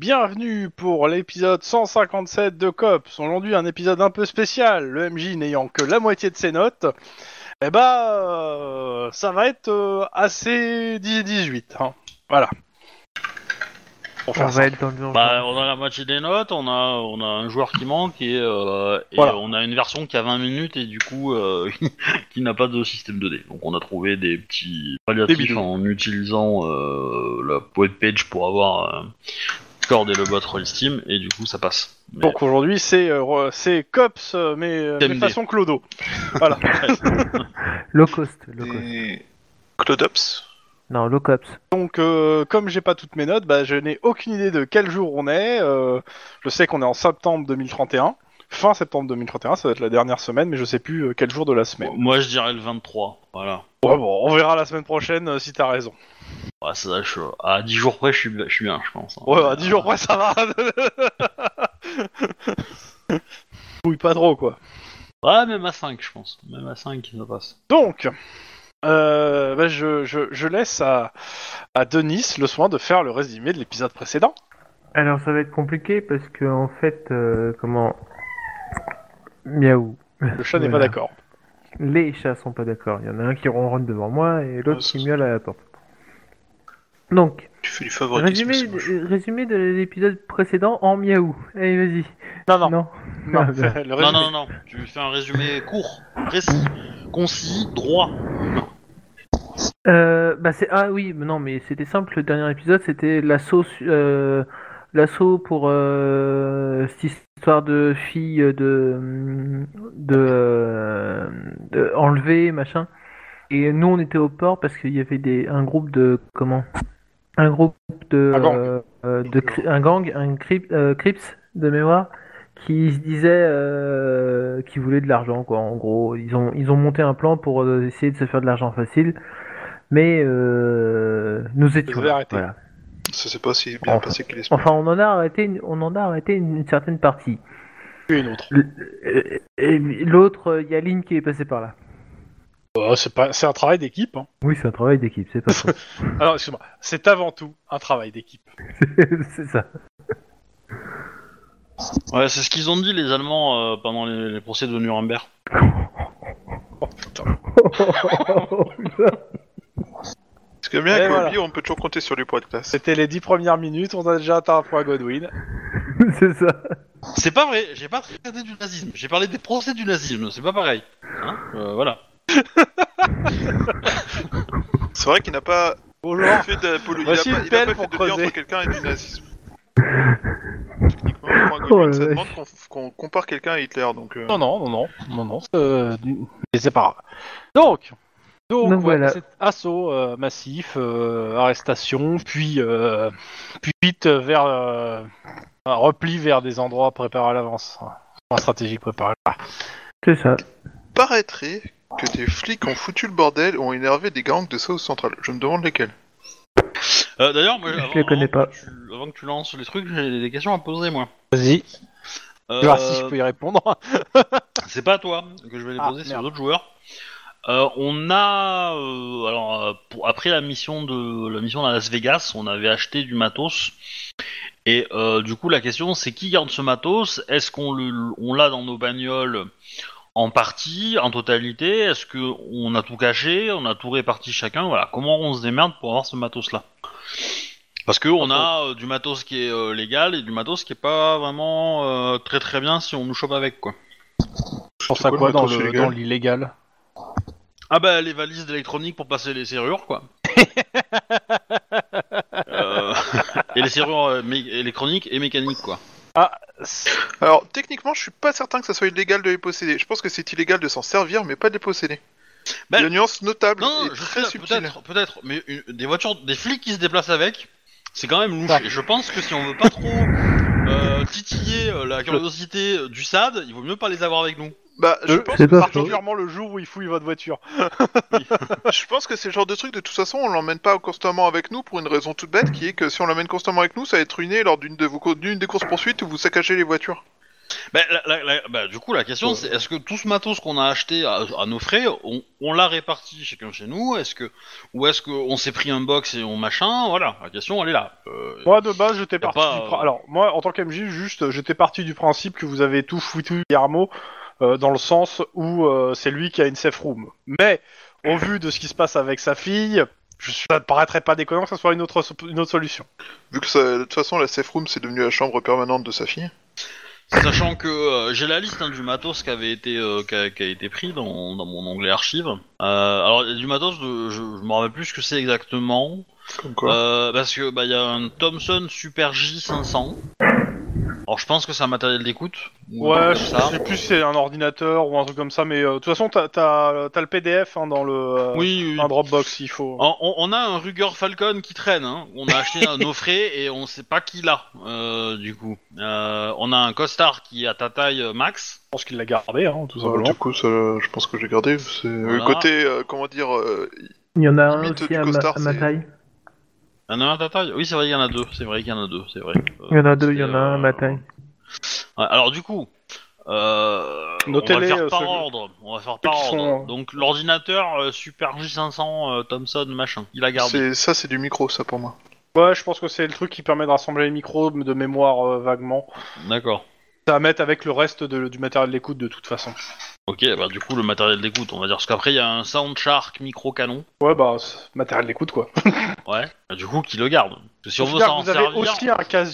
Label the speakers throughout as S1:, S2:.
S1: bienvenue pour l'épisode 157 de Cops. Aujourd'hui, un épisode un peu spécial, le MJ n'ayant que la moitié de ses notes. Ça va être assez 10-18. Hein. Voilà.
S2: On va être dans l'urgence.
S3: On a la moitié des notes, on a un joueur qui manque et
S1: Voilà.
S3: on a une version qui a 20 minutes et du coup qui n'a pas de système 2D. Donc on a trouvé des petits palliatifs en utilisant la web page pour avoir Discord et le bot Rollsteam et du coup ça passe. Mais...
S1: Donc aujourd'hui, c'est Cops, mais façon Clodo. Voilà.
S2: Low cost.
S4: Et... Clodops.
S2: Non, low cops.
S1: Donc, comme j'ai pas toutes mes notes, je n'ai aucune idée de quel jour on est. Je sais qu'on est en septembre 2031. Fin septembre 2031, ça va être la dernière semaine, mais je sais plus quel jour de la semaine.
S3: Moi je dirais le 23, voilà.
S1: Ouais, bon, on verra la semaine prochaine si t'as raison.
S3: Ouais, ça, à 10 jours près, je suis bien, je pense. Hein.
S1: Ouais, à 10 jours près, ça va. Mouille pas trop, quoi.
S3: Ouais, même à 5, je pense. Même à 5, ça passe.
S1: Donc, je laisse à Denis le soin de faire le résumé de l'épisode précédent.
S2: Alors ça va être compliqué parce que en fait, Miaou.
S1: Le chat n'est pas d'accord.
S2: Les chats sont pas d'accord. Il y en a un qui ronronne devant moi et l'autre qui miaule à la porte. Donc,
S4: Tu fais du favoritisme.
S2: résumé de l'épisode précédent en Miaou. Allez, vas-y.
S1: Non.
S2: Non.
S1: Le résumé.
S3: Non. Tu fais un résumé court, précis, concis, droit.
S2: Ah oui, mais non, mais c'était simple. Le dernier épisode, c'était l'assaut pour cette histoire de fille de enlever machin. Et nous, on était au port parce qu'il y avait un groupe de Crips de mémoire qui se disait qu'ils voulaient de l'argent quoi. En gros, ils ont monté un plan pour essayer de se faire de l'argent facile, mais nous étions là, voilà.
S4: Ça s'est pas si bien passé qu'il espère.
S2: Enfin, on en a arrêté une certaine partie.
S1: Et une autre.
S2: Et l'autre, il y a Lynn qui est passé par là.
S1: C'est un travail d'équipe. Hein.
S2: Oui, c'est un travail d'équipe, c'est pas faux.
S1: Alors, excuse-moi, c'est avant tout un travail d'équipe.
S2: C'est ça.
S3: Ouais, c'est ce qu'ils ont dit les Allemands pendant les procès de Nuremberg.
S1: Oh putain.
S4: Parce que bien
S1: Et
S4: qu'au
S1: voilà.
S4: on peut toujours compter sur les poids de classe.
S1: C'était les 10 premières minutes, on a déjà atteint un point Godwin.
S2: C'est ça.
S3: C'est pas vrai, j'ai pas traité du nazisme, j'ai parlé des procès du nazisme, c'est pas pareil. Hein voilà.
S4: C'est vrai qu'il n'a pas
S1: Bonjour.
S4: fait d'apologie.
S1: Voici
S4: Il a
S1: une
S4: pas
S1: pelle
S4: fait
S1: pour
S4: de lien
S1: creuser.
S4: entre quelqu'un et du nazisme. Techniquement, le point Godwin, ça demande qu'on compare quelqu'un à Hitler, donc...
S1: Non, mais c'est pas grave. Donc
S2: voilà.
S1: cet assaut massif, arrestation, puis vite vers un repli vers des endroits préparés à l'avance. Un stratégique préparé.
S2: C'est ça.
S4: Paraîtrait que des flics ont foutu le bordel et ont énervé des gangs de South Central. Je me demande lesquels.
S3: D'ailleurs, moi,
S2: Je les connais pas.
S3: Avant que tu lances les trucs, j'ai des questions à poser, moi.
S1: Vas-y. Tu vois si je peux y répondre.
S3: C'est pas à toi que je vais les poser, c'est aux
S1: merde.
S3: autres joueurs. On a, après la mission à Las Vegas, on avait acheté du matos. Et du coup, la question, c'est qui garde ce matos? Est-ce qu'on l'a dans nos bagnoles en partie, en totalité? Est-ce que on a tout caché? On a tout réparti chacun? Voilà. Comment on se démerde pour avoir ce matos-là? Parce que on a du matos qui est légal et du matos qui est pas vraiment très très bien si on nous chope avec, quoi.
S1: Je pense à quoi dans l'illégal?
S3: Ah bah les valises d'électronique pour passer les serrures, quoi. Et les serrures électroniques et mécaniques, quoi.
S4: Alors, techniquement, je suis pas certain que ça soit illégal de les posséder. Je pense que c'est illégal de s'en servir, mais pas de les posséder.
S3: Ben,
S4: La nuance notable
S3: non,
S4: est très subtile.
S3: peut-être, mais des flics qui se déplacent avec, c'est quand même louche. Et je pense que si on veut pas trop titiller la curiosité du SAD, il vaut mieux pas les avoir avec nous.
S4: Bah, je pense
S2: c'est
S4: que
S2: pas
S4: c'est
S2: faux.
S1: Particulièrement le jour où il fouille votre voiture.
S4: Je pense que c'est le genre de truc, de toute façon, on l'emmène pas constamment avec nous pour une raison toute bête, qui est que si on l'emmène constamment avec nous, ça va être ruiné lors d'une des courses-poursuites où vous saccagez les voitures.
S3: Du coup, la question c'est est-ce que tout ce matos qu'on a acheté à nos frais, on l'a réparti chacun chez nous, ou est-ce qu'on s'est pris un box et on machin, voilà, la question elle est là.
S1: Moi de base j'étais parti
S3: pas,
S1: Alors moi en tant qu'MJ juste j'étais parti du principe que vous avez tout foutu Guillermo dans le sens où c'est lui qui a une safe room. Mais au vu de ce qui se passe avec sa fille, ça ne paraîtrait pas déconnant que ça soit une autre solution.
S4: Vu que de toute façon la safe room c'est devenu la chambre permanente de sa fille.
S3: Sachant que j'ai la liste du matos qui avait été qui a été pris dans mon onglet archive. Alors il y a du matos je me rappelle plus ce que c'est exactement.
S4: Comme quoi.
S3: Parce que il y a un Thomson Super J500. Alors je pense que c'est un matériel d'écoute.
S1: Ouais, je sais plus si c'est un ordinateur ou un truc comme ça, mais de toute façon t'as le PDF dans le
S3: Oui.
S1: un Dropbox il faut.
S3: On a un Ruger Falcon qui traîne, hein. On a acheté à nos frais et on sait pas qui l'a, du coup. On a un Costar qui est à ta taille max.
S1: Je pense qu'il l'a gardé, tout simplement.
S4: Du coup, ça, je pense que j'ai gardé. C'est le côté, comment dire.
S2: Il y en a un
S4: limite
S2: aussi
S4: du
S2: à
S4: costard,
S2: ma
S4: c'est-
S2: taille.
S3: Il y en a un à ta taille. Oui, c'est vrai qu'il y en a deux. C'est vrai.
S2: Il y en a deux, il y en a un à ma taille.
S3: Ouais, alors du coup, on va
S1: Notez-les,
S3: faire par
S1: ceux-
S3: ordre. On va faire
S1: ceux
S3: par
S1: qui
S3: ordre.
S1: sont-
S3: Donc l'ordinateur Super J500 Thomson machin, il a gardé.
S4: c'est du micro, ça pour moi.
S1: Ouais, je pense que c'est le truc qui permet de rassembler les micros de mémoire vaguement.
S3: D'accord.
S1: Ça à mettre avec le reste du matériel d'écoute de toute façon.
S3: Ok, du coup le matériel d'écoute, on va dire parce qu'après il y a un Soundshark micro canon.
S1: Ouais, c'est matériel d'écoute quoi.
S3: Ouais. Du coup qui le garde. Parce que si on veut
S1: Dire,
S3: s'en
S1: vous avez
S3: servir.
S1: aussi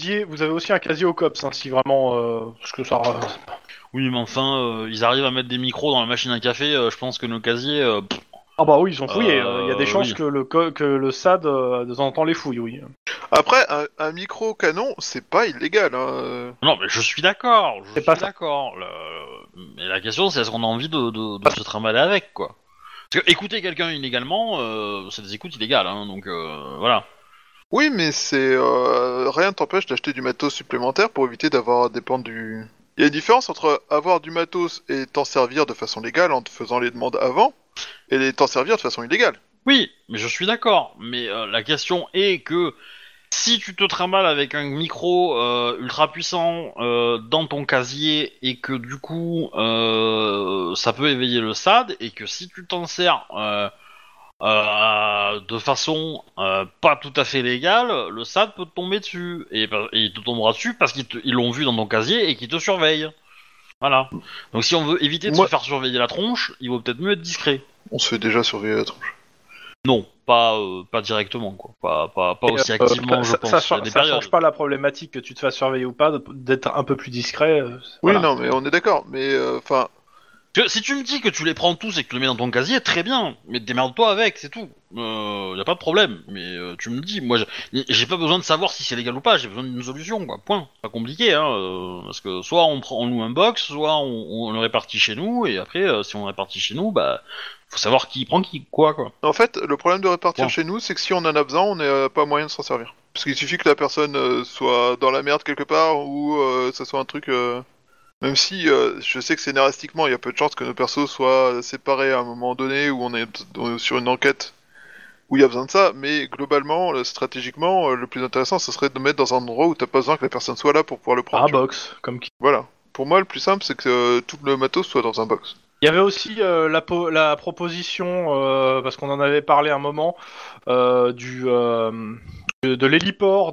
S1: un casier au cops, si vraiment, parce que ça.
S3: Oui, mais enfin, ils arrivent à mettre des micros dans la machine à café. Je pense que nos casiers.
S1: Ah bah oui, ils ont fouillé. Il y a des chances
S3: oui.
S1: que le SAD de temps en temps les fouille, oui.
S4: Après, un micro canon, c'est pas illégal. Hein.
S3: Non, mais je suis d'accord. Je
S1: C'est
S3: suis
S1: pas ça.
S3: d'accord. Mais la question, c'est est-ce qu'on a envie de se trimballer avec, quoi. Parce que écouter quelqu'un illégalement, c'est des écoutes illégales, hein. Donc voilà.
S4: Oui, mais c'est rien ne t'empêche d'acheter du matos supplémentaire pour éviter d'avoir à dépendre du. Il y a une différence entre avoir du matos et t'en servir de façon légale en te faisant les demandes avant, et t'en servir de façon illégale.
S3: Oui, mais je suis d'accord. Mais la question est que si tu te trimbales avec un micro ultra puissant dans ton casier et que du coup ça peut éveiller le SAD et que si tu t'en sers de façon pas tout à fait légale, le SAD peut te tomber dessus et il te tombera dessus parce qu'ils l'ont vu dans ton casier et qu'ils te surveillent. Voilà. Donc si on veut éviter de se faire surveiller la tronche, il vaut peut-être mieux être discret.
S4: On se fait déjà surveiller la tronche.
S3: Non, pas directement, quoi. Pas aussi activement, je pense.
S1: Ça
S3: Il y a des
S1: change
S3: périodes.
S1: pas la problématique que tu te fasses surveiller ou pas, d'être un peu plus discret.
S4: Oui,
S1: voilà.
S4: non, mais on est d'accord. Mais enfin,
S3: Si tu me dis que tu les prends tous et que tu les mets dans ton casier, très bien. Mais démerde-toi avec, c'est tout. Y a pas de problème. Mais tu me dis, moi, j'ai pas besoin de savoir si c'est légal ou pas. J'ai besoin d'une solution, quoi. Point. Pas compliqué, hein. Parce que soit on loue un box, soit on le répartit chez nous. Et après, si on le répartit chez nous, faut savoir qui prend qui, quoi.
S4: en fait, le problème de répartir
S3: Bon.
S4: chez nous, c'est que si on en a besoin, on n'a pas moyen de s'en servir. Parce qu'il suffit que la personne soit dans la merde quelque part ou ça soit un truc. Même si je sais que scénaristiquement, il y a peu de chances que nos persos soient séparés à un moment donné où on est sur une enquête où il y a besoin de ça, mais globalement, stratégiquement, le plus intéressant, ce serait de mettre dans un endroit où t'as pas besoin que la personne soit là pour pouvoir le prendre.
S1: Un
S4: tu vois.
S1: box, comme qui.
S4: Voilà. Pour moi, le plus simple, c'est que tout le matos soit dans un box.
S1: Il y avait aussi la proposition, parce qu'on en avait parlé un moment, de l'héliport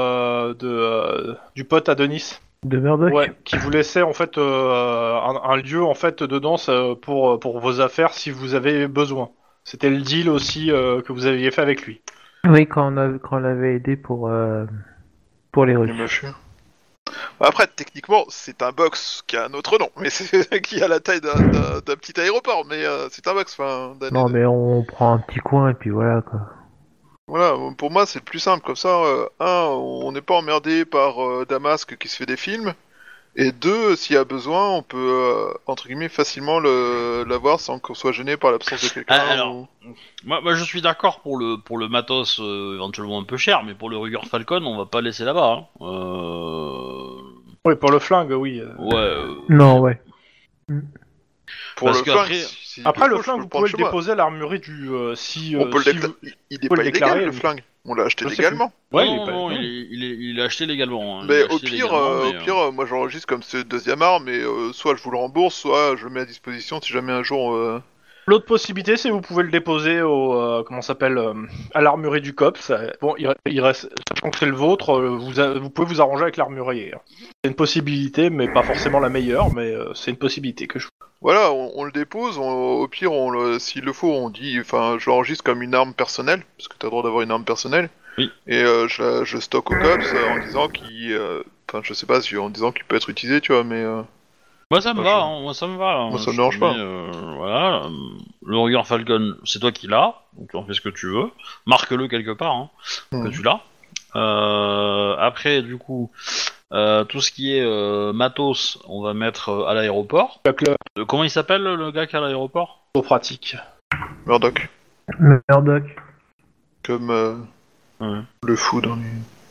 S1: du pote à Denis.
S2: De Murdoch.
S1: Ouais, qui vous laissait en fait un lieu en fait dedans pour vos affaires si vous avez besoin. C'était le deal aussi que vous aviez fait avec lui.
S2: Oui, quand on l'avait aidé pour les Russes.
S4: Après, techniquement, c'est un box qui a un autre nom, mais c'est qui a la taille d'un petit aéroport, mais c'est un box.
S2: Non, mais on prend un petit coin et puis voilà quoi.
S4: Voilà, pour moi, c'est le plus simple. Comme ça, on n'est pas emmerdé par Damasque qui se fait des films. Et deux, s'il y a besoin, on peut, entre guillemets, facilement l'avoir sans qu'on soit gêné par l'absence de quelqu'un.
S3: Alors, moi, je suis d'accord pour le matos éventuellement un peu cher, mais pour le Ruger Falcon, on va pas laisser là-bas. Hein.
S1: Oui, pour le flingue, oui.
S3: Ouais.
S2: Non, ouais.
S4: Pour
S3: parce
S4: le
S3: que
S4: flingue,
S1: Après, le
S4: faut, je
S1: flingue,
S4: peux
S1: vous
S4: prendre
S1: pouvez
S4: chez
S1: le
S4: moi.
S1: déposer à l'armurerie du.
S4: On peut
S1: si
S4: le
S1: vous-
S4: il est
S1: faut
S4: pas
S1: le
S4: illégal,
S1: déclarer,
S4: le
S1: lui.
S4: flingue. On l'a acheté
S1: Je sais
S4: légalement.
S1: Ouais,
S3: non,
S1: pas-
S3: non, il est acheté légalement. Hein.
S4: Mais
S3: Il est
S4: au
S3: acheté
S4: pire,
S3: légalement, mais,
S4: moi j'enregistre comme c'est deuxième arme, mais soit je vous le rembourse, soit je le mets à disposition si jamais un jour.
S1: L'autre possibilité, c'est vous pouvez le déposer au comment ça s'appelle à l'armurerie du COP. Bon, il reste, sachant que c'est le vôtre, vous pouvez vous arranger avec l'armurier. Hein. C'est une possibilité, mais pas forcément la meilleure, mais c'est une possibilité que je.
S4: Voilà, on le dépose, au pire, s'il le faut, on dit, enfin, je l'enregistre comme une arme personnelle, parce que t'as le droit d'avoir une arme personnelle,
S3: Oui.
S4: et je stocke au COPS en disant enfin, je sais pas, en disant qu'il peut être utilisé, tu vois, mais
S3: Moi ça me
S4: Moi,
S3: va,
S4: je-
S3: hein, moi ça me va.
S4: moi, ça
S3: Je
S4: me dérange
S3: te
S4: pas.
S3: dis, voilà, le Ruger Falcon, c'est toi qui l'as, donc tu en fais ce que tu veux. Marque-le quelque part, hein, que
S4: Mhm.
S3: tu l'as. Après, du coup, tout ce qui est matos, on va mettre à l'aéroport. Comment il s'appelle le gars qui est à l'aéroport?
S1: Pratique.
S4: Murdoch,
S2: Murdoch.
S4: comme
S3: Ouais.
S4: le fou dans les...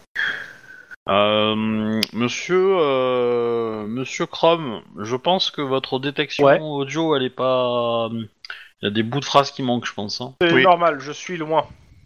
S3: Monsieur Chrome, je pense que votre détection
S1: Ouais.
S3: audio, elle est pas. Il y a des bouts de phrases qui manquent, je pense. Hein.
S1: C'est
S4: Oui.
S1: normal, je suis loin.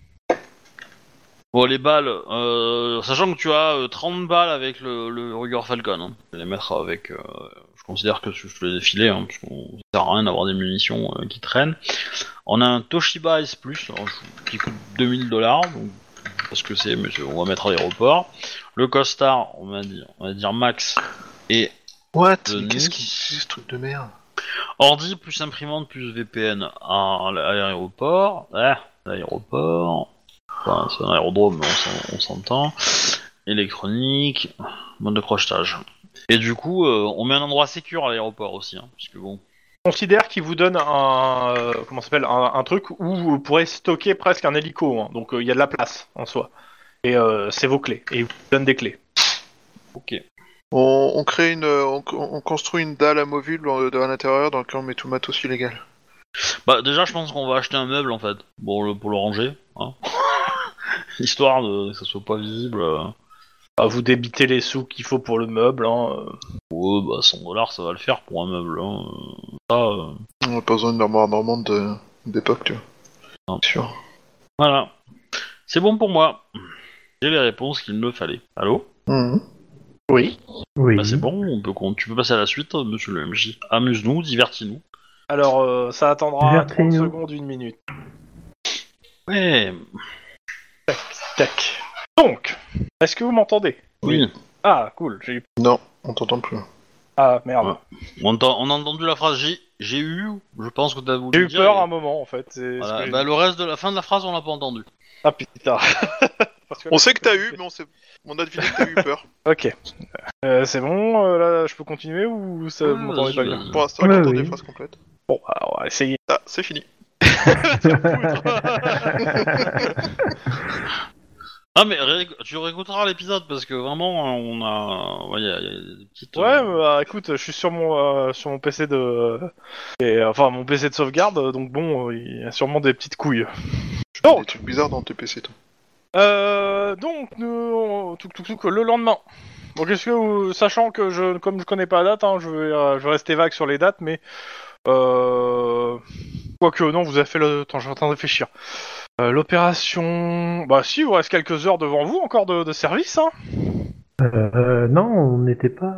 S3: Bon, les balles, sachant que tu as 30 balles avec le Ruger Falcon, hein. Je vais les mettre avec. Je considère que je te les ai filées, hein, parce qu'on ça sert à rien d'avoir des munitions qui traînent. On a un Toshiba S Plus, qui coûte $2000, donc, parce que c'est, on va mettre à l'aéroport. Le costard, on va dire max. Et
S4: What?
S3: Denis.
S4: Qu'est-ce qui c'est ce truc de merde?
S3: ordi plus imprimante plus VPN à l'aéroport. L'aéroport. Enfin, c'est un aérodrome, mais on s'entend. Électronique, mode de crochetage. Et du coup, on met un endroit sécure à l'aéroport aussi, hein, parce que bon.
S1: Je considère qu'il vous donne un comment ça s'appelle un truc où vous pourrez stocker presque un hélico. Hein. Donc il y a de la place en soi. Et c'est vos clés. Et il vous donne des clés.
S3: Ok.
S4: On crée on construit une dalle amovible à l'intérieur dans laquelle on met tout le matos illégal.
S3: Bah déjà, je pense qu'on va acheter un meuble en fait, pour le ranger, hein. Histoire que ça soit pas visible.
S1: Ah, vous débitez les sous qu'il faut pour le meuble. Hein.
S3: Ouais, bah $100, ça va le faire pour un meuble. Hein. Ça,
S4: On n'a pas besoin d'une armoire normande d'époque, tu vois.
S3: Non.
S4: Sûr.
S3: voilà. C'est bon pour moi. J'ai les réponses qu'il me fallait. Allô?
S4: Mhm.
S1: Oui.
S2: Oui.
S3: Bah c'est bon, tu peux passer à la suite, monsieur le MJ. Amuse-nous, divertis-nous.
S1: Alors ça attendra 30
S2: Divertis-nous.
S1: secondes, une minute.
S3: Ouais,
S1: Tac. Donc, est-ce que vous m'entendez?
S3: oui.
S1: Ah, cool. J'ai eu.
S4: Non, on t'entend plus.
S1: Ah merde.
S3: Ouais. On a entendu la phrase j'ai eu, je pense que t'as voulu
S1: J'ai eu
S3: dire,
S1: peur
S3: et-
S1: un moment en fait. C'est
S3: Voilà.
S1: ce que j'ai
S3: Bah,
S1: dit.
S3: le reste de la fin de la phrase, on l'a pas entendu.
S1: Ah putain. Parce que
S4: On
S1: là,
S4: sait que t'as eu, mais on a deviné que t'as eu peur.
S1: Ok. C'est bon. Là, je peux continuer ou ça vous m'entendez
S3: vas-y,
S1: pas bien?
S3: vas-y.
S4: Pour l'instant,
S2: Ouais,
S4: j'entends
S2: oui.
S4: des phrases complètes.
S1: Bon, alors, on va essayer.
S4: Ah, c'est fini.
S3: Ah mais tu réécouteras l'épisode parce que vraiment on a, ouais, y a des petites.
S1: Ouais, bah, écoute, je suis sur mon PC enfin mon PC de sauvegarde, donc bon, il y a sûrement des petites couilles.
S4: Tu fais
S1: Donc.
S4: des trucs bizarres dans tes PC, toi.
S1: Donc le lendemain. Bon, qu'est-ce que sachant que comme je connais pas la date, hein, je vais rester vague sur les dates, mais quoique non, vous avez fait le temps, je suis en train de réfléchir. L'opération, bah si, il vous reste quelques heures devant vous encore de service, hein.
S2: Non, on n'était pas.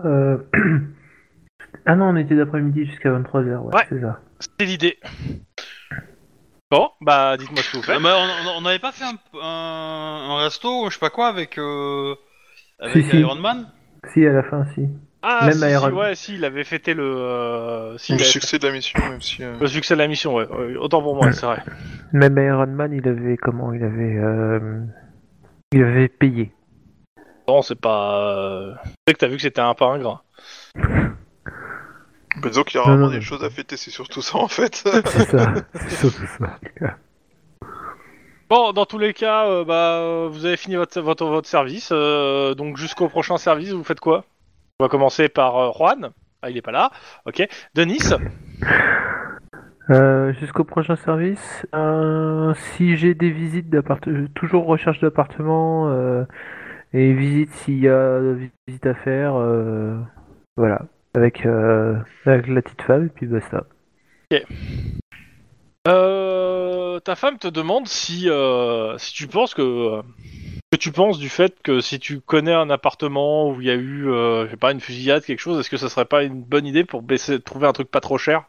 S2: Ah non, on était d'après-midi jusqu'à 23h,
S1: Ouais.
S2: c'est ça.
S1: C'est l'idée. Bon, bah dites-moi ce que vous faites.
S3: Bah, on n'avait pas fait un resto, je sais pas quoi, avec
S2: Si.
S3: Iron Man.
S2: Si, à la fin, si.
S1: Ah,
S2: Même
S1: si,
S2: Iron-
S1: ouais, si, il avait fêté le
S4: Le succès de la mission, même si...
S1: le succès de la mission, ouais. Autant pour moi, c'est vrai.
S2: Même Iron Man, il avait comment? Il avait payé.
S1: Non, c'est pas. Tu sais que t'as vu que c'était un pas un grain.
S4: Bah, disons qu'il y a
S2: Non,
S4: rarement
S2: non,
S4: des
S2: non.
S4: choses à fêter, c'est surtout ça, en fait.
S2: C'est ça. C'est surtout ça.
S1: Bon, dans tous les cas, vous avez fini votre service, donc jusqu'au prochain service, vous faites quoi? On va commencer par Juan. Ah, il est pas là. Ok. Denis.
S2: Jusqu'au prochain service, si j'ai des visites d'appartement, toujours recherche d'appartement et visite s'il y a visite à faire, voilà, avec la petite femme et puis basta.
S1: Ta femme te demande si tu penses que tu penses du fait que si tu connais un appartement où il y a eu, je sais pas, une fusillade, quelque chose, est-ce que ça serait pas une bonne idée pour trouver un truc pas trop cher?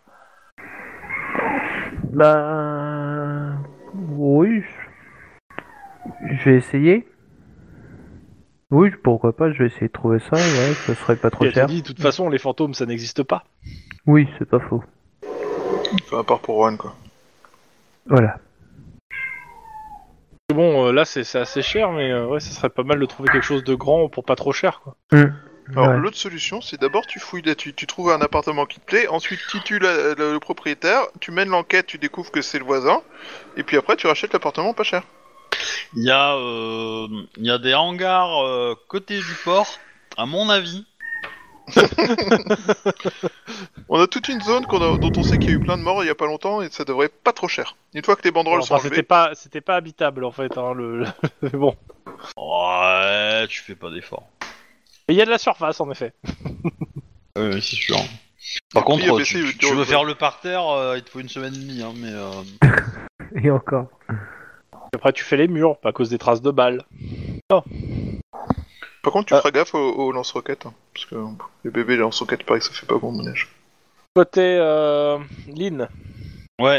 S2: Bah... Oui, je vais essayer. Oui, pourquoi pas, je vais essayer de trouver ça, ouais, ça serait pas trop
S1: Et elle te
S2: cher.
S1: dit, de toute façon, les fantômes, ça n'existe pas.
S2: Oui, c'est pas faux.
S4: Enfin, à part pour Juan, quoi.
S2: Voilà.
S1: Bon, là, c'est assez cher, mais ouais, ça serait pas mal de trouver quelque chose de grand pour pas trop cher, quoi.
S4: Alors,
S2: Ouais.
S4: l'autre solution, c'est d'abord tu fouilles, tu trouves un appartement qui te plaît, ensuite tu tues le propriétaire, tu mènes l'enquête, tu découvres que c'est le voisin, et puis après tu rachètes l'appartement pas cher.
S3: Il y a des hangars côté du port, à mon avis.
S4: On a toute une zone dont on sait qu'il y a eu plein de morts il y a pas longtemps, et ça devrait pas trop cher. Une fois que les banderoles sont
S1: Enfin,
S4: enlevées,
S1: c'était pas habitable, en fait, hein, mais bon.
S3: Ouais, tu fais pas d'efforts.
S1: Mais il y a de la surface, en effet.
S3: Oui, c'est sûr. Par
S4: Le prix
S3: contre,
S4: a baissé,
S3: tu veux faire le parterre, il te faut une semaine et demie, hein, mais...
S2: Et encore.
S1: Après, tu fais les murs, à cause des traces de balles.
S4: par contre tu feras gaffe aux lance-roquettes, hein, parce que les bébés lance-roquettes, il paraît que ça fait pas bon ménage.
S1: Côté Lynn.
S3: Ouais.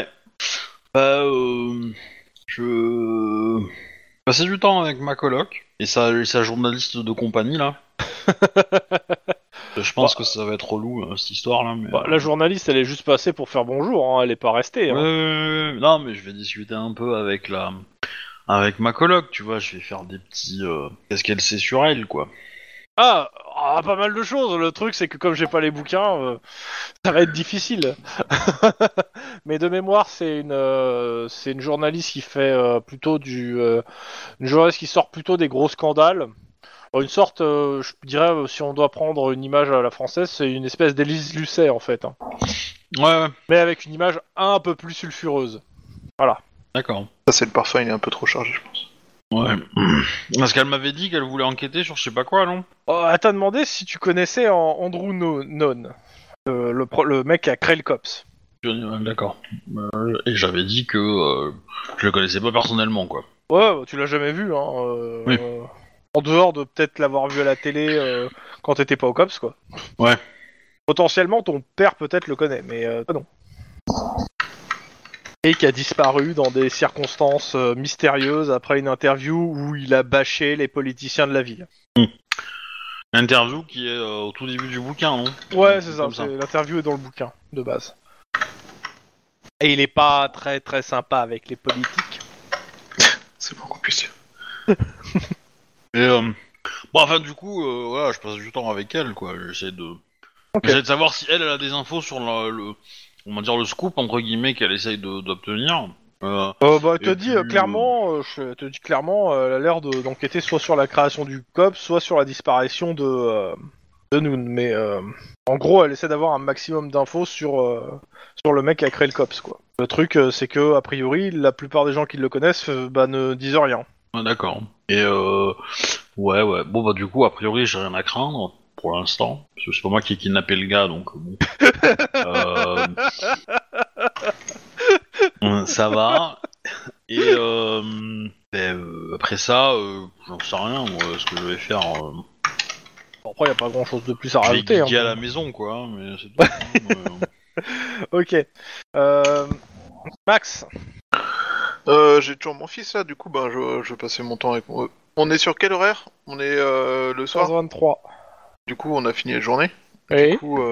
S3: Je passais du temps avec ma coloc et sa journaliste de compagnie là. Je pense que ça va être relou cette histoire là. Mais,
S1: Bah, la journaliste, elle est juste passée pour faire bonjour, hein, elle est pas restée.
S3: Ouais,
S1: Hein.
S3: non, mais je vais discuter un peu avec ma coloc, tu vois. Je vais faire des petits. Qu'est-ce qu'elle sait sur elle, quoi.
S1: Pas mal de choses. Le truc, c'est que comme j'ai pas les bouquins, ça va être difficile. Mais de mémoire, c'est une journaliste qui fait plutôt une journaliste qui sort plutôt des gros scandales. Une sorte, je dirais, si on doit prendre une image à la française, c'est une espèce d'Élise Lucet en fait, hein.
S3: Ouais,
S1: Mais avec une image un peu plus sulfureuse. Voilà.
S3: d'accord.
S4: Ça c'est le parfum, il est un peu trop chargé je pense.
S3: Ouais. Parce qu'elle m'avait dit qu'elle voulait enquêter sur je sais pas quoi, non?
S1: Elle t'a demandé si tu connaissais Andrew Non, le mec qui a créé le COPS.
S3: D'accord. Et j'avais dit que je le connaissais pas personnellement, quoi.
S1: Ouais, bah, tu l'as jamais vu, hein.
S3: Oui.
S1: En dehors de peut-être l'avoir vu à la télé quand t'étais pas au COPS, quoi.
S3: Ouais.
S1: Potentiellement, ton père peut-être le connaît, mais toi non. Et qui a disparu dans des circonstances mystérieuses après une interview où il a bâché les politiciens de la ville.
S3: Interview qui est au tout début du bouquin, non?
S1: Ouais, c'est ça.
S3: Comme ça.
S1: L'interview est dans le bouquin, de base. Et il est pas très très sympa avec les politiques.
S4: C'est bon qu'on puisse dire.
S3: Et bon, enfin, du coup, voilà, je passe du temps avec elle, quoi. J'essaie de savoir si elle a des infos sur on va dire le scoop entre guillemets qu'elle essaye d'obtenir.
S1: Elle
S3: Et
S1: te dit
S3: puis,
S1: clairement, elle a l'air d'enquêter soit sur la création du COPS, soit sur la disparition de Noon. Mais en gros, elle essaie d'avoir un maximum d'infos sur le mec qui a créé le COPS, quoi. Le truc, c'est que a priori, la plupart des gens qui le connaissent, ne disent rien.
S3: Ah, d'accord. Et ouais. Bon, bah, du coup, a priori, j'ai rien à craindre pour l'instant. Parce que c'est pas moi qui ai kidnappé le gars, donc bon. Ça va. Et après ça, j'en sais rien, moi, ce que je vais faire.
S1: Après, y a pas grand chose de plus à
S3: Je vais
S1: rajouter.
S3: geeker
S1: Hein.
S3: à la maison, quoi. Hein, mais c'est tout.
S1: Ok. Max.
S4: J'ai toujours mon fils là, du coup ben je vais passer mon temps avec moi. On est sur quel horaire? On est le soir.
S1: 23.
S4: Du coup on a fini la journée.
S1: Oui.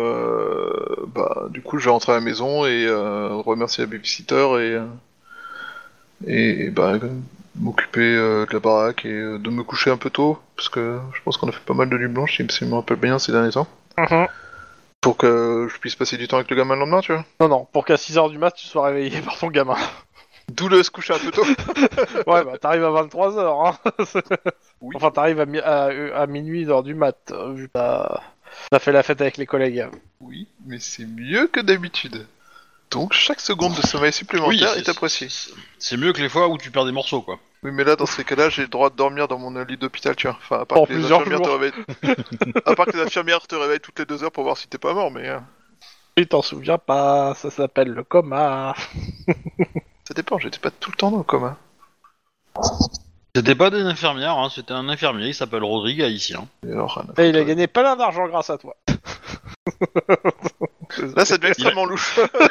S4: Du coup je vais rentrer à la maison et remercier la babysitter et m'occuper de la baraque et de me coucher un peu tôt parce que je pense qu'on a fait pas mal de nuits blanches, si je me rappelle bien ces derniers temps. Pour que je puisse passer du temps avec le gamin le lendemain, tu vois.
S1: Non, pour qu'à 6h du mat, tu sois réveillé par ton gamin.
S4: D'où le se coucher un peu tôt.
S1: Ouais, bah t'arrives à 23h, hein.
S4: Oui.
S1: Enfin, t'arrives à minuit, heure du mat, vu que t'as fait la fête avec les collègues.
S4: Oui, mais c'est mieux que d'habitude. Donc chaque seconde de sommeil supplémentaire est appréciée.
S3: C'est mieux que les fois où tu perds des morceaux, quoi.
S4: Oui, mais là, dans ces cas-là, j'ai le droit de dormir dans mon lit d'hôpital, tu vois. Enfin, à part
S1: Pour
S4: que les
S1: plusieurs
S4: infirmières te
S1: jours.
S4: réveillent... à part que les infirmières te réveillent toutes les 2 heures pour voir si t'es pas mort, mais...
S1: Tu t'en souviens pas, ça s'appelle le coma.
S4: Ça dépend, j'étais pas tout le temps dans le coma.
S3: C'était pas des infirmières, hein, c'était un infirmier, il s'appelle Rodrigue, haïtien.
S4: Et alors,
S1: Et il a gagné plein d'argent grâce à toi.
S4: Là, ça devient extrêmement louche.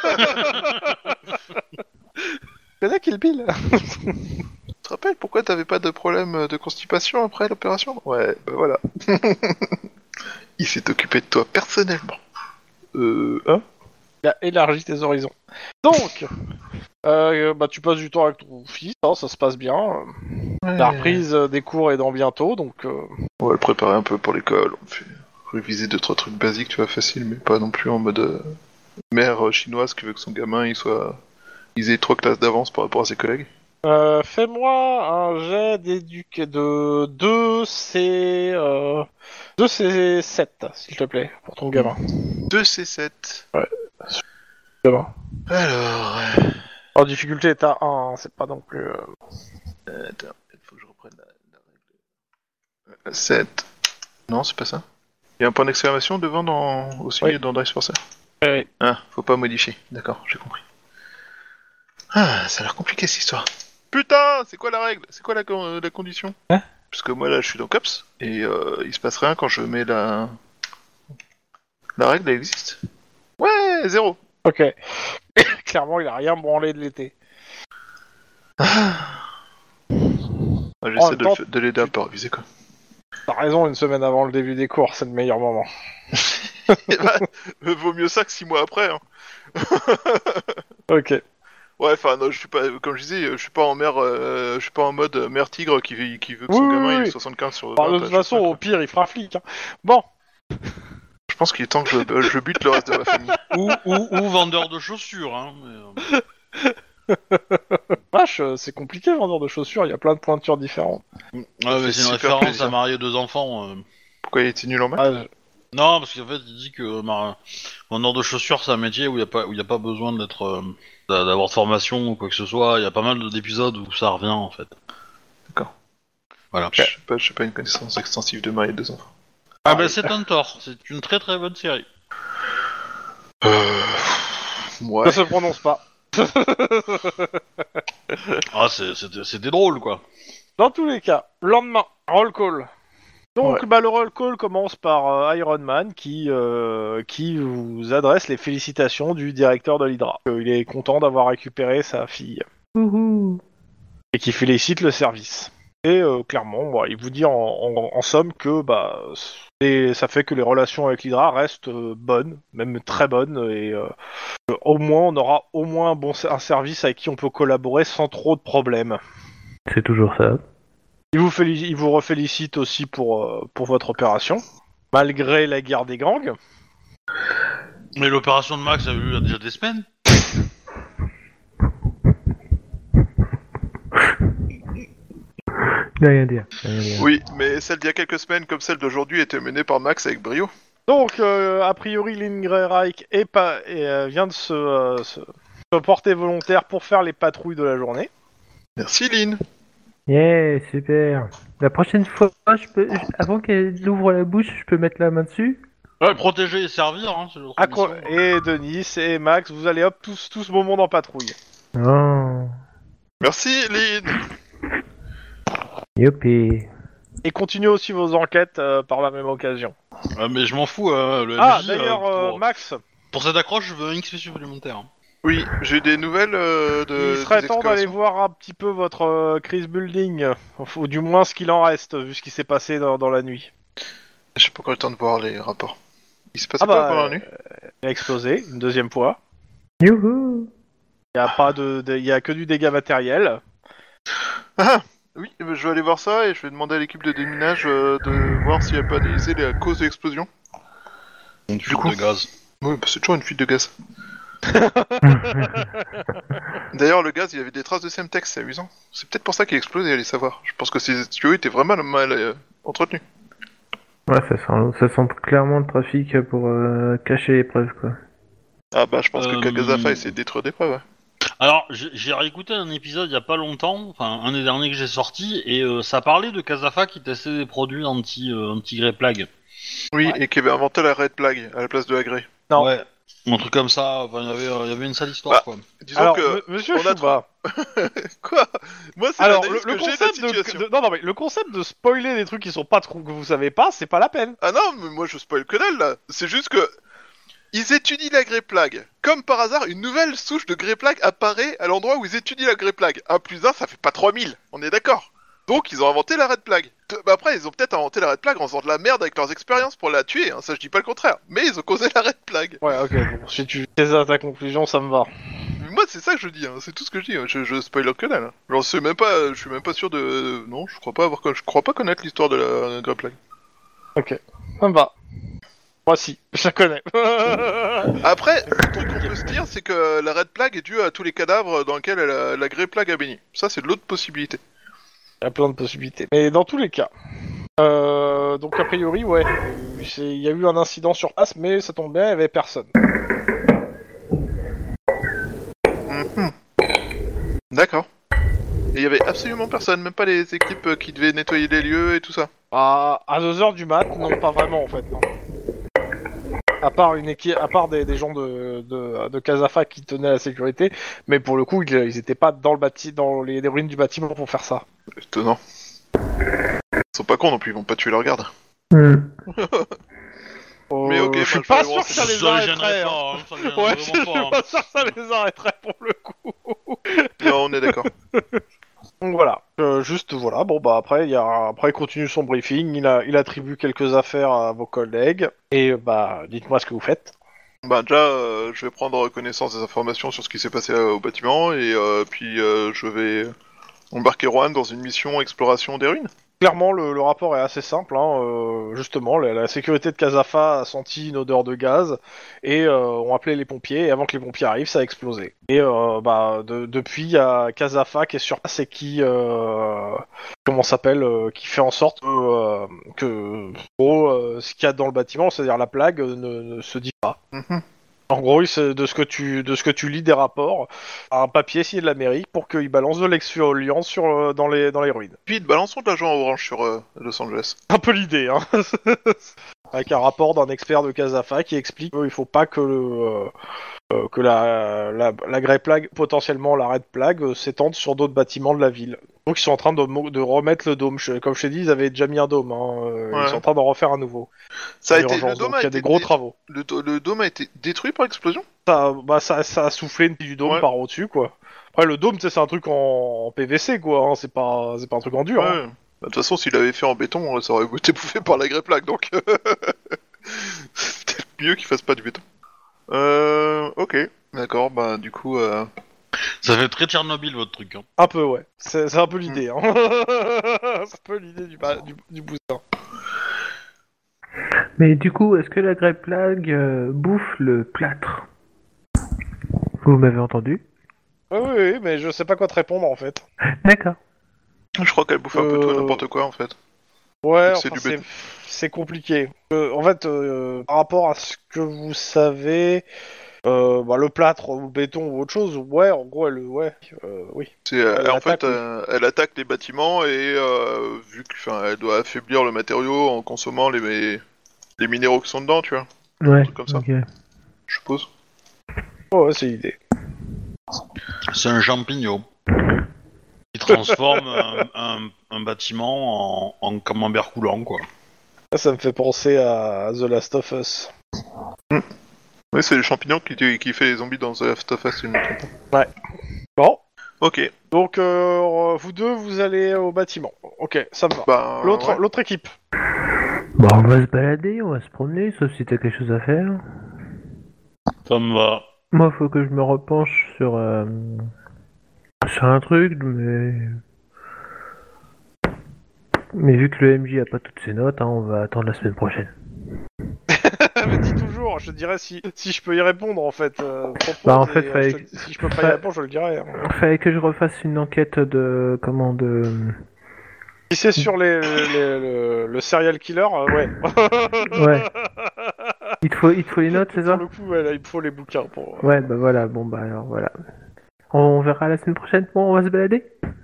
S1: C'est Kill Bill.
S4: Tu te rappelles pourquoi t'avais pas de problème de constipation après l'opération? Ouais, bah voilà. Il s'est occupé de toi personnellement. Hein?
S1: Il a élargi tes horizons. Donc, tu passes du temps avec ton fils, hein, ça se passe bien.
S4: Ouais.
S1: La reprise des cours est dans bientôt, donc...
S4: On va le préparer un peu pour l'école. On fait réviser 2-3 trucs basiques, tu vois, facile, mais pas non plus en mode mère chinoise qui veut que son gamin il ait 3 classes d'avance par rapport à ses collègues.
S1: Fais-moi un jet de 2C7, s'il te plaît, pour ton gamin.
S4: 2C7.
S1: Gamin.
S4: Alors...
S1: En difficulté est à 1, c'est pas non plus...
S4: Attends, il faut que je reprenne la règle. 7. Non, c'est pas ça. Il y a un point d'exclamation devant aussi
S1: Oui.
S4: dans Dice Forcer.
S1: Oui.
S4: Ah, faut pas modifier. D'accord, j'ai compris. Ah, ça a l'air compliqué cette histoire. Putain, c'est quoi la règle? C'est quoi la condition?
S1: Hein?
S4: Parce que moi là, je suis dans Cops et il se passe rien quand je mets la... La règle, elle existe? Ouais, 0.
S1: Ok. Clairement, il a rien branlé de l'été.
S4: Ah, j'essaie
S1: même temps,
S4: de l'aider à pas réviser quoi.
S1: T'as raison, une semaine avant le début des cours, c'est le meilleur moment.
S4: Vaut mieux ça que 6 mois après. Hein.
S1: Ok.
S4: Ouais, enfin, non, je suis pas, comme je disais, je suis pas en mode mère tigre qui veut que son
S1: Oui,
S4: gamin
S1: oui,
S4: ait
S1: oui.
S4: 75 sur 20.
S1: Bah, de toute façon, au pire, il fera flic. Hein. Bon.
S4: Je pense qu'il est temps que je bute le reste de ma famille.
S3: ou vendeur de chaussures, hein.
S1: Vache, c'est compliqué, vendeur de chaussures, il y a plein de pointures différentes.
S3: Ouais,
S4: Ça
S3: mais
S4: fait
S3: c'est une
S4: super
S3: référence
S4: plaisir.
S3: à marier 2 enfants.
S4: Pourquoi il était nul en maths?
S1: Ah,
S3: Non, parce qu'en fait, il dit que vendeur de chaussures, c'est un métier où il y a pas besoin d'avoir de formation ou quoi que ce soit. Il y a pas mal d'épisodes où ça revient en fait.
S4: D'accord.
S3: Voilà.
S4: Je sais pas une connaissance extensive de marier 2 enfants.
S3: Ah bah c'est un tort. C'est une très très bonne série.
S4: Ouais.
S1: ça se prononce pas.
S3: Ah c'était drôle quoi.
S1: Dans tous les cas, lendemain, roll call. Donc,
S4: Ouais.
S1: le roll call commence par Iron Man qui vous adresse les félicitations du directeur de l'Hydra. Il est content d'avoir récupéré sa fille
S2: Wouhou.
S1: et qui félicite le service. Et clairement, il vous dit en somme que ça fait que les relations avec l'Hydra restent bonnes, même très bonnes, et au moins on aura au moins un service avec qui on peut collaborer sans trop de problèmes.
S2: C'est toujours ça.
S1: Il vous refélicite aussi pour votre opération, malgré la guerre des gangs.
S3: Mais l'opération de Max a eu il y a déjà des semaines.
S2: Rien dire.
S4: Oui, mais celle d'il y a quelques semaines, comme celle d'aujourd'hui, était menée par Max avec brio.
S1: Donc, a priori, Lynn Greyreich vient de se porter volontaire pour faire les patrouilles de la journée.
S4: Merci Lynn.
S2: Yeah, super. La prochaine fois, avant qu'elle ouvre la bouche, je peux mettre la main dessus?
S3: Ouais, protéger et servir, hein, c'est notre mission.
S1: Et Denis et Max, vous allez hop tous ce moment en patrouille.
S2: Oh.
S4: Merci Lynn.
S2: Youpi.
S1: Et continuez aussi vos enquêtes par la même occasion.
S3: Mais je m'en fous. Le
S1: Ah,
S3: MJ,
S1: d'ailleurs, Max,
S3: pour cette accroche, je veux un XP supplémentaire.
S4: Oui, j'ai des nouvelles
S1: il serait
S4: des
S1: temps d'aller
S4: excavations.
S1: voir un petit peu votre crise building, ou du moins ce qu'il en reste, vu ce qui s'est passé dans la nuit.
S4: J'ai pas encore eu le temps de voir les rapports. Il se passait pas pendant la nuit?
S1: Il a explosé une deuxième fois.
S2: Youhou.
S1: Il y a que du dégât matériel.
S4: Ah oui, je vais aller voir ça et je vais demander à l'équipe de déminage de voir si elle peut analyser la cause de l'explosion.
S3: Une
S4: fuite de
S3: gaz.
S4: Oui, bah c'est toujours une fuite de gaz. D'ailleurs, le gaz, il y avait des traces de Semtex, c'est amusant. C'est peut-être pour ça qu'il a explosé, allez savoir. Je pense que ces tuyaux étaient vraiment mal entretenus.
S2: Ouais, ça sent clairement le trafic pour cacher les preuves, quoi.
S4: Ah bah, je pense que Kagazafa essaie de détruire des preuves. Ouais.
S3: Alors, j'ai réécouté un épisode il y a pas longtemps, enfin un des derniers que j'ai sorti, et ça parlait de Kazafa qui testait des produits anti-grey plague.
S4: Oui, et qui avait inventé la Red Plague à la place de la Grey.
S1: Non.
S3: Ouais. Un truc comme ça, enfin, il y avait une sale histoire,
S4: Bah,
S3: quoi.
S4: Disons
S1: Alors,
S4: que...
S1: monsieur
S4: on a
S1: Chouba,
S4: Quoi? Moi, c'est
S1: alors
S4: l'analyse
S1: le
S4: que j'ai de la
S1: concept
S4: situation.
S1: non, mais le concept de spoiler des trucs qui sont pas trop que vous savez pas, c'est pas la peine.
S4: Ah non, mais moi je spoil que dalle là. C'est juste que ils étudient la Grey Plague. Comme par hasard, une nouvelle souche de Grey Plague apparaît à l'endroit où ils étudient la Grey Plague. 1 plus 1, ça fait pas 3000, on est d'accord. Donc ils ont inventé la Red Plague. Bah après, ils ont peut-être inventé la Red Plague en faisant de la merde avec leurs expériences pour la tuer, hein, ça je dis pas le contraire. Mais ils ont causé la Red Plague.
S1: Ouais, ok. Bon, si tu fais ça à ta conclusion, ça me va.
S4: Mais moi c'est ça que je dis, hein, c'est tout ce que je dis, hein. Je spoil que dalle. Hein. Genre, je suis même pas sûr de... Non, je crois pas connaître l'histoire de la Grey Plague.
S1: Ok, ça me va. Moi si, je la connais.
S4: Après, le truc qu'on peut se dire, c'est que la Red Plague est due à tous les cadavres dans lesquels la Grey Plague a baigné. Ça, c'est de l'autre possibilité.
S1: Il y a plein de possibilités. Mais dans tous les cas. Donc a priori, ouais. Il y a eu un incident sur place, mais ça tombe bien, il y avait personne.
S4: D'accord. Et il y avait absolument personne, même pas les équipes qui devaient nettoyer les lieux et tout ça.
S1: À 2h du mat, non, pas vraiment en fait. Non. À part une équipe, à part des gens de Casafa qui tenaient la sécurité, mais pour le coup, ils étaient pas dans dans les ruines du bâtiment pour faire ça.
S4: Étonnant. Ils sont pas cons non plus, ils vont pas tuer leur garde. Mais ok,
S1: Je suis
S4: bah,
S1: pas
S4: je vais
S1: sûr que ça les
S3: Ça les gênerait
S1: arrêterait. Hein.
S3: pas, hein, ça les gênerait
S1: Ouais, je suis
S3: vraiment pas.
S1: pas sûr que ça les arrêterait pour le coup.
S4: Non, on est d'accord.
S1: Donc voilà, juste voilà. Bon bah après, après il continue son briefing. Il attribue quelques affaires à vos collègues et bah dites-moi ce que vous faites.
S4: Bah déjà, je vais prendre connaissance des informations sur ce qui s'est passé au bâtiment et puis je vais embarquer Juan dans une mission exploration des ruines.
S1: Clairement, le rapport est assez simple. Hein, justement, la sécurité de Casafa a senti une odeur de gaz et ont appelé les pompiers. Et avant que les pompiers arrivent, ça a explosé. Et depuis, il y a Casafa qui est sur place et qui comment s'appelle, qui fait en sorte que ce qu'il y a dans le bâtiment, c'est-à-dire la plague, ne se dit pas. En gros, de ce que tu lis des rapports, un papier signé de la mairie pour qu'ils balancent de l'exfoliant dans les ruines.
S4: Puis balançons de l'argent orange sur Los Angeles.
S1: Un peu l'idée, hein. Avec un rapport d'un expert de Casafa qui explique qu'il faut pas que la Grey Plague, potentiellement la Red Plague, s'étende sur d'autres bâtiments de la ville. Donc ils sont en train de remettre le dôme. Comme je t'ai dit, ils avaient déjà mis un dôme. Hein.
S4: Ouais.
S1: Ils sont en train d'en refaire un nouveau.
S4: Ça a
S1: En
S4: été,
S1: urgence,
S4: le dôme
S1: donc
S4: a
S1: il y a
S4: été
S1: des gros travaux.
S4: Le dôme a été détruit par l'explosion.
S1: Ça a soufflé une partie du dôme
S4: Ouais.
S1: par au-dessus, quoi. Après, le dôme, c'est un truc en PVC, quoi. Hein. C'est pas un truc en dur.
S4: Ouais.
S1: Hein.
S4: Bah, de toute façon, s'il l'avait fait en béton, ça aurait été bouffé par la Grey Plague, donc c'est peut-être mieux qu'il fasse pas du béton. Ok, d'accord, bah du coup...
S3: Ça fait très Tchernobyl votre truc. Hein.
S1: Un peu, ouais. C'est un peu l'idée. Hein. C'est un peu l'idée du booster.
S2: Mais du coup, est-ce que la Grey Plague bouffe le plâtre? Vous m'avez entendu?
S1: Oui, mais je sais pas quoi te répondre, en fait.
S2: D'accord.
S4: Je crois qu'elle bouffe un peu tout et n'importe quoi, en fait.
S1: Ouais,
S4: C'est
S1: enfin,
S4: du béton.
S1: c'est compliqué. En fait, par rapport à ce que vous savez, le plâtre ou le béton ou autre chose, ouais, en gros, oui. Elle
S4: En fait,
S1: attaque,
S4: elle attaque les bâtiments et vu elle doit affaiblir le matériau en consommant les minéraux qui sont dedans, tu vois.
S2: Ouais,
S4: truc comme ça.
S2: ok.
S4: Je suppose.
S1: Ouais, c'est l'idée.
S3: C'est un champignon qui transforme un bâtiment en camembert coulant, quoi.
S1: Ça me fait penser à The Last of Us.
S4: Oui, c'est le champignon qui fait les zombies dans The Last of Us, si je ne me trompe pas.
S1: Bon,
S4: Ok,
S1: donc vous deux, vous allez au bâtiment. Ok, ça me va.
S4: bah... ouais.
S1: L'autre équipe.
S2: Bon, on va se balader, on va se promener, sauf si t'as quelque chose à faire.
S3: Ça me va.
S2: Moi, faut que je me repenche sur un truc, mais vu que le MJ a pas toutes ses notes, hein, on va attendre la semaine prochaine.
S1: Me dis toujours, je te dirais si je peux y répondre en fait.
S2: Bah, en fait,
S1: si je peux pas y répondre, je le dirai. Hein.
S2: Fallait que je refasse une enquête de
S1: Si c'est sur le serial killer, ouais.
S2: Ouais. Il te faut les notes, c'est ça?
S1: Pour le coup, ouais, là, il me faut les bouquins pour.
S2: Ouais, bah voilà, bon bah alors voilà. On verra la semaine prochaine, bon, on va se balader?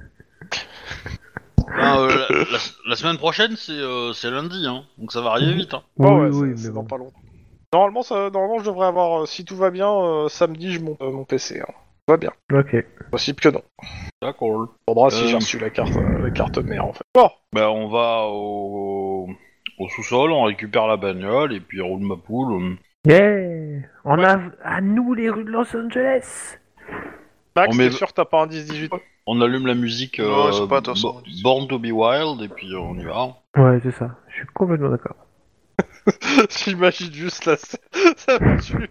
S3: Non, la semaine prochaine, c'est lundi, hein, donc ça va arriver vite. Hein.
S1: Oh, ouais,
S2: oui,
S1: c'est
S2: mais
S1: dans
S2: bon.
S1: pas longtemps. Normalement, je devrais avoir, si tout va bien, samedi, je monte mon PC. Hein. Tout va bien.
S2: Ok.
S1: Possible que non.
S3: D'accord.
S1: Faudra si j'ai reçu la carte mère, en fait. Bon,
S3: Ben, on va au sous-sol, on récupère la bagnole et puis on roule ma poule.
S2: Yeah. On
S1: Ouais.
S2: a à nous les rues de Los Angeles.
S1: Max,
S3: On met-
S1: t'es sûr que t'as pas un 10-18?
S3: On allume la musique
S4: Non, ils sont pas intéressants, les
S3: Born to be Wild et puis on y va.
S2: Ouais, c'est ça. Je suis complètement d'accord.
S1: J'imagine juste la scène. Ça me tue.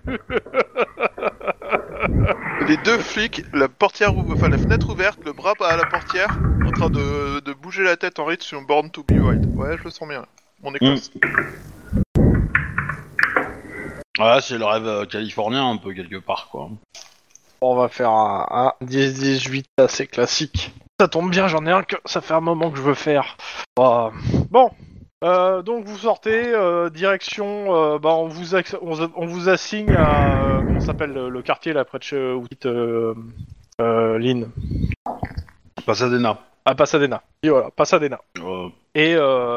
S4: Les deux flics, la fenêtre ouverte, le bras à la portière, en train de bouger la tête en rythme sur Born to be Wild. Ouais, je le sens bien. Mon Écosse.
S3: Voilà, c'est le rêve californien un peu quelque part quoi.
S1: On va faire un 10-18 assez classique. Ça tombe bien, j'en ai un que ça fait un moment que je veux faire. Bon. Donc vous sortez, direction, on vous assigne à, comment s'appelle le quartier là près de chez où quitte Lynn.
S3: Pasadena.
S1: À Pasadena. Et voilà, Pasadena. Et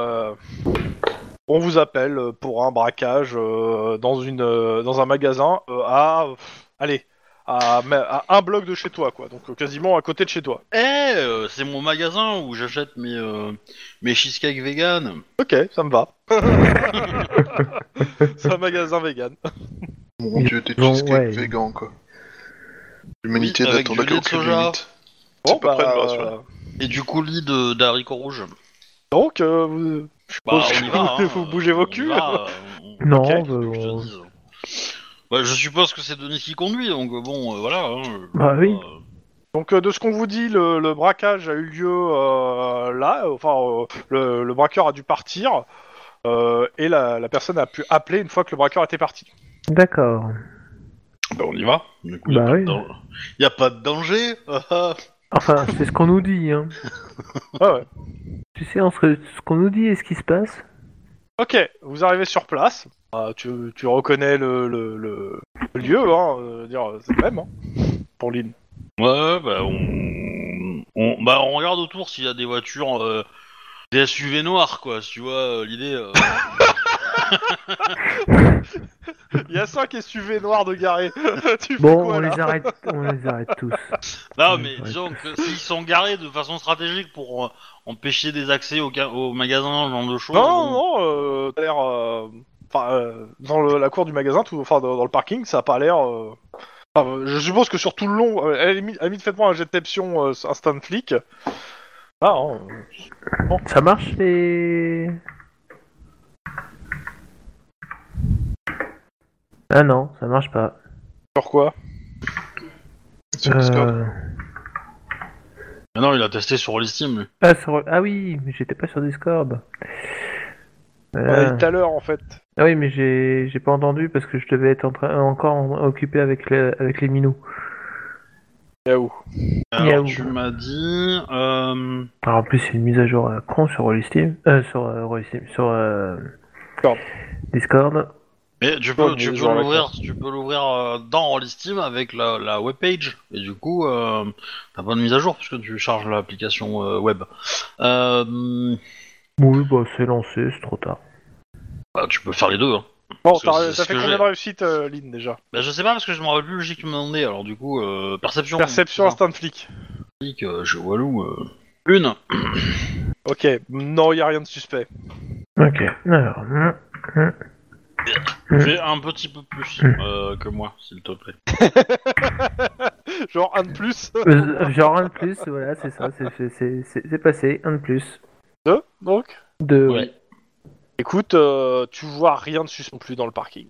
S1: on vous appelle pour un braquage dans un magasin à un bloc de chez toi, quoi. Donc quasiment à côté de chez toi.
S3: C'est mon magasin où j'achète mes cheesecakes vegan.
S1: Ok, ça me va. C'est un magasin vegan.
S4: Mon dieu, t'es
S2: Bon,
S4: cheesecake
S2: ouais.
S4: vegan, quoi. L'humanité
S3: Oui, avec
S4: n'attend
S3: du lait de
S4: aucune
S3: soja.
S4: limite. C'est pas prêt de me rassurer.
S3: Et du coulis d'haricots rouges.
S1: Donc, je suppose
S3: on y va.
S1: que vous bougez vos
S3: on y
S1: culs.
S3: va,
S2: Non,
S1: Ok.
S2: bah,
S3: que je te dise. Bah, je suppose que c'est Denis qui conduit, donc bon, voilà.
S2: Bah oui.
S1: Donc de ce qu'on vous dit, le braquage a eu lieu là, le braqueur a dû partir, et la personne a pu appeler une fois que le braqueur était parti.
S2: D'accord.
S3: Bah, on y va. Du coup,
S2: Bah oui.
S3: y a pas de danger.
S2: Enfin, c'est ce qu'on nous dit, hein.
S1: Ouais.
S2: Tu sais, entre ce qu'on nous dit et ce qui se passe.
S1: Ok, vous arrivez sur place, tu reconnais le lieu, hein, c'est le même, hein, pour Lynn.
S3: Ouais, bah on regarde autour s'il y a des voitures, des SUV noirs, quoi. Tu vois l'idée.
S1: Il y a 5 SUV noirs de garés. Tu fais
S2: Bon,
S1: quoi,
S2: on
S1: là
S2: les arrête tous.
S3: Non,
S2: Ouais,
S3: mais
S2: ouais,
S3: disons
S2: ouais.
S3: que s'ils sont garés de façon stratégique pour empêcher des accès au magasin, ce genre de choses.
S1: Non,
S3: bon.
S1: non, t'as l'air, dans la cour du magasin, dans le parking, ça a pas l'air. Je suppose que sur tout le long, à la limite, faites-moi un jet de perception instant flic. Ah, hein,
S2: Ça marche les. Ah non, ça marche pas.
S1: sur quoi?
S4: Sur Discord.
S3: Mais non, il a testé sur Steam, lui.
S2: Ah oui, mais j'étais pas sur Discord.
S1: On a dit tout à l'heure, en fait.
S2: Ah oui, mais j'ai pas entendu parce que je devais être occupé avec les minous.
S1: Yahoo.
S3: Alors,
S2: Yahoo.
S3: tu m'as dit.
S2: Alors, en plus, c'est une mise à jour à con sur Rollistim.
S1: Discord.
S2: Discord.
S3: Mais tu
S1: Ouais,
S3: peux
S1: genre,
S3: l'ouvrir dans Steam avec la webpage. Et du coup, t'as pas de mise à jour puisque tu charges l'application web.
S2: Oui, bah c'est lancé, c'est trop tard.
S3: Bah, tu peux faire les deux. Hein.
S1: Bon,
S3: Parce que
S1: t'as
S3: c'est ce
S1: fait
S3: que
S1: combien
S3: j'ai.
S1: de réussites, Lynn, déjà?
S3: Bah, je sais pas parce que je me rappelle plus le jet que tu m'as demandé. Alors du coup, perception.
S1: Perception instant flic.
S3: Chez Walou. Une.
S1: Ok, non, y a rien de suspect.
S2: Ok, alors.
S3: Fais un petit peu plus que moi, s'il te plaît.
S1: Genre un de plus.
S2: Genre un de plus, voilà, c'est ça, c'est passé, un de plus.
S1: 2, donc.
S2: Deux,
S3: Oui.
S2: ouais.
S1: Écoute, tu vois rien de suspect non plus dans le parking.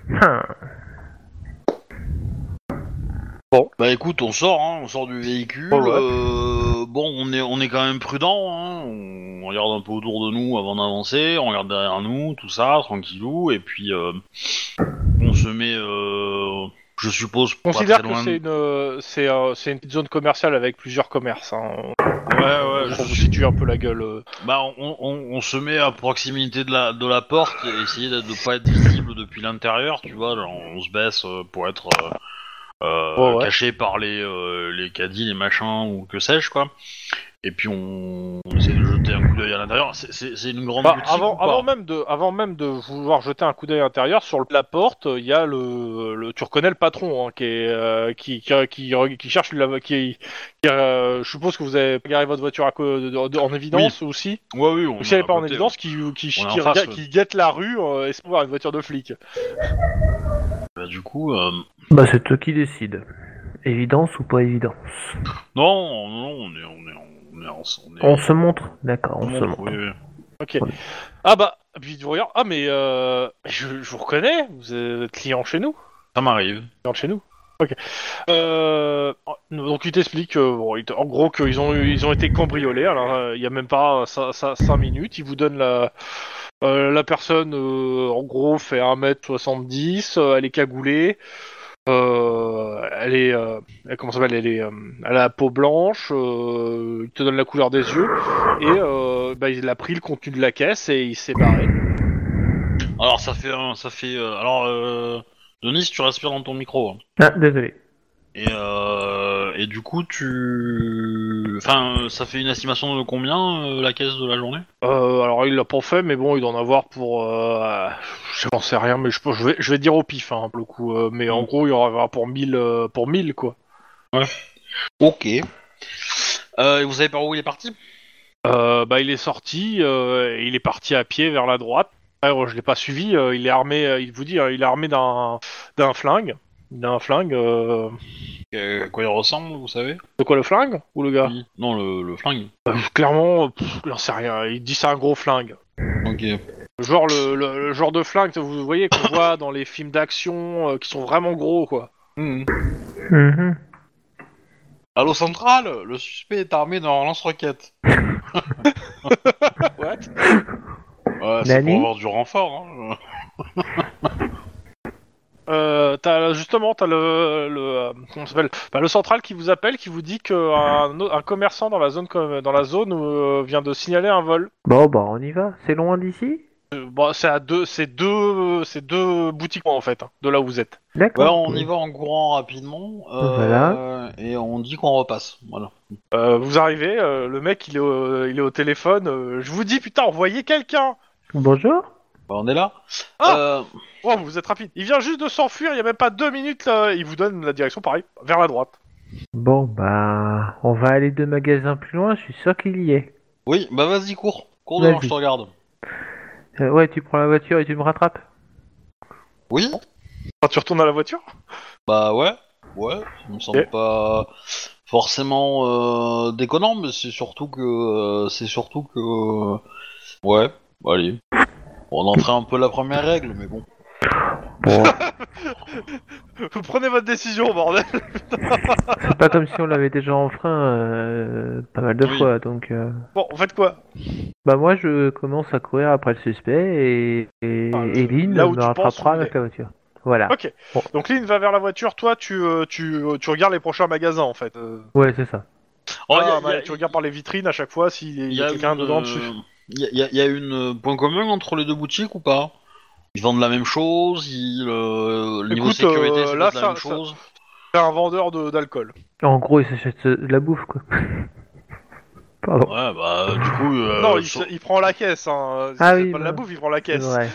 S3: Bah écoute, on sort du véhicule.
S1: Oh, ouais.
S3: Bon, on est quand même prudent. Hein. On regarde un peu autour de nous avant d'avancer. On regarde derrière nous, tout ça, tranquillou. Et puis on se met, je suppose, pas
S1: Considère
S3: très
S1: que
S3: loin.
S1: c'est une petite zone commerciale avec plusieurs commerces. Hein.
S3: Ouais,
S1: Pour vous situer un peu la gueule.
S3: Bah on se met à proximité de la porte et essayer de pas être visible depuis l'intérieur. Tu vois, genre, on se baisse pour être
S1: Ouais.
S3: caché par les caddies, les machins ou que sais-je quoi. Et puis on essaie de jeter un coup d'œil à l'intérieur. C'est une grande
S1: Bah,
S3: boutique ou pas
S1: avant même de vouloir jeter un coup d'œil intérieur, sur la porte, il y a tu reconnais le patron, hein, qui est qui cherche je suppose que vous avez garé votre voiture en évidence aussi.
S3: Ouais, oui,
S1: Ou si elle n'est pas en évidence, qui
S3: On est en face,
S1: qui guette la rue et se voir une voiture de flic.
S3: Bah, du coup,
S2: Bah, c'est toi qui décides. Évidence ou pas évidence?
S3: non,
S2: On se montre? D'accord, on se
S3: montre,
S2: montre.
S3: oui.
S1: Ok. Ah bah, puis tu regardes. Ah mais je vous reconnais. Vous êtes client chez nous.
S3: Ça m'arrive.
S1: Client de chez nous. Ok. Donc il t'explique, en gros qu'ils ont été cambriolés. Alors il y a même pas 5 minutes. Il vous donne la personne. En gros fait 1m70. Elle est cagoulée. Comment ça s'appelle? Elle a la peau blanche. Il te donne la couleur des yeux et il a pris le contenu de la caisse et il s'est barré.
S3: Alors alors Denis, tu respires dans ton micro. Hein.
S2: Ah, désolé.
S3: Et du coup, ça fait une estimation de combien la caisse de la journée?
S1: Alors il l'a pas fait, mais bon, il doit en avoir pour. Je n'en sais rien, mais je vais dire au pif, hein, pour le coup. Mais en gros, il y en aura pour 1000 quoi.
S3: Ouais. Ok. Et vous savez par où il est parti?
S1: Il est sorti, et il est parti à pied vers la droite. Je l'ai pas suivi. Il est armé. Il vous dit, il est armé d'un flingue. Il a un flingue.
S3: À quoi il ressemble, vous savez?
S1: De quoi, le flingue ou le gars?
S3: Oui. Non, le flingue.
S1: Clairement, j'en sais rien. Il dit c'est un gros flingue.
S3: Ok.
S1: Genre le genre de flingue, vous voyez, qu'on voit dans les films d'action qui sont vraiment gros, quoi.
S2: Mhm.
S3: Allo Central, le suspect est armé d'un lance-roquette.
S1: What?
S3: Ouais, c'est pour avoir du renfort. Hein.
S1: T'as comment ça s'appelle? Le central qui vous appelle, qui vous dit qu'un commerçant dans la zone vient de signaler un vol.
S2: Bon, bah, on y va. C'est loin d'ici?
S1: C'est deux boutiques en fait, hein, de là où vous êtes.
S2: D'accord.
S3: Ouais, on y va en courant rapidement.
S2: Voilà.
S3: Et on dit qu'on repasse. Voilà.
S1: Vous arrivez, le mec il est au téléphone. Je vous dis putain, envoyez quelqu'un.
S2: Bonjour.
S3: Bah, on est là.
S1: Ah Oh, vous êtes rapide. Il vient juste de s'enfuir, il y a même pas 2 minutes là. Il vous donne la direction, pareil, vers la droite.
S2: Bon, bah, on va aller 2 magasins plus loin, je suis sûr qu'il y est.
S3: Oui, bah vas-y, cours. Cours devant,
S2: Vas-y.
S3: je te regarde.
S2: Ouais, tu prends la voiture et tu me rattrapes?
S3: Oui.
S1: Quand tu retournes à la voiture.
S3: Bah ouais, ça me semble pas forcément déconnant, mais c'est surtout que ouais, bah, allez. On entrait un peu la première règle, mais bon.
S2: Bon,
S1: Vous prenez votre décision, bordel.
S2: c'est pas comme si on l'avait déjà enfreint pas mal de
S3: Oui.
S2: fois, donc...
S1: Bon, faites quoi?
S2: Bah moi, je commence à courir après le suspect et Lynn
S1: là où
S2: me
S1: tu penses
S2: rattrapera
S1: où il
S2: avec
S1: est.
S2: la voiture. Voilà.
S1: Ok.
S2: Bon.
S1: Donc Lynn va vers la voiture. Toi, tu regardes les prochains magasins en fait.
S2: Ouais, c'est ça.
S3: Oh,
S1: Tu regardes par les vitrines à chaque fois s'il y a quelqu'un dedans dessus.
S3: Il y a une point commun entre les deux boutiques ou pas? Ils vendent la même chose, le niveau
S1: Écoute,
S3: sécurité c'est
S1: là,
S3: pas la même chose.
S1: C'est un vendeur d'alcool.
S2: En gros, il s'achète de la bouffe, quoi. Pardon.
S3: Ouais, bah du coup.
S1: Non, il prend la caisse. Hein.
S2: Ah
S1: C'est
S2: oui,
S1: pas de la bouffe, il prend la
S2: C'est
S1: caisse.
S2: vrai.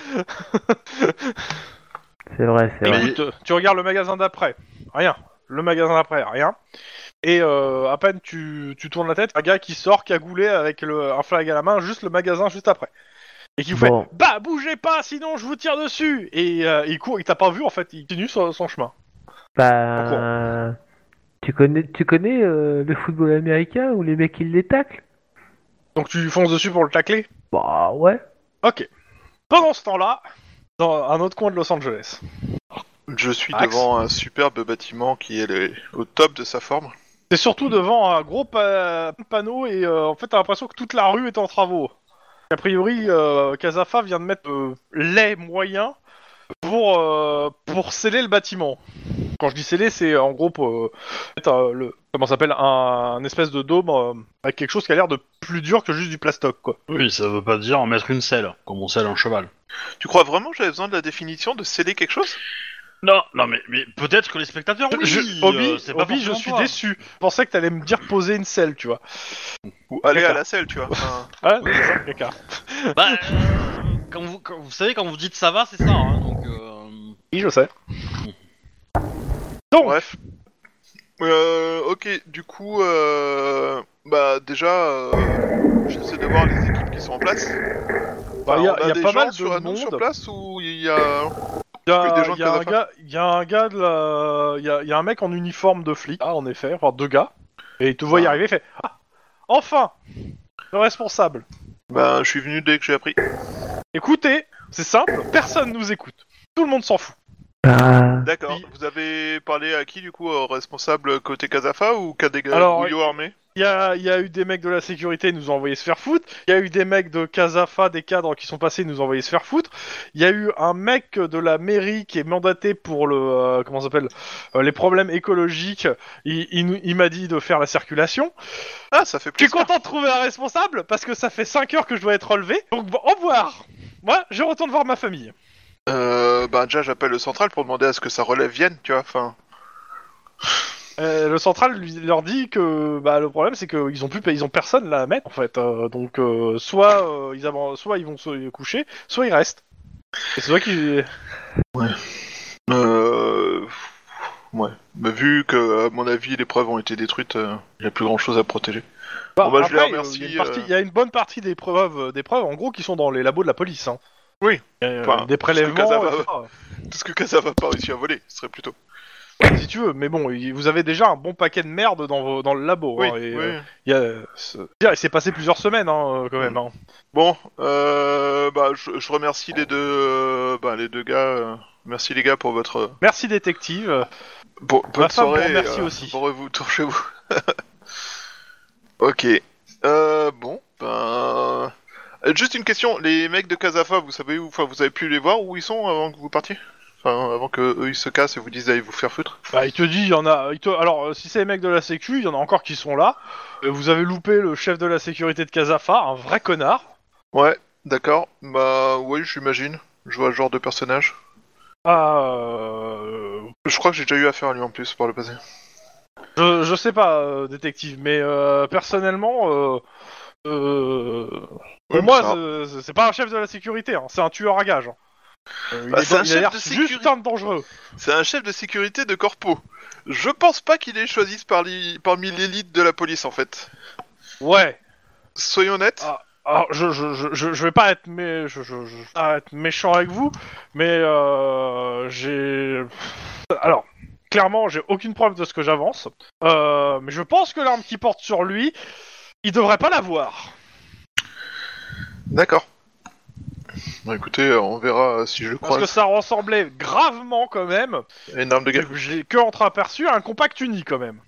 S2: C'est vrai, c'est vrai.
S1: Écoute, tu regardes le magasin d'après. Rien. Le magasin d'après, rien. Et à peine tu tournes la tête, un gars qui sort cagoulé avec un flag à la main, juste le magasin juste après. Et qui vous
S2: Bon.
S1: fait « Bah, bougez pas, sinon je vous tire dessus !» Et il court, il t'a pas vu en fait, il continue son chemin.
S2: Bah... Tu connais le football américain où les mecs ils les taclent?
S1: Donc tu lui fonces dessus pour le tacler.
S2: Bah ouais.
S1: Ok. Pendant ce temps-là, dans un autre coin de Los Angeles.
S4: Je suis
S1: Axe.
S4: devant un superbe bâtiment qui est au top de sa forme.
S1: C'est surtout devant un gros panneau et en fait t'as l'impression que toute la rue est en travaux. A priori, Casafa vient de mettre les moyens pour sceller le bâtiment. Quand je dis sceller, c'est en gros pour mettre comment ça s'appelle un espèce de dôme avec quelque chose qui a l'air de plus dur que juste du plastoc, quoi.
S3: Oui, ça veut pas dire mettre une selle, comme on scelle un cheval.
S4: Tu crois vraiment que j'avais besoin de la définition de sceller quelque chose?
S3: Non, mais peut-être que les spectateurs, oui.
S1: Obi,
S3: c'est pas
S1: Obi, je
S3: forcément
S1: suis
S3: toi.
S1: déçu. Je pensais que t'allais me dire poser une selle, tu vois.
S4: Ou aller
S1: Caca.
S4: à la selle, tu vois. Enfin,
S1: Ah, c'est ça, caca.
S3: Bah, quand vous savez, quand vous dites ça va, c'est ça, hein, donc...
S1: Oui, je sais. Donc,
S4: bref. Ok, du coup, bah déjà, j'essaie de voir les équipes qui sont en place.
S1: bah, il y a,
S4: on
S1: y a
S4: des
S1: pas
S4: gens
S1: mal de
S4: sur nous sur
S1: monde.
S4: place ou il y a...
S1: Il y a,
S4: que des gens de
S1: y a un
S4: Casafa.
S1: gars, y a un gars de la, y a un mec en uniforme de flic, en effet, enfin 2 gars, et il te voit y
S4: Ah.
S1: arriver, il fait ah, enfin, le responsable.
S4: Bah, je suis venu dès que j'ai appris.
S1: Écoutez, c'est simple, personne nous écoute, tout le monde s'en fout.
S2: Bah,
S4: D'accord.
S1: Oui.
S4: Vous avez parlé à qui du coup, au responsable côté Casafa ou qu'à des
S1: Alors,
S4: gouillots armés?
S1: Il y a eu des mecs de la sécurité, ils nous ont envoyé se faire foutre. Il y a eu des mecs de Casafa, des cadres qui sont passés, ils nous ont envoyé se faire foutre. Il y a eu un mec de la mairie qui est mandaté pour le comment ça s'appelle les problèmes écologiques. Il m'a dit de faire la circulation.
S4: Ah, ça fait
S1: Je suis
S4: plaisir.
S1: content de trouver un responsable parce que ça fait 5 heures que je dois être relevé. Donc bon, au revoir. Moi, je retourne voir ma famille.
S4: Bah déjà j'appelle le central pour demander à ce que ça relève vienne, tu vois, enfin...
S1: Le central leur dit que bah, le problème c'est qu'ils ont personne là à mettre en fait. Donc soit ils vont se coucher, soit ils restent. Et c'est toi qui
S4: Ouais. Mais vu que, à mon avis, les preuves ont été détruites, il n'y a plus grand chose à protéger.
S1: bah,
S4: Bon, bah, je les
S1: après,
S4: remercie,
S1: il y a une bonne partie des preuves en gros qui sont dans les labos de la police. Hein.
S4: Oui.
S1: Des
S4: Enfin, parce que
S1: prélèvements,
S4: Casafa-
S1: etc.
S4: Tout ce que Casafa n'a pas réussi à voler, ce serait plutôt.
S1: Si tu veux, mais bon, vous avez déjà un bon paquet de merde dans le labo.
S4: Oui,
S1: hein, et,
S4: oui.
S1: il s'est passé plusieurs semaines quand même. Hein.
S4: Bon, bah, je remercie les deux gars. Merci les gars pour votre
S1: Merci détective.
S4: bonne
S1: Ma femme vous
S4: soirée.
S1: remercie aussi.
S4: Bon retour chez vous. Ok. Bon, ben... juste une question, les mecs de Casafa, vous savez où, enfin, vous avez pu les voir où ils sont avant que vous partiez? Enfin, avant que eux ils se cassent et vous disent d'aller vous faire foutre.
S1: Bah, il te dit, il y en a. Alors, si c'est les mecs de la Sécu, il y en a encore qui sont là. Vous avez loupé le chef de la sécurité de Casafa, un vrai connard.
S4: Ouais, d'accord. Bah, oui, j'imagine. Je vois le genre de personnage. Je crois que j'ai déjà eu affaire à lui en plus par le passé.
S1: Je sais pas, détective, mais personnellement, pour
S4: Ouais,
S1: moi,
S4: ça-
S1: c'est pas un chef de la sécurité, hein, c'est un tueur à gages. Hein.
S4: Bah, c'est un
S1: il a l'air
S4: chef de
S1: juste
S4: sécurité.
S1: dangereux.
S4: C'est un chef de sécurité de corpo. Je pense pas qu'il ait choisi parmi l'élite de la police en fait.
S1: Ouais.
S4: Soyons honnêtes.
S1: Ah. Alors, je vais pas être, je vais pas être méchant avec vous, mais j'ai. Alors, clairement, j'ai aucune preuve de ce que j'avance, mais je pense que l'arme qu'il porte sur lui, il devrait pas l'avoir.
S4: D'accord. Bah écoutez, on verra si je le
S1: Parce que
S4: croise.
S1: ça ressemblait gravement quand même.
S4: Une arme de guerre.
S1: Je l'ai que entreaperçu à un compact uni quand même.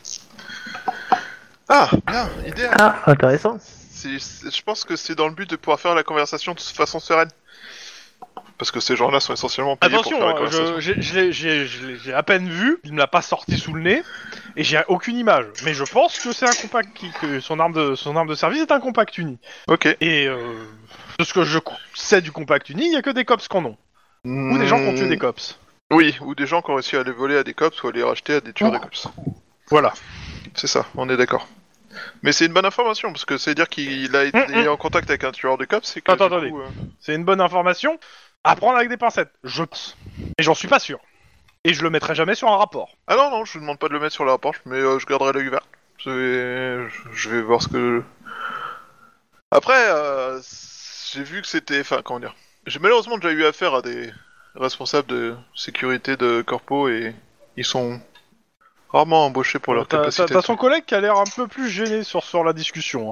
S4: Ah, bien, idéal.
S2: ah, intéressant.
S4: Je pense que c'est dans le but de pouvoir faire la conversation de façon sereine. Parce que ces gens-là sont essentiellement payés
S1: Attention,
S4: pour faire la
S1: hein,
S4: conversation.
S1: j'ai à peine vu, il me l'a pas sorti sous le nez, et j'ai aucune image. Mais je pense que c'est un compact que son arme de service est un compact uni.
S4: Ok.
S1: Et de ce que je sais du compact uni, il y a que des cops qui en ont. Ou des gens qui ont tué des cops.
S4: Oui, ou des gens qui ont réussi à les voler à des cops ou à les racheter à des tueurs de cops.
S1: Voilà.
S4: C'est ça, on est d'accord. Mais c'est une bonne information, parce que c'est dire qu'il a été en contact avec un tueur de cops, c'est que
S1: Attends,
S4: du coup,
S1: C'est une bonne information. À prendre avec des pincettes, je pense. Mais j'en suis pas sûr. Et je le mettrai jamais sur un rapport.
S4: Ah non, non, je vous demande pas de le mettre sur la rapport, mais je garderai l'œil ouvert. Je vais voir ce que... Après, j'ai vu que c'était... Enfin, comment dire... J'ai malheureusement déjà eu affaire à des responsables de sécurité de corpo, et ils sont rarement embauchés pour leur capacité.
S1: T'as son collègue qui a l'air un peu plus gêné sur la discussion. Hein.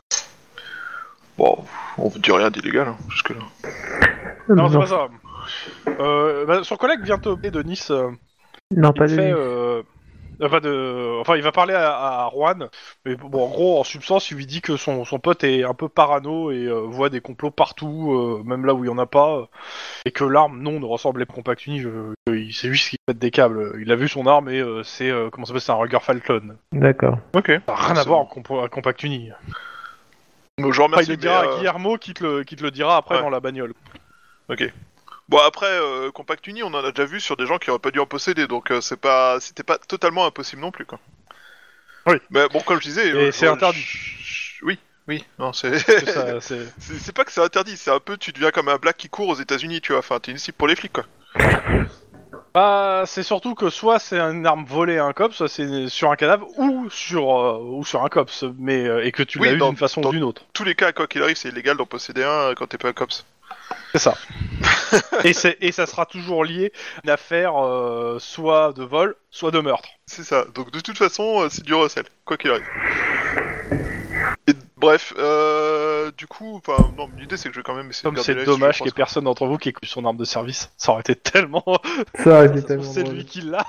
S4: Bon, on vous dit rien d'illégal, hein, jusque-là.
S1: Non, c'est pas ça. Son collègue vient t'opérer de Nice.
S2: Non,
S1: Il
S2: pas de
S1: fait,
S2: lui.
S1: Enfin, il va parler à Juan, mais bon, en gros, en substance, il lui dit que son pote est un peu parano et voit des complots partout, même là où il y en a pas, et que l'arme, non, ne ressemblait pas à Compact Uni. C'est juste qu'il pète des câbles. Il a vu son arme et c'est comment ça s'appelle, c'est un Ruger Falcon.
S2: D'accord.
S4: Ok.
S1: Ça n'a rien à
S4: C'est
S1: voir
S4: bon.
S1: à Compact Uni.
S4: Donc, je
S1: Enfin,
S4: remercie,
S1: il le dira
S4: mais,
S1: à Guillermo qui te le dira après
S4: ouais.
S1: dans la bagnole.
S4: Ok. Bon après, Compact Uni, on en a déjà vu sur des gens qui auraient pas dû en posséder, donc c'était pas totalement impossible non plus, quoi.
S1: Oui.
S4: Mais bon, comme je disais...
S1: Et c'est interdit.
S4: Oui, non, c'est...
S1: Ça, c'est...
S4: c'est pas que c'est interdit, c'est un peu, tu deviens comme un black qui court aux États-Unis, tu vois, enfin, t'es une cible pour les flics, quoi.
S1: Bah, c'est surtout que soit c'est une arme volée à un cops, soit c'est sur un cadavre ou sur un cops, mais et que tu
S4: Oui,
S1: l'as eu
S4: dans-
S1: d'une façon
S4: dans-
S1: ou d'une autre.
S4: Tous les cas, quoi qu'il arrive, c'est illégal d'en posséder un quand t'es pas un cops.
S1: C'est ça. et ça sera toujours lié à une affaire soit de vol, soit de meurtre.
S4: C'est ça, donc de toute façon, c'est du recel, quoi qu'il arrive. Et, bref, du coup, enfin, non, l'idée c'est que je vais quand même essayer
S1: Comme
S4: de garder
S1: c'est
S4: l'œil
S1: dommage
S4: sur
S1: qu'il y ait personne d'entre vous qui ait son arme de service. Ça aurait été tellement.
S2: Ça a été
S1: Ça se trouve,
S2: tellement
S1: c'est
S2: drôle.
S1: lui qui l'a.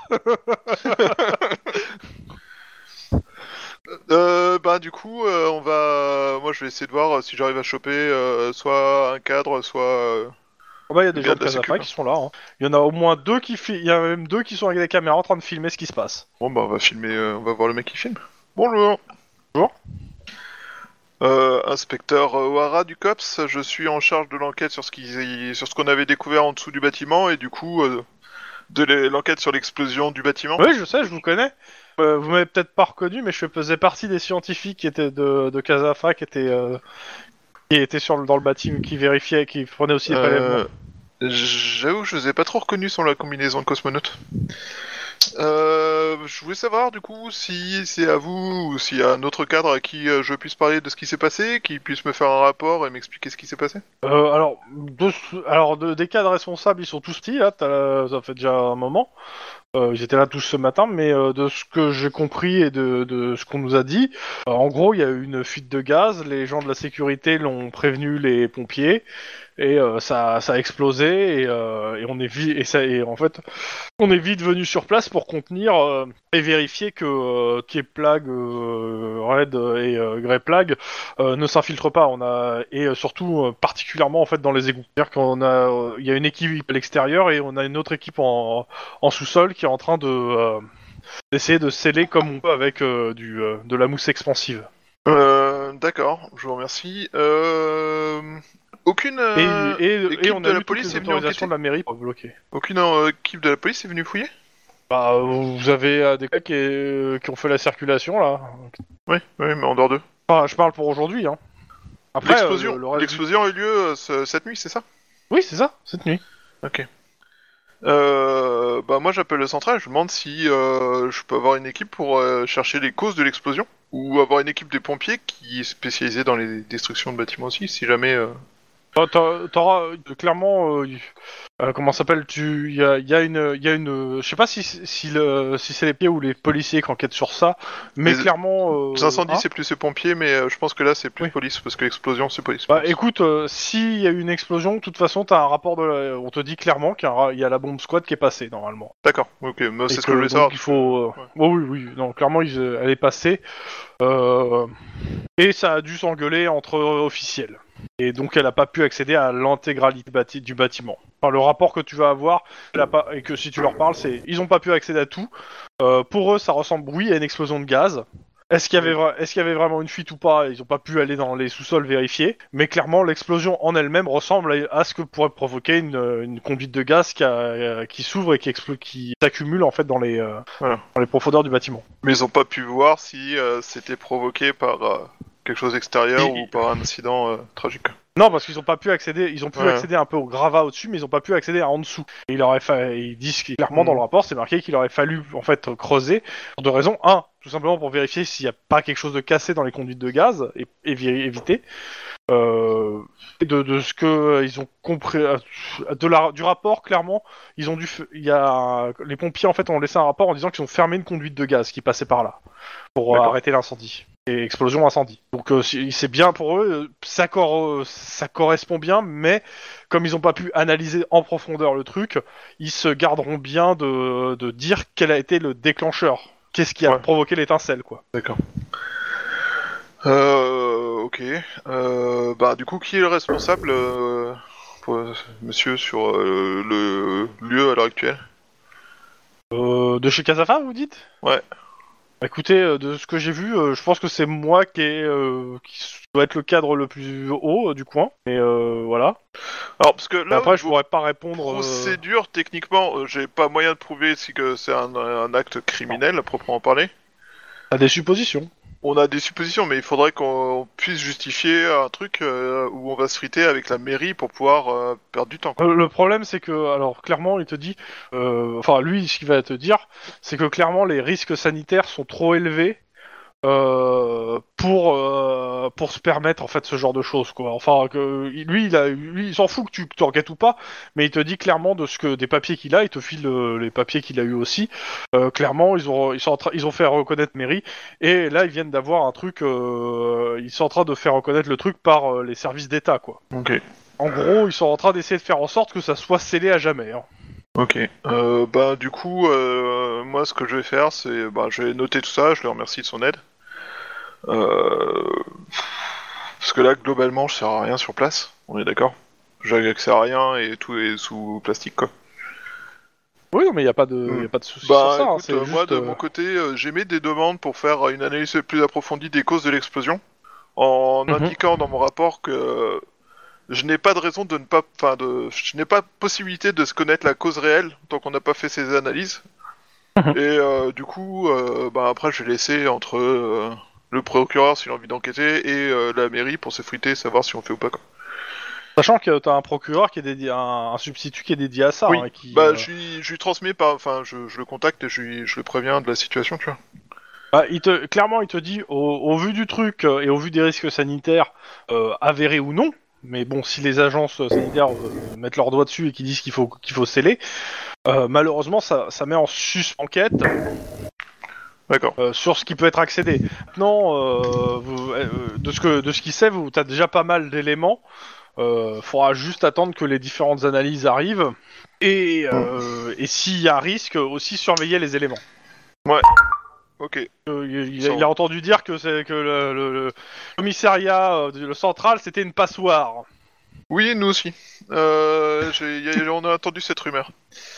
S4: Bah du coup, moi je vais essayer de voir si j'arrive à choper soit un cadre, soit...
S1: Bah, il y a des
S4: Le
S1: gens
S4: gars
S1: de
S4: de la
S1: Casafa
S4: sécu,
S1: qui sont là. Hein. Il y en a au moins deux il y a même deux qui sont avec des caméras en train de filmer ce qui se passe.
S4: Bon bah on va filmer, on va voir le mec qui filme. Bonjour.
S1: Bonjour.
S4: Inspecteur O'Hara du COPS, je suis en charge de l'enquête sur ce qu'on avait découvert en dessous du bâtiment et du coup l'enquête sur l'explosion du bâtiment.
S1: Oui, je sais, je vous connais. Vous m'avez peut-être pas reconnu, mais je faisais partie des scientifiques qui étaient de Casafa, qui étaient dans le bâtiment, qui vérifiaient, qui prenaient aussi les prélèvements.
S4: J'avoue, je vous ai pas trop reconnu sur la combinaison de cosmonaute. Je voulais savoir du coup si c'est à vous ou s'il y a un autre cadre à qui je puisse parler de ce qui s'est passé, qui puisse me faire un rapport et m'expliquer ce qui s'est passé.
S1: Des cas de responsables, ils sont tous petits, là, ça fait déjà un moment. Ils étaient là tous ce matin, mais de ce que j'ai compris et de ce qu'on nous a dit, en gros, il y a eu une fuite de gaz, les gens de la sécurité l'ont prévenu les pompiers, et ça a explosé, et en fait, on est vite venu sur place pour contenir et vérifier que K-Plague, Red et Grey Plague ne s'infiltrent pas. Surtout particulièrement en fait dans les égouts. C'est-à-dire il y a une équipe à l'extérieur et on a une autre équipe en sous-sol qui est en train d'essayer de sceller comme on peut avec de la mousse expansive.
S4: D'accord, je vous remercie. Aucune
S1: Et
S4: équipe
S1: on
S4: de
S1: a
S4: la
S1: eu
S4: police
S1: toutes
S4: est
S1: les
S4: venue
S1: autorisations
S4: enquêter.
S1: de la mairie pour bloquer.
S4: Aucune équipe de la police est venue fouiller.
S1: Bah, vous avez des gars qui ont fait la circulation là.
S4: Oui, mais en dehors d'eux.
S1: Enfin, je parle pour aujourd'hui. Hein. Après,
S4: L'explosion,
S1: le reste du-
S4: l'explosion a eu lieu cette nuit, c'est ça?
S1: Oui, c'est ça, cette nuit.
S4: Ok. Bah moi j'appelle le central, je demande si je peux avoir une équipe pour chercher les causes de l'explosion ou avoir une équipe de pompiers qui est spécialisée dans les destructions de bâtiments aussi, si jamais.
S1: T'auras clairement comment ça s'appelle il y a une je sais pas si c'est les pieds ou les policiers qui enquêtent sur ça, mais
S4: Les-
S1: clairement
S4: Les incendies
S1: hein.
S4: c'est plus les pompiers, mais je pense que là c'est plus
S1: Oui.
S4: police parce que l'explosion c'est police.
S1: Bah écoute, s'il y a eu une explosion, de toute façon t'as un rapport on te dit clairement il y a la bombe squad qui est passée normalement.
S4: D'accord, ok, moi c'est
S1: Et
S4: ce que je voulais
S1: donc,
S4: savoir.
S1: il faut
S4: Ouais.
S1: oh, oui non clairement elle est passée et ça a dû s'engueuler entre officiels. Et donc elle a pas pu accéder à l'intégralité du bâtiment. Enfin, le rapport que tu vas avoir, et que si tu leur parles, c'est ils ont pas pu accéder à tout. Pour eux, ça ressemble oui à une explosion de gaz. Est-ce qu'il y avait vraiment une fuite ou pas? Ils ont pas pu aller dans les sous-sols vérifier. Mais clairement, l'explosion en elle-même ressemble à ce que pourrait provoquer une conduite de gaz qui s'ouvre et qui s'accumule en fait
S4: Voilà.
S1: dans les profondeurs du bâtiment.
S4: Mais ils ont pas pu voir si c'était provoqué par quelque chose d'extérieur ou par un incident tragique.
S1: Non, parce qu'ils ont pas pu accéder. Ils ont pu
S4: Ouais.
S1: accéder un peu au gravat au-dessus, mais ils ont pas pu accéder à en dessous. Et ils disent clairement dans le rapport, c'est marqué qu'il aurait fallu en fait creuser pour deux raisons. Un, tout simplement pour vérifier s'il n'y a pas quelque chose de cassé dans les conduites de gaz et éviter. Et de ce que ils ont compris du rapport, clairement, ils ont les pompiers en fait ont laissé un rapport en disant qu'ils ont fermé une conduite de gaz qui passait par là pour
S4: D'accord.
S1: arrêter l'incendie. Et explosion incendie. Donc c'est bien pour eux, ça correspond bien, mais comme ils n'ont pas pu analyser en profondeur le truc, ils se garderont bien de dire quel a été le déclencheur. Qu'est-ce qui a
S4: Ouais.
S1: provoqué l'étincelle, quoi.
S4: D'accord. Ok. Bah du coup, qui est le responsable, monsieur, sur le lieu à l'heure actuelle?
S1: De chez Casafa, vous dites?
S4: Ouais.
S1: Écoutez, de ce que j'ai vu, je pense que c'est moi qui doit être le cadre le plus haut du coin. Et voilà.
S4: Alors, parce que
S1: Mais
S4: là,
S1: après,
S4: au
S1: je
S4: niveau
S1: pourrais pas répondre.
S4: procédure, techniquement, j'ai pas moyen de prouver si que c'est un acte criminel, à proprement parler.
S1: À des suppositions.
S4: On a des suppositions, mais il faudrait qu'on puisse justifier un truc où on va se friter avec la mairie pour pouvoir perdre du temps, quoi.
S1: Le problème, c'est que, alors, clairement, il te dit, enfin, lui, ce qu'il va te dire, c'est que clairement, les risques sanitaires sont trop élevés pour se permettre en fait ce genre de choses, quoi. Enfin, que lui, il s'en fout que tu t'enquêtes ou pas, mais il te dit clairement de ce que des papiers qu'il a, il te file les papiers qu'il a eu aussi. Clairement, ils ont fait reconnaître mairie, et là, ils viennent d'avoir un truc, ils sont en train de faire reconnaître le truc par les services d'État, quoi.
S4: Ok.
S1: En gros, ils sont en train d'essayer de faire en sorte que ça soit scellé à jamais. Hein.
S4: Ok. Du coup, moi, ce que je vais faire, c'est, je vais noter tout ça. Je le remercie de son aide. Parce que là, globalement, je sers à rien sur place. On est d'accord. J'ai accès à rien et tout est sous plastique, quoi.
S1: Oui, non, mais il y a pas de souci sur ça.
S4: Écoute,
S1: C'est
S4: moi,
S1: juste,
S4: de mon côté, j'émets des demandes pour faire une analyse plus approfondie des causes de l'explosion, en indiquant dans mon rapport que je n'ai pas de raison de ne pas, je n'ai pas possibilité de se connaître la cause réelle tant qu'on n'a pas fait ces analyses. Et du coup, après, je vais laisser entre le procureur s'il a envie d'enquêter et la mairie pour se friter, savoir si on fait ou pas, quoi.
S1: Sachant que t'as un procureur qui est dédié, un substitut qui est dédié à ça.
S4: Oui.
S1: Hein, qui,
S4: je lui transmets je le contacte et je le préviens de la situation, tu vois.
S1: clairement, il te dit, au vu du truc et au vu des risques sanitaires avérés ou non, mais bon, si les agences sanitaires mettent leur doigt dessus et qu'ils disent qu'il faut sceller, malheureusement, ça met en enquête
S4: D'accord.
S1: sur ce qui peut être accédé. Maintenant, de ce qu'il sait, t'as déjà pas mal d'éléments. Faudra juste attendre que les différentes analyses arrivent et s'il y a risque, aussi surveiller les éléments.
S4: Ok.
S1: Il a entendu dire que le commissariat le central c'était une passoire.
S4: Oui, nous aussi. On a entendu cette rumeur.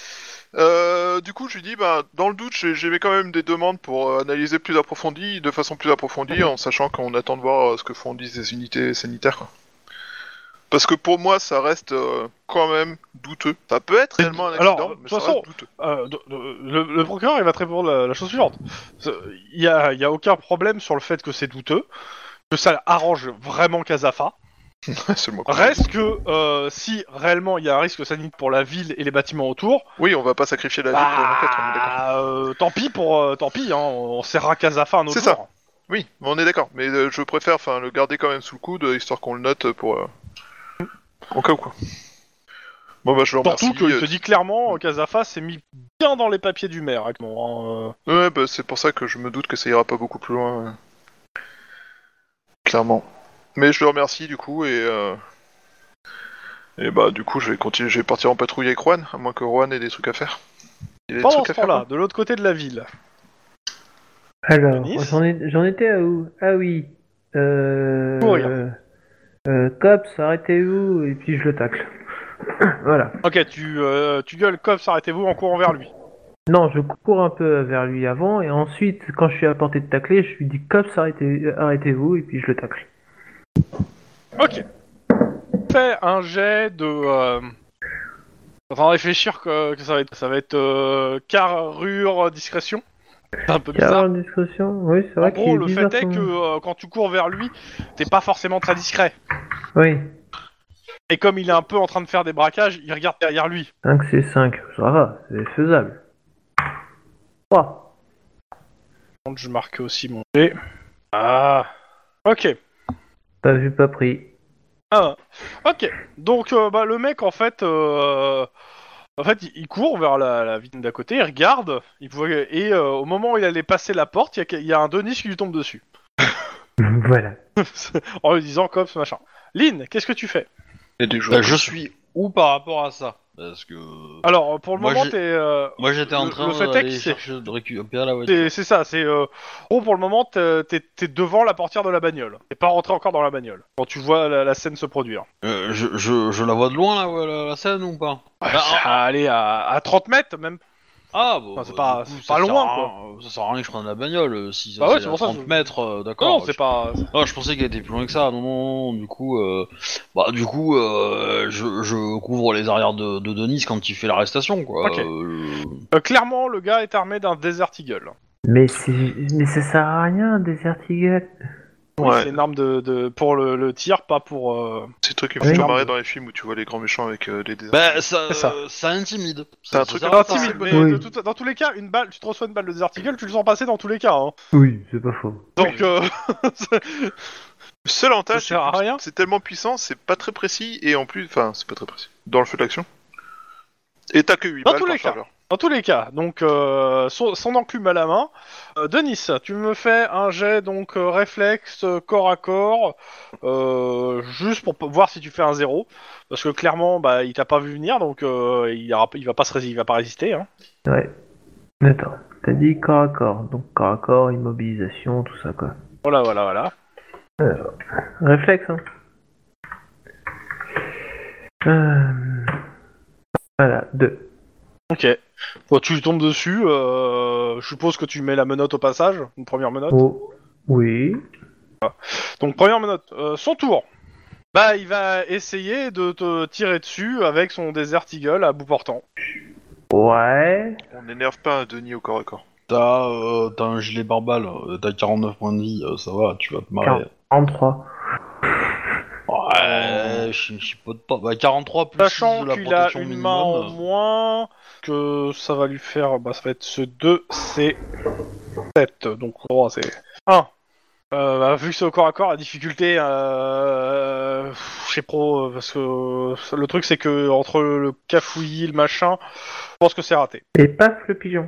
S4: Du coup, je lui dis, dans le doute, j'émets quand même des demandes pour analyser de façon plus approfondie, en sachant qu'on attend de voir ce que font les unités sanitaires, quoi. Parce que pour moi, ça reste quand même douteux. Ça peut être réellement un accident, mais ça reste douteux.
S1: Le procureur, il va te répondre la chose suivante. Il y a aucun problème sur le fait que c'est douteux, que ça arrange vraiment Casafa.
S4: C'est le mot.
S1: Reste que si réellement il y a un risque sanitaire pour la ville et les bâtiments autour,
S4: oui, on va pas sacrifier la vie pour l'enquête, on est d'accord.
S1: tant pis, hein, on serrera Casafa un autre
S4: C'est ça.
S1: jour.
S4: Oui, on est d'accord, mais je préfère le garder quand même sous le coude, histoire qu'on le note pour... En cas où, quoi. Bon, je le remercie.
S1: Surtout qu'il te dit clairement, Casafa s'est mis bien dans les papiers du maire, actuellement.
S4: Ouais, c'est pour ça que je me doute que ça ira pas beaucoup plus loin. Clairement. Mais je le remercie, du coup, et du coup, je vais partir en patrouille avec Juan, à moins que Juan ait des trucs à faire. Il a des
S1: Pendant
S4: trucs
S1: ce
S4: à faire,
S1: temps-là, de l'autre côté de la ville.
S2: Alors,
S1: Denis
S2: j'en étais à où? Ah oui.
S1: Courir.
S2: Cops, arrêtez-vous, et puis je le tacle. Voilà.
S1: Ok, tu gueules, cops, arrêtez-vous en courant vers lui.
S2: Non, je cours un peu vers lui avant, et ensuite, quand je suis à portée de tacler, je lui dis cops, arrêtez-vous, et puis je le tacle.
S1: Ok. Fais un jet de... Enfin, réfléchir que ça va être carrure, discrétion. C'est un peu bizarre.
S2: Carrure, discrétion, oui, c'est vrai
S1: En gros,
S2: qu'il est
S1: le
S2: bizarre,
S1: fait est que quand tu cours vers lui, t'es pas forcément très discret.
S2: Oui,
S1: Et comme il est un peu en train de faire des braquages, il regarde derrière lui.
S2: 5 c'est 5, ça va, c'est faisable. 3.
S1: Je marque aussi mon jet. Ah. Ok.
S2: Pas vu, pas pris.
S1: Ah. Ok. Donc, le mec, en fait, il court vers la vitrine d'à côté, il regarde, et au moment où il allait passer la porte, il y a un Denis qui lui tombe dessus.
S2: Voilà.
S1: En lui disant, cops, machin. Lynn, qu'est-ce que tu fais?
S4: Il y a des jours.
S3: Je suis où par rapport à ça? Parce que...
S1: Alors, pour le
S3: Moi,
S1: moment,
S3: Moi j'étais en train de récupérer la voiture.
S1: c'est ça, c'est... pour le moment, t'es devant la portière de la bagnole. T'es pas rentré encore dans la bagnole, quand tu vois la scène se produire.
S3: Je la vois de loin, la scène, ou pas?
S1: Allez, à 30 mètres, même.
S3: Ah, bah,
S1: Enfin, c'est
S3: du
S1: pas-
S3: coup,
S1: c'est
S3: ça
S1: pas
S3: sert
S1: loin,
S3: à
S1: quoi.
S3: rien- Ça sert à rien que je prenne la bagnole si
S1: Bah ouais,
S3: c'est
S1: c'est
S3: à
S1: pour ça que
S3: 30
S1: je-
S3: mètres,
S1: Non,
S3: d'accord.
S1: c'est pas.
S3: Ah, je pensais qu'elle était plus loin que ça. Non, non, non. Du coup, je couvre les arrières de Denis quand il fait l'arrestation, quoi.
S1: Ok. Clairement, le gars est armé d'un Desert Eagle.
S2: Mais ça sert à rien, Desert Eagle.
S1: Oui,
S4: Ouais.
S1: c'est une arme pour le tir, pas pour.
S4: C'est le truc qui me
S2: Oui.
S4: fait marrer dans les films où tu vois les grands méchants avec les déserts.
S3: Bah, ça,
S1: C'est ça.
S3: ça intimide.
S4: C'est un
S3: Ça
S4: truc
S3: sert
S4: à
S3: à
S4: ça,
S3: ça.
S1: Timide, mais
S2: Oui.
S1: dans tous les cas, une balle, tu te reçois une balle de Desert Eagle, tu le sens passer dans tous les cas. Hein.
S2: Oui, c'est pas faux.
S1: Donc,
S4: Le seul avantage,
S1: Ça sert à
S4: c'est que
S1: rien.
S4: c'est tellement puissant, c'est pas très précis, et en plus, enfin, c'est pas très précis. Dans le feu de l'action. Et t'as que 8
S1: Dans
S4: balles
S1: tous
S4: par
S1: les cas.
S4: chargeur.
S1: dans tous les cas, donc son enclume à la main. Denis, tu me fais un jet donc réflexe corps à corps, juste pour voir si tu fais un 0, parce que clairement, bah, il t'a pas vu venir, donc il va pas résister. Hein.
S2: Ouais. Attends, t'as dit corps à corps. Donc corps à corps, immobilisation, tout ça quoi.
S1: Voilà.
S2: Réflexe, hein. Voilà, 2.
S1: Ok. Bon, tu tombes dessus. Je suppose que tu mets la menotte au passage, une première menotte.
S2: Oh, oui.
S1: Donc première menotte. Son tour. Bah, il va essayer de te tirer dessus avec son Desert Eagle à bout portant.
S2: Ouais.
S4: On n'énerve pas un Denis au corps à corps.
S3: T'as un gilet pare-balles, t'as 49 points de vie, ça va, tu vas te marrer.
S2: 43.
S3: Ouais, je chipote pas. Bah, 43 plus
S1: Sachant
S3: 6 de la
S1: qu'il a
S3: protection
S1: une
S3: minimum.
S1: main en moins, que ça va lui faire, bah ça va être ce 2, c'est 7, donc 3 c'est 1. Vu que c'est au corps à corps, la difficulté chez Pro, parce que le truc c'est que entre le cafouillis, le machin, je pense que c'est raté.
S2: Et paf, le pigeon.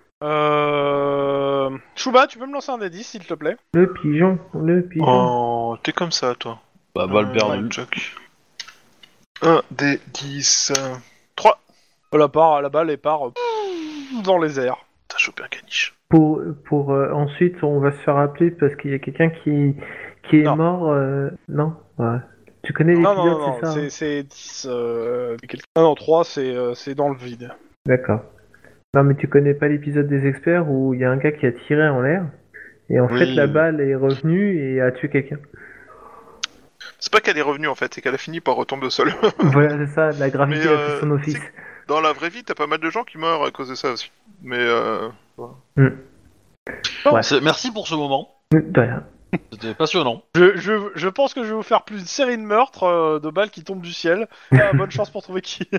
S1: Chouba, tu peux me lancer un D10 s'il te plaît?
S2: Le pigeon.
S4: Oh, t'es comme ça, toi.
S3: Bah, balle perdue.
S4: Chuck. 1 des 10. 3.
S1: La balle elle part dans les airs.
S4: T'as chopé un caniche.
S2: Ensuite, on va se faire appeler parce qu'il y a quelqu'un qui est
S1: Non.
S2: mort. Non. Ouais. Tu connais l'épisode,
S1: Non,
S2: c'est ça hein
S1: c'est 10. Non, 3 c'est dans le vide.
S2: D'accord. Non, mais tu connais pas l'épisode des experts où il y a un gars qui a tiré en l'air et en fait la balle est revenue et a tué quelqu'un.
S4: C'est pas qu'elle est revenue en fait, c'est qu'elle a fini par retomber au sol.
S2: Voilà, c'est ça, la gravité
S4: Mais,
S2: a fait son office.
S4: Dans la vraie vie, t'as pas mal de gens qui meurent à cause de ça aussi. Mais
S3: Merci pour ce moment.
S2: De rien.
S3: C'était passionnant.
S1: Je pense que je vais vous faire plus une série de meurtres de balles qui tombent du ciel. Bonne chance pour trouver qui.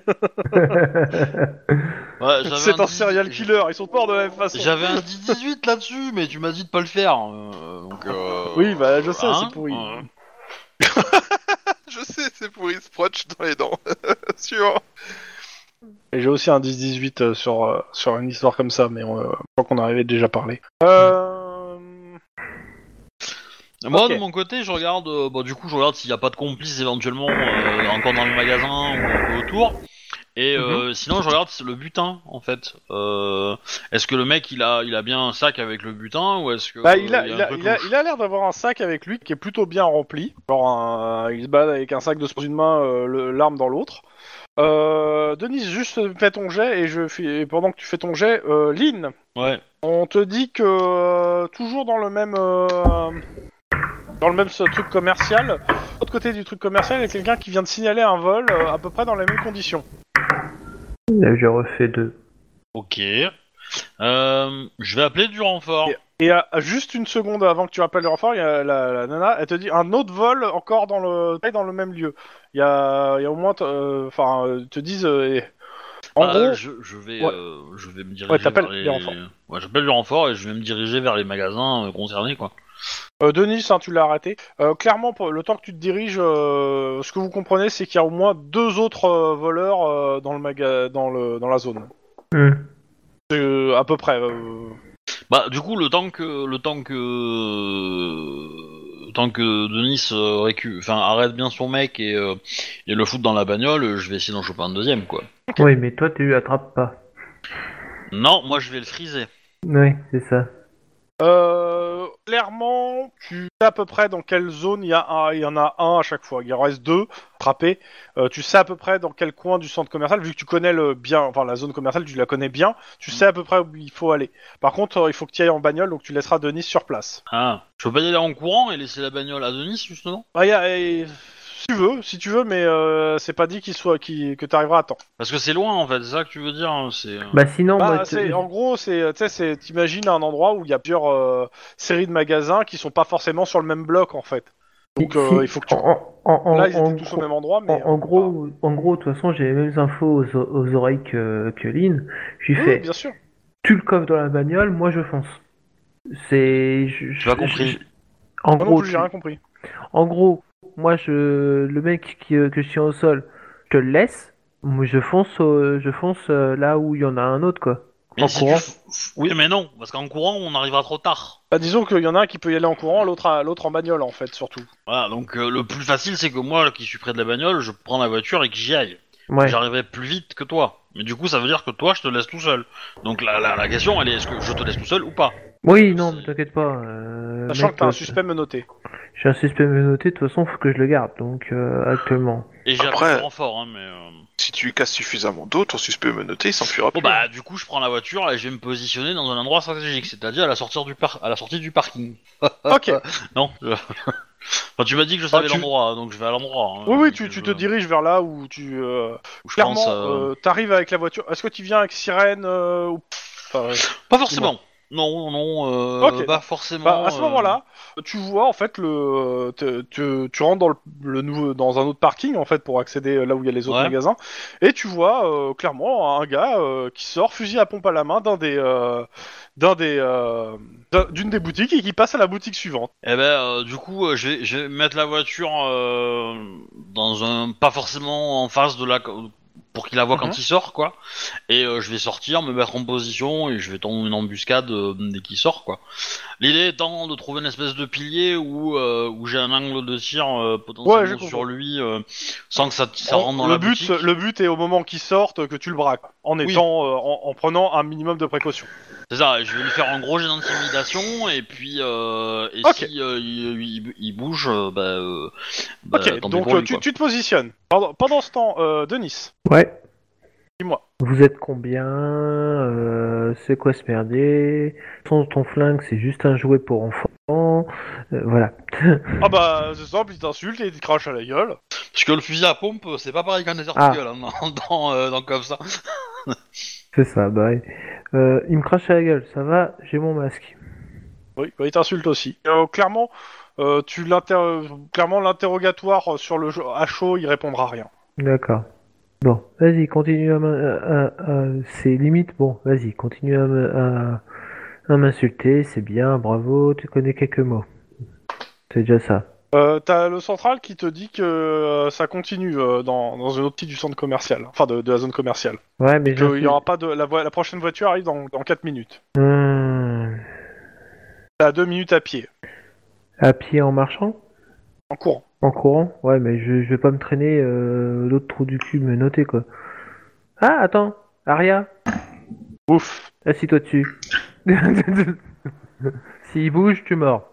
S3: Ouais, j'avais
S1: C'est un
S3: 10
S1: serial killer, ils sont morts de la même façon.
S3: J'avais un 10-18 là-dessus, mais tu m'as dit de pas le faire.
S1: Oui, bah je sais,
S3: hein,
S1: c'est pourri.
S4: je sais, c'est pourri, Sprotch dans les dents. Sûr.
S1: Et j'ai aussi un 10-18 sur une histoire comme ça, mais je crois qu'on en avait déjà parlé.
S3: Moi,
S1: Ok.
S3: de mon côté, je regarde, du coup, je regarde s'il n'y a pas de complices éventuellement encore dans le magasin ou un peu autour. Et sinon, je regarde le butin, en fait. Est-ce que le mec, il a bien un sac avec le butin ou est-ce que
S1: Bah,
S3: y a un truc louche
S1: il a l'air d'avoir un sac avec lui qui est plutôt bien rempli. Genre, il se balade avec un sac de sport dans une main, l'arme dans l'autre. Denis, juste fais ton jet et pendant que tu fais ton jet, Lynn,
S3: Ouais.
S1: on te dit que toujours dans le même truc commercial, de l'autre côté du truc commercial, il y a quelqu'un qui vient de signaler un vol à peu près dans les mêmes conditions.
S2: Là, j'ai refait 2.
S3: Ok. Je vais appeler du renfort.
S1: Et à juste une seconde avant que tu rappelles le renfort, il y a la nana, elle te dit un autre vol encore dans le même lieu. Il y a au moins, ils te disent. En gros,
S3: je vais me diriger
S1: Ouais, t'appelles
S3: vers
S1: les renforts.
S3: Ouais, j'appelle du renfort et je vais me diriger vers les magasins concernés, quoi.
S1: Denis, hein, tu l'as raté. Clairement, pour le temps que tu te diriges, ce que vous comprenez, c'est qu'il y a au moins 2 autres voleurs dans la zone. À peu près.
S3: Bah, du coup, le temps que Denis arrête bien son mec et le fout dans la bagnole, je vais essayer d'en choper un deuxième, quoi.
S2: Oui, mais toi, tu lui attrapes pas.
S3: Non, moi je vais le friser.
S2: Oui, c'est ça.
S1: clairement, tu sais à peu près dans quelle zone il y en a un à chaque fois. Il en reste 2 frappés. Tu sais à peu près dans quel coin du centre commercial, vu que tu connais la zone commerciale, tu la connais bien. Tu sais à peu près où il faut aller. Par contre, il faut que tu y ailles en bagnole, donc tu laisseras Denis sur place.
S3: Ah, je peux pas y aller en courant et laisser la bagnole à Denis, justement?
S1: Ah, si tu veux, mais c'est pas dit que t'arriveras à temps.
S3: Parce que c'est loin, en fait, c'est ça que tu veux dire, hein, c'est...
S2: Bah sinon, moi,
S1: En gros, tu sais, t'imagines un endroit où il y a plusieurs séries de magasins qui sont pas forcément sur le même bloc en fait. Donc il faut que tu. Là, ils étaient tous au même endroit, mais.
S2: En gros, de toute façon, j'ai les mêmes infos aux oreilles que Lynn. Je lui
S1: Oui,
S2: fais,
S1: bien sûr.
S2: tu le coffres dans la bagnole, moi je fonce.
S3: J'ai pas compris.
S2: En
S1: Moi non
S2: gros,
S1: plus, j'ai rien compris.
S2: en gros, moi le mec que je tiens au sol, je te le laisse. Moi je fonce, là où il y en a un autre quoi.
S3: Mais
S2: En
S3: si
S2: courant.
S3: Oui, mais non, parce qu'en courant, on arrivera trop tard.
S1: Bah, disons qu'il y en a un qui peut y aller en courant, l'autre en bagnole en fait, surtout.
S3: Voilà, donc le plus facile, c'est que moi, qui suis près de la bagnole, je prends la voiture et que j'y aille.
S2: Ouais.
S3: J'arriverai plus vite que toi. Mais du coup, ça veut dire que toi, je te laisse tout seul. Donc la question, elle est, est-ce que je te laisse tout seul ou pas?
S2: Oui, non, mais t'inquiète pas.
S1: Sachant
S2: Mec,
S1: que t'as un suspect menotté.
S2: j'ai un suspect menotté, de toute façon, faut que je le garde. Donc actuellement.
S3: Et j'ai
S4: Après-
S3: appelé le renfort, hein, mais...
S4: Si tu lui casses suffisamment d'eau, ton suspect menotté, il s'enfuira
S3: Bon
S4: plus.
S3: bah, du coup, je prends la voiture et je vais me positionner dans un endroit stratégique, c'est-à-dire à la sortie du parking.
S1: Ok.
S3: Non. Enfin, tu m'as dit que je savais
S1: tu-
S3: l'endroit, donc je vais à l'endroit. Hein,
S1: Oui,
S3: et
S1: tu
S3: que
S1: te diriges vers là où tu.
S3: où je
S1: Clairement,
S3: pense,
S1: t'arrives avec la voiture. Est-ce que tu viens avec sirène ou. Enfin,
S3: Pas forcément. Non,
S1: Ok.
S3: pas forcément.
S1: Bah, à ce moment-là, tu vois en fait tu rentres dans dans un autre parking en fait pour accéder là où il y a les autres
S3: Ouais.
S1: magasins et tu vois clairement un gars qui sort fusil à pompe à la main d'une des boutiques et qui passe à la boutique suivante.
S3: Eh ben, du coup, je vais mettre la voiture dans un, pas forcément en face de la, pour qu'il la voit
S1: Mhm.
S3: quand il sort, quoi. Et je vais sortir, me mettre en position et je vais tendre une embuscade dès qu'il sort, quoi. L'idée étant de trouver une espèce de pilier où j'ai un angle de tir
S1: Ouais,
S3: potentiellement
S1: j'ai compris.
S3: sur lui, sans que ça rentre dans la boutique.
S1: Le but est au moment qu'il sorte que tu le braques en
S3: Oui.
S1: étant en prenant un minimum de précautions.
S3: C'est ça, je vais lui faire un gros jet d'intimidation et puis
S1: Ok.
S3: si il bouge,
S1: Ok,
S3: tant pis
S1: donc
S3: pour lui,
S1: tu
S3: quoi.
S1: te positionnes. Pendant ce temps, Denis,
S2: Ouais.
S1: dis-moi.
S2: Vous êtes combien c'est quoi ce merdier? Ton flingue, c'est juste un jouet pour enfants. Voilà.
S1: Ah bah c'est simple, il t'insulte et il te crache à la gueule.
S3: Parce que le fusil à pompe, c'est pas pareil qu'un desert
S2: Ah.
S3: gueule, hein, dans comme ça.
S2: C'est ça, bah ouais. Il me crache à la gueule, ça va, j'ai mon masque.
S1: Oui, bah, il t'insulte aussi. Clairement, clairement l'interrogatoire sur le jeu à chaud, il répondra rien.
S2: D'accord. Bon, vas-y, continue c'est limite, bon, vas-y, continue à m'insulter, c'est bien, bravo, tu connais quelques mots. C'est déjà ça.
S1: T'as le central qui te dit que ça continue dans une autre partie du centre commercial, enfin de la zone commerciale.
S2: Ouais, mais
S1: Il y aura pas de la prochaine voiture arrive dans 4 minutes. T'as 2 minutes à pied,
S2: À pied en marchant?
S1: en courant.
S2: En courant? Ouais, mais je vais pas me traîner l'autre trou du cul me noter quoi. Ah, attends, Aria,
S1: Ouf.
S2: assis-toi dessus. S'il bouge, tu mords.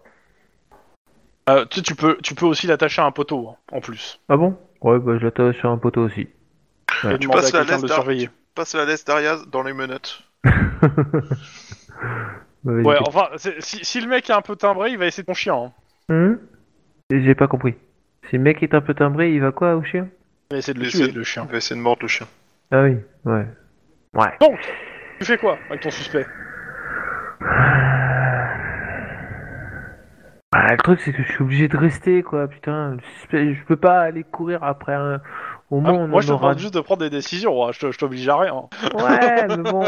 S1: Tu peux aussi l'attacher à un poteau hein, en plus.
S2: Ah bon? Ouais, bah je l'attache sur un poteau aussi. Ouais.
S1: Et demander à
S4: passes la
S1: quelqu'un de le
S4: laisse
S1: surveiller.
S4: Passe la laisse d'Arias dans les menottes.
S2: Bah, vas-y,
S1: Ouais,
S2: fais-
S1: enfin, si le mec est un peu timbré, il va essayer de ton chien. Hein.
S2: J'ai pas compris. Si le mec est un peu timbré, il va quoi au chien?
S1: Il va essayer de le
S4: Il
S1: tuer,
S4: essaie-
S1: le chien.
S4: Il va essayer de mordre le chien.
S2: Ah oui, ouais. Ouais.
S1: Donc, tu fais quoi avec ton suspect?
S2: Ah, le truc, c'est que je suis obligé de rester, quoi, putain. Je peux pas aller courir après un... Au moins, on
S1: Moi,
S2: en
S1: je te
S2: aura...
S1: demande juste de prendre des décisions. Hein. Je t'oblige à rien.
S2: Ouais, mais bon...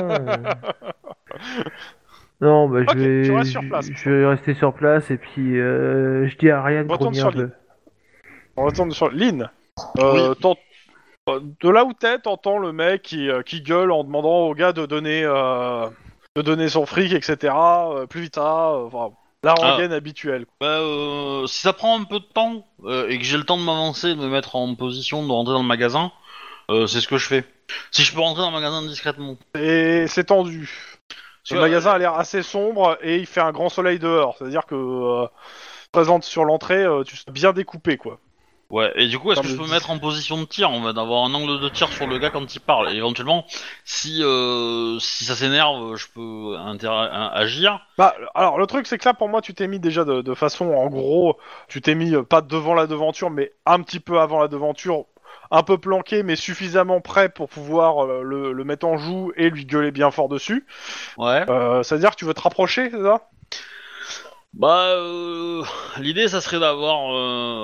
S2: Non, bah,
S1: Ok, tu restes sur place.
S2: je vais rester sur place, et puis, je dis à Ryan de
S1: Retourne
S2: grogner
S1: sur
S2: un peu.
S1: On retourne sur Lynn.
S3: Oui.
S1: De là où t'es, t'entends le mec qui gueule en demandant au gars de donner son fric, etc. Plus vite, enfin, la rengaine habituelle.
S3: Si ça prend un peu de temps et que j'ai le temps de m'avancer, de me mettre en position de rentrer dans le magasin, c'est ce que je fais. Si je peux rentrer dans le magasin discrètement.
S1: Et c'est tendu.
S3: Parce
S1: Le
S3: que,
S1: magasin a l'air assez sombre et il fait un grand soleil dehors. C'est-à-dire que présente sur l'entrée, tu seras bien découpé, quoi.
S3: Ouais, et du coup, est-ce que je
S1: Termes
S3: peux
S1: de
S3: me mettre en position de tir, en fait, d'avoir un angle de tir sur le gars quand il parle, et éventuellement, si ça s'énerve, je peux agir.
S1: Bah, alors le truc c'est que là pour moi tu t'es mis déjà de façon en gros, tu t'es mis pas devant la devanture mais un petit peu avant la devanture, un peu planqué mais suffisamment prêt pour pouvoir le mettre en joue et lui gueuler bien fort dessus.
S3: Ouais.
S1: C'est-à-dire que tu veux te rapprocher, c'est ça?
S3: Bah, l'idée, ça serait d'avoir,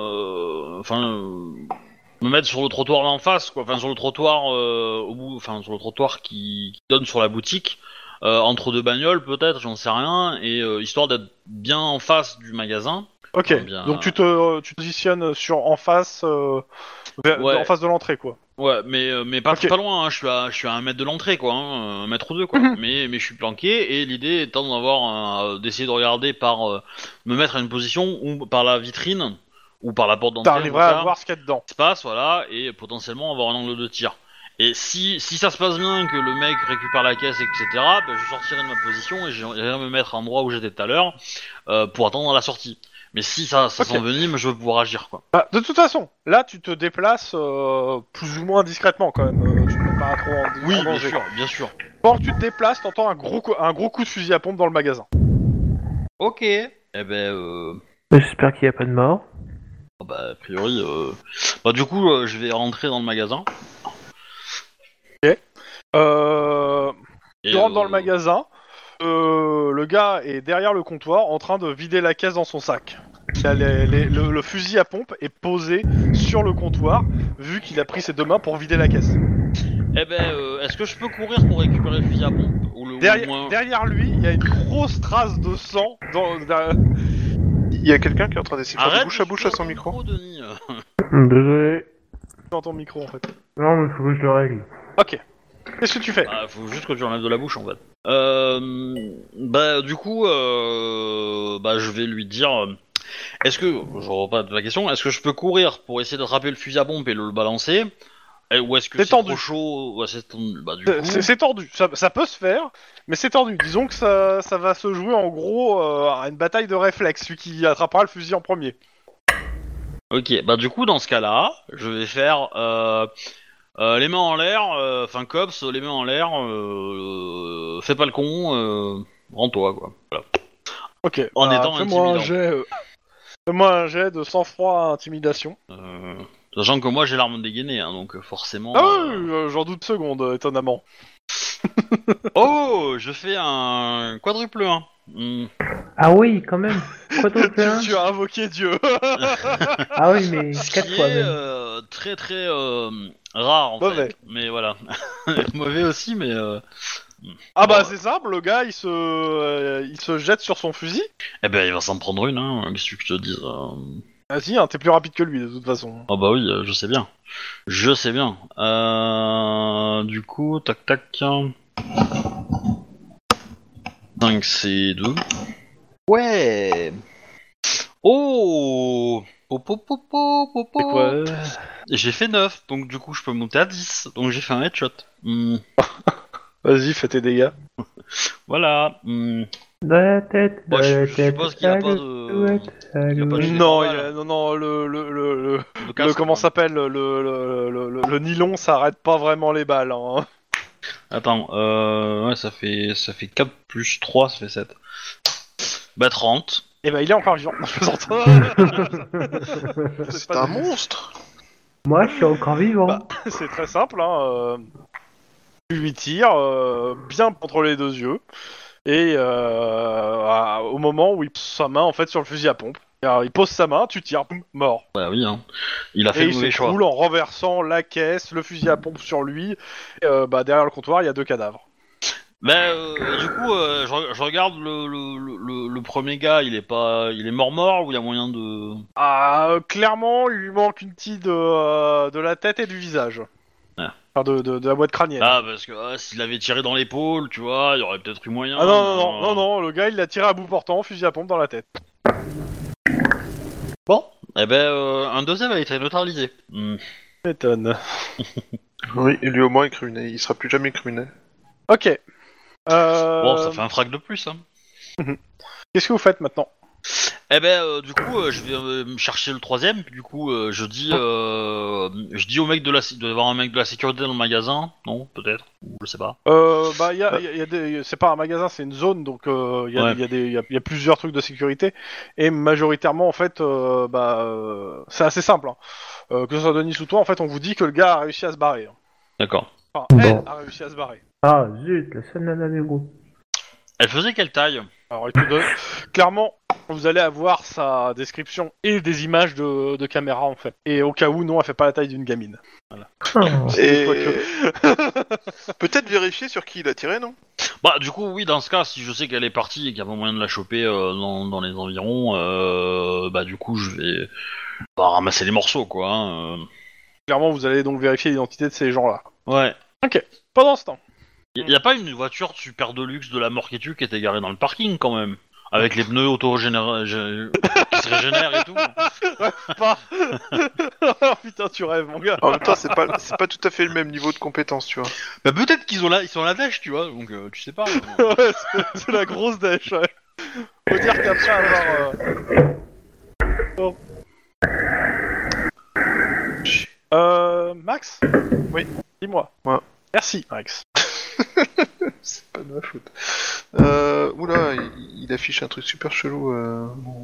S3: me mettre sur le trottoir d'en face, quoi. Enfin, sur le trottoir au bout, enfin, sur le trottoir qui donne sur la boutique, entre deux bagnoles, peut-être, j'en sais rien, et histoire d'être bien en face du magasin.
S1: Ok,
S3: Enfin, bien...
S1: donc tu te positionnes en face,
S3: Ouais.
S1: en face de l'entrée quoi.
S3: Ouais, mais pas,
S1: Ok.
S3: pas loin, hein. Je suis à 1 mètre de l'entrée, quoi, hein, 1 mètre ou 2, quoi.
S1: Mhm.
S3: Mais je suis planqué, et l'idée étant d'essayer de regarder me mettre à une position ou par la vitrine, ou par la porte d'entrée, en tout
S1: T'arriveras à
S3: cas,
S1: voir ce qu'il y a dedans.
S3: se passe, voilà, et potentiellement avoir un angle de tir. Et si ça se passe bien, que le mec récupère la caisse, etc., ben, je sortirai de ma position et j'irai me mettre à l'endroit où j'étais tout à l'heure pour attendre la sortie. Mais si ça
S1: Ok.
S3: s'envenime, je vais pouvoir agir, quoi.
S1: Bah, de toute façon, là tu te déplaces plus ou moins discrètement quand même. Tu te mets pas trop en danger.
S3: bien sûr.
S1: Pendant que tu te déplaces, t'entends un gros coup de fusil à pompe dans le magasin.
S3: Ok. Eh ben,
S2: J'espère qu'il n'y a pas de mort.
S3: bah, a priori, bah, du coup, je vais rentrer dans le magasin.
S1: Euh,
S3: Et,
S1: Tu rentres dans le magasin. Le gars est derrière le comptoir en train de vider la caisse dans son sac. Il a le fusil à pompe est posé sur le comptoir, vu qu'il a pris ses deux mains pour vider la caisse.
S3: Eh ben, est-ce que je peux courir pour récupérer le fusil à pompe ou le ou au moins...
S1: Derrière lui, il y a une grosse trace de sang
S4: Il y a quelqu'un qui est en train d'essayer de faire
S3: Arrête
S4: du bouche à bouche à son micro.
S3: Denis.
S2: Désolé.
S1: dans ton micro en fait.
S2: Non, mais faut que je le règle.
S1: Ok. Qu'est-ce que tu fais?
S3: Ah, faut juste que tu enlèves de la bouche, en fait. Bah, du coup, bah, je vais lui dire... est-ce que... Je reprends la question. Est-ce que je peux courir pour essayer d'attraper le fusil à pompe et le balancer? Ou est-ce que
S1: C'est
S3: c'est
S1: tendu.
S3: trop chaud? Ouais, c'est tendu. Bah, du coup...
S1: C'est tendu, ça peut se faire, mais c'est tendu. Disons que ça va se jouer en gros à une bataille de réflexes, celui qui attrapera le fusil en premier.
S3: Ok, bah du coup, dans ce cas-là, je vais faire... les mains en l'air, enfin cops, les mains en l'air, fais pas le con, rends-toi, quoi. Voilà.
S1: Ok.
S3: En étant
S1: fais-moi un jet de sang-froid à intimidation.
S3: Sachant que moi j'ai l'arme dégainée, hein, donc forcément...
S1: Ah oui, j'en doute seconde, étonnamment.
S3: Oh, je fais un quadruple 1.
S2: Ah oui, quand même. Quoi d'autre là
S1: tu as invoqué Dieu.
S2: Ah oui, mais
S3: Ce
S2: 4
S3: qui
S2: fois
S3: est
S2: même.
S3: très très rare en
S1: Mauvais.
S3: fait. Mais voilà. Mauvais aussi, mais...
S1: Ah bah
S3: Bon,
S1: c'est simple, le gars il se jette sur son fusil.
S3: eh ben il va s'en prendre une, hein, qu'est-ce que je te dise.
S1: Vas-y, hein, t'es plus rapide que lui de toute façon.
S3: Ah bah oui, je sais bien. Je sais bien. Du coup, tac tac. 5 c'est 2. Ouais. Oh.
S1: C'est quoi?
S3: J'ai fait 9, donc du coup je peux monter à 10. Donc j'ai fait un headshot.
S1: Vas-y, fais tes dégâts.
S3: Voilà.
S2: Dans la tête, dans
S3: Bon, je
S2: la tête.
S3: suppose qu'il y a pas de...
S2: alouette,
S3: il y a pas de
S2: alouette.
S3: gilet
S1: Non,
S3: pare-balles.
S1: non, le
S3: casque,
S1: comment
S3: quoi.
S1: s'appelle le nylon, ça arrête pas vraiment les balles. Hein.
S3: Attends, ouais, ça fait 4 plus 3, ça fait 7. Bah 30.
S1: Et bah il est encore vivant. Je plaisante.
S4: C'est
S1: pas
S4: un
S1: de-
S4: monstre.
S2: Moi, je suis encore vivant.
S1: Bah, c'est très simple. Hein. Tu lui tires bien entre les deux yeux et au moment où il pose sa main en fait sur le fusil à pompe. Alors, il pose sa main, tu tires, boum, mort.
S3: Bah oui, hein. Il a fait
S1: Et
S3: le
S1: il
S3: mauvais choix.
S1: s'écroule en renversant la caisse, le fusil à pompe sur lui. Et, bah, derrière le comptoir, il y a 2 cadavres.
S3: Bah du coup, je regarde le premier gars, il est mort ou il y a moyen de...
S1: Ah, clairement, il lui manque une petite de la tête et du visage.
S3: Ah.
S1: Enfin, de la boîte crânienne.
S3: Ah, parce que s'il avait tiré dans l'épaule, tu vois, il y aurait peut-être eu moyen.
S1: Ah non, le gars il l'a tiré à bout portant, fusil à pompe dans la tête.
S3: Bon, eh ben, un deuxième a été neutralisé.
S1: M'étonne.
S4: Oui, et lui au moins il sera plus jamais criminel.
S1: Ok.
S3: Bon, ça fait un frac de plus, hein.
S1: Qu'est-ce que vous faites maintenant?
S3: Eh ben, du coup, je vais me chercher le troisième. Du coup, je dis au mec de d'avoir un mec de la sécurité dans le magasin. Non, peut-être. Ou je sais pas.
S1: Bah, y a des... c'est pas un magasin, c'est une zone, donc il
S3: Ouais.
S1: y a plusieurs trucs de sécurité. Et majoritairement, en fait, c'est assez simple. Hein. Que ce soit Denis ou toi, en fait, on vous dit que le gars a réussi à se barrer. Hein.
S3: D'accord.
S1: Enfin,
S2: Bon.
S1: elle a réussi à se barrer.
S2: Ah zut, la seule nana du groupe.
S3: Elle faisait quelle taille?
S1: Alors, il te donne... Clairement, vous allez avoir sa description et des images de caméra, en fait. Et au cas où, non, elle fait pas la taille d'une gamine.
S2: Oh.
S4: Et
S1: Quoique.
S4: peut-être vérifier sur qui il a tiré, non?
S3: Bah, du coup, oui, dans ce cas, si je sais qu'elle est partie et qu'il y a pas moyen de la choper dans les environs, bah, du coup, je vais ramasser les morceaux, quoi. Hein.
S1: Clairement, vous allez donc vérifier l'identité de ces gens-là.
S3: Ouais.
S1: Pendant ce temps.
S3: Y a pas une voiture super de luxe de la mort qui tue qui était garée dans le parking, quand même? Avec les pneus qui se régénèrent et tout.
S1: Pas. Oh, putain, tu rêves, mon gars.
S4: En même temps, c'est pas tout à fait le même niveau de compétence, tu vois.
S3: Bah, peut-être qu'ils ont ils sont à la dèche, tu vois, donc tu sais pas.
S1: Ouais, c'est la grosse dèche. Ouais. Faut dire qu'après avoir. Bon. Max?
S4: Oui.
S1: Dis-moi.
S4: Ouais.
S1: Merci, Max.
S4: C'est pas de ma faute. Oula, il affiche un truc super chelou. Bon.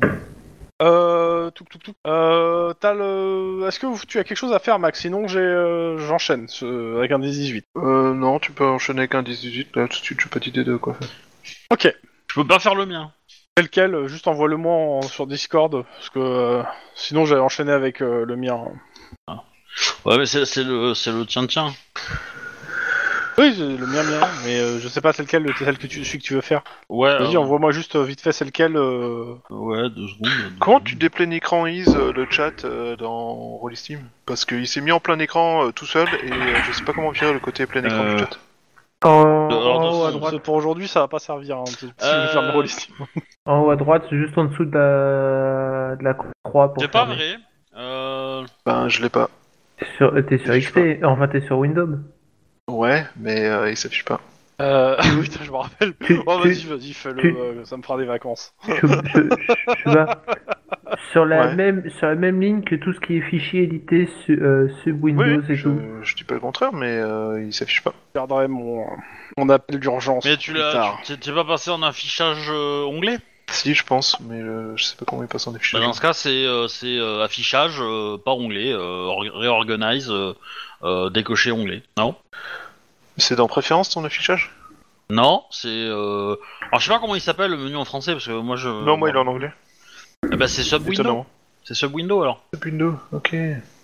S1: T'as le. Est-ce que tu as quelque chose à faire, Max? Sinon, j'enchaîne avec un 10-18.
S4: Non, tu peux enchaîner avec un 10-18, là tout de suite, j'ai pas d'idée de quoi faire.
S1: Ok.
S3: Je peux pas faire le mien.
S1: Quel, juste envoie-le-moi sur Discord, parce que sinon j'allais enchaîner avec le mien.
S3: Ouais, mais c'est le tien.
S1: Oui, c'est le mien, mais je sais pas c'est lequel, celui que tu veux faire.
S3: Ouais.
S1: Vas-y, envoie-moi juste vite fait c'est lequel.
S3: Ouais, 2 secondes.
S4: Comment tu déplein écran Ease le chat dans Rollisteam? Parce qu'il s'est mis en plein écran tout seul et je sais pas comment virer le côté plein écran du chat.
S2: En
S3: Alors,
S2: haut à
S3: de-
S2: droite,
S1: Pour aujourd'hui, ça va pas servir. Hein, si je veux faire mes rollistiques.
S2: en haut à droite, c'est juste en dessous de la croix pour
S3: C'est pas
S2: fermer.
S3: vrai.
S4: Ben, je l'ai pas.
S2: T'es sur
S4: Je sais
S2: XP, enfin t'es sur Windows.
S4: Ouais, mais il s'affiche pas.
S1: Putain, je me rappelle.
S2: Tu-
S1: Oh,
S2: tu-
S1: vas-y, fais-le.
S2: tu-
S1: Ça me fera des vacances.
S2: Tu vas sur la
S4: Ouais.
S2: même ligne que tout ce qui est fichier édité sub Windows et tout.
S4: Je dis pas le contraire, mais il s'affiche pas.
S1: Je garderai mon appel d'urgence.
S3: Mais
S1: plus tard.
S3: t'es pas passé en affichage onglet?
S4: Si, je pense, mais je sais pas comment il passe en affichage.
S3: Bah, dans ce cas, c'est affichage, pas onglet, reorganize, décocher onglet. Non?
S4: C'est dans préférence ton affichage?
S3: Non, c'est. Alors, je sais pas comment il s'appelle le menu en français parce que moi je.
S4: Non, moi il est en anglais.
S3: Eh ben, c'est sub window.
S4: Étonnamment.
S3: C'est sub window alors.
S4: Windows, ok.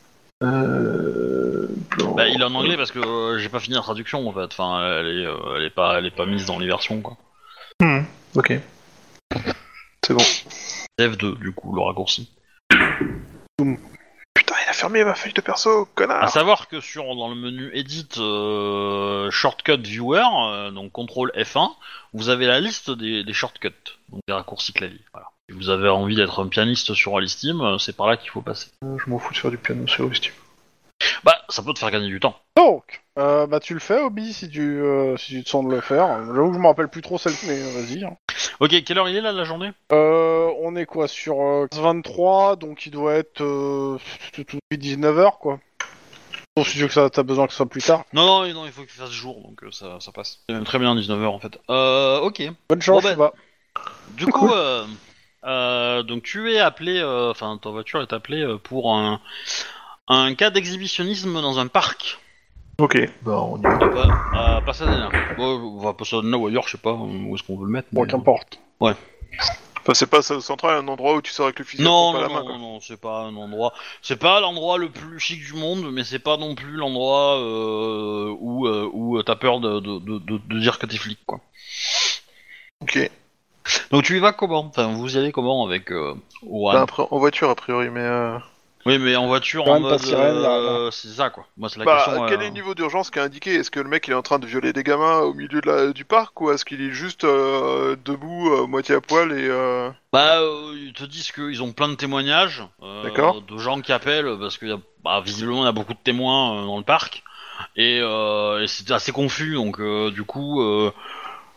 S3: Bah, il est en anglais parce que j'ai pas fini la traduction en fait. Enfin, elle est pas mise dans les versions quoi.
S4: Ok. C'est bon.
S3: F2 du coup le raccourci.
S4: Putain, il a fermé ma feuille de perso,
S3: À
S4: connard!
S3: savoir que dans le menu Edit Shortcut Viewer, donc CTRL F1, vous avez la liste des shortcuts, donc des raccourcis clavier. Voilà. Si vous avez envie d'être un pianiste sur Alisteam, c'est par là qu'il faut passer.
S4: Je m'en fous de faire du piano sur Rollisteam.
S3: Bah, ça peut te faire gagner du temps.
S1: Donc, bah tu le fais, Obi, si tu te sens de le faire. J'avoue que je me rappelle plus trop celle, mais vas-y. Hein.
S3: Ok, quelle heure il est là de la journée?
S1: On est quoi sur 23, donc il doit être 19h quoi. Sauf si tu veux que t'as besoin que ce soit plus tard.
S3: Non, il faut qu'il fasse jour, donc ça passe. C'est même très bien 19h en fait. Ok.
S1: Bonne chance,
S3: Bon, ben,
S1: va.
S3: Du coup, donc tu es appelé, enfin ta voiture est appelée pour un cas d'exhibitionnisme dans un parc.
S4: Ok, bah on y va.
S3: À Pasadena. Bon, on va à Pasadena ou ailleurs, je sais pas où est-ce qu'on veut le mettre.
S1: Bon,
S3: mais-
S1: qu'importe.
S4: Enfin, c'est pas South Central, un endroit où tu sors avec le fusil
S3: Non,
S4: pas
S3: non,
S4: la main,
S3: non,
S4: quoi.
S3: non, c'est pas un endroit. C'est pas l'endroit le plus chic du monde, mais c'est pas non plus l'endroit où t'as peur de dire que t'es flic, quoi.
S4: Ok.
S3: Donc tu y vas comment? Enfin, vous y allez comment avec Oran?
S4: Bah, après, en voiture, a priori, mais...
S3: Oui, mais en voiture,
S1: Quand
S3: en
S1: même pas
S3: mode.
S1: sirène, là.
S3: C'est ça, quoi. Moi, c'est la
S4: Bah,
S3: question.
S4: quel est le niveau d'urgence qui est indiqué? Est-ce que le mec il est en train de violer des gamins au milieu du parc ou est-ce qu'il est juste debout, moitié à poil et
S3: Bah, ils te disent qu'ils ont plein de témoignages
S4: D'accord.
S3: de gens qui appellent parce que visiblement il y a beaucoup de témoins dans le parc et c'est assez confus donc du coup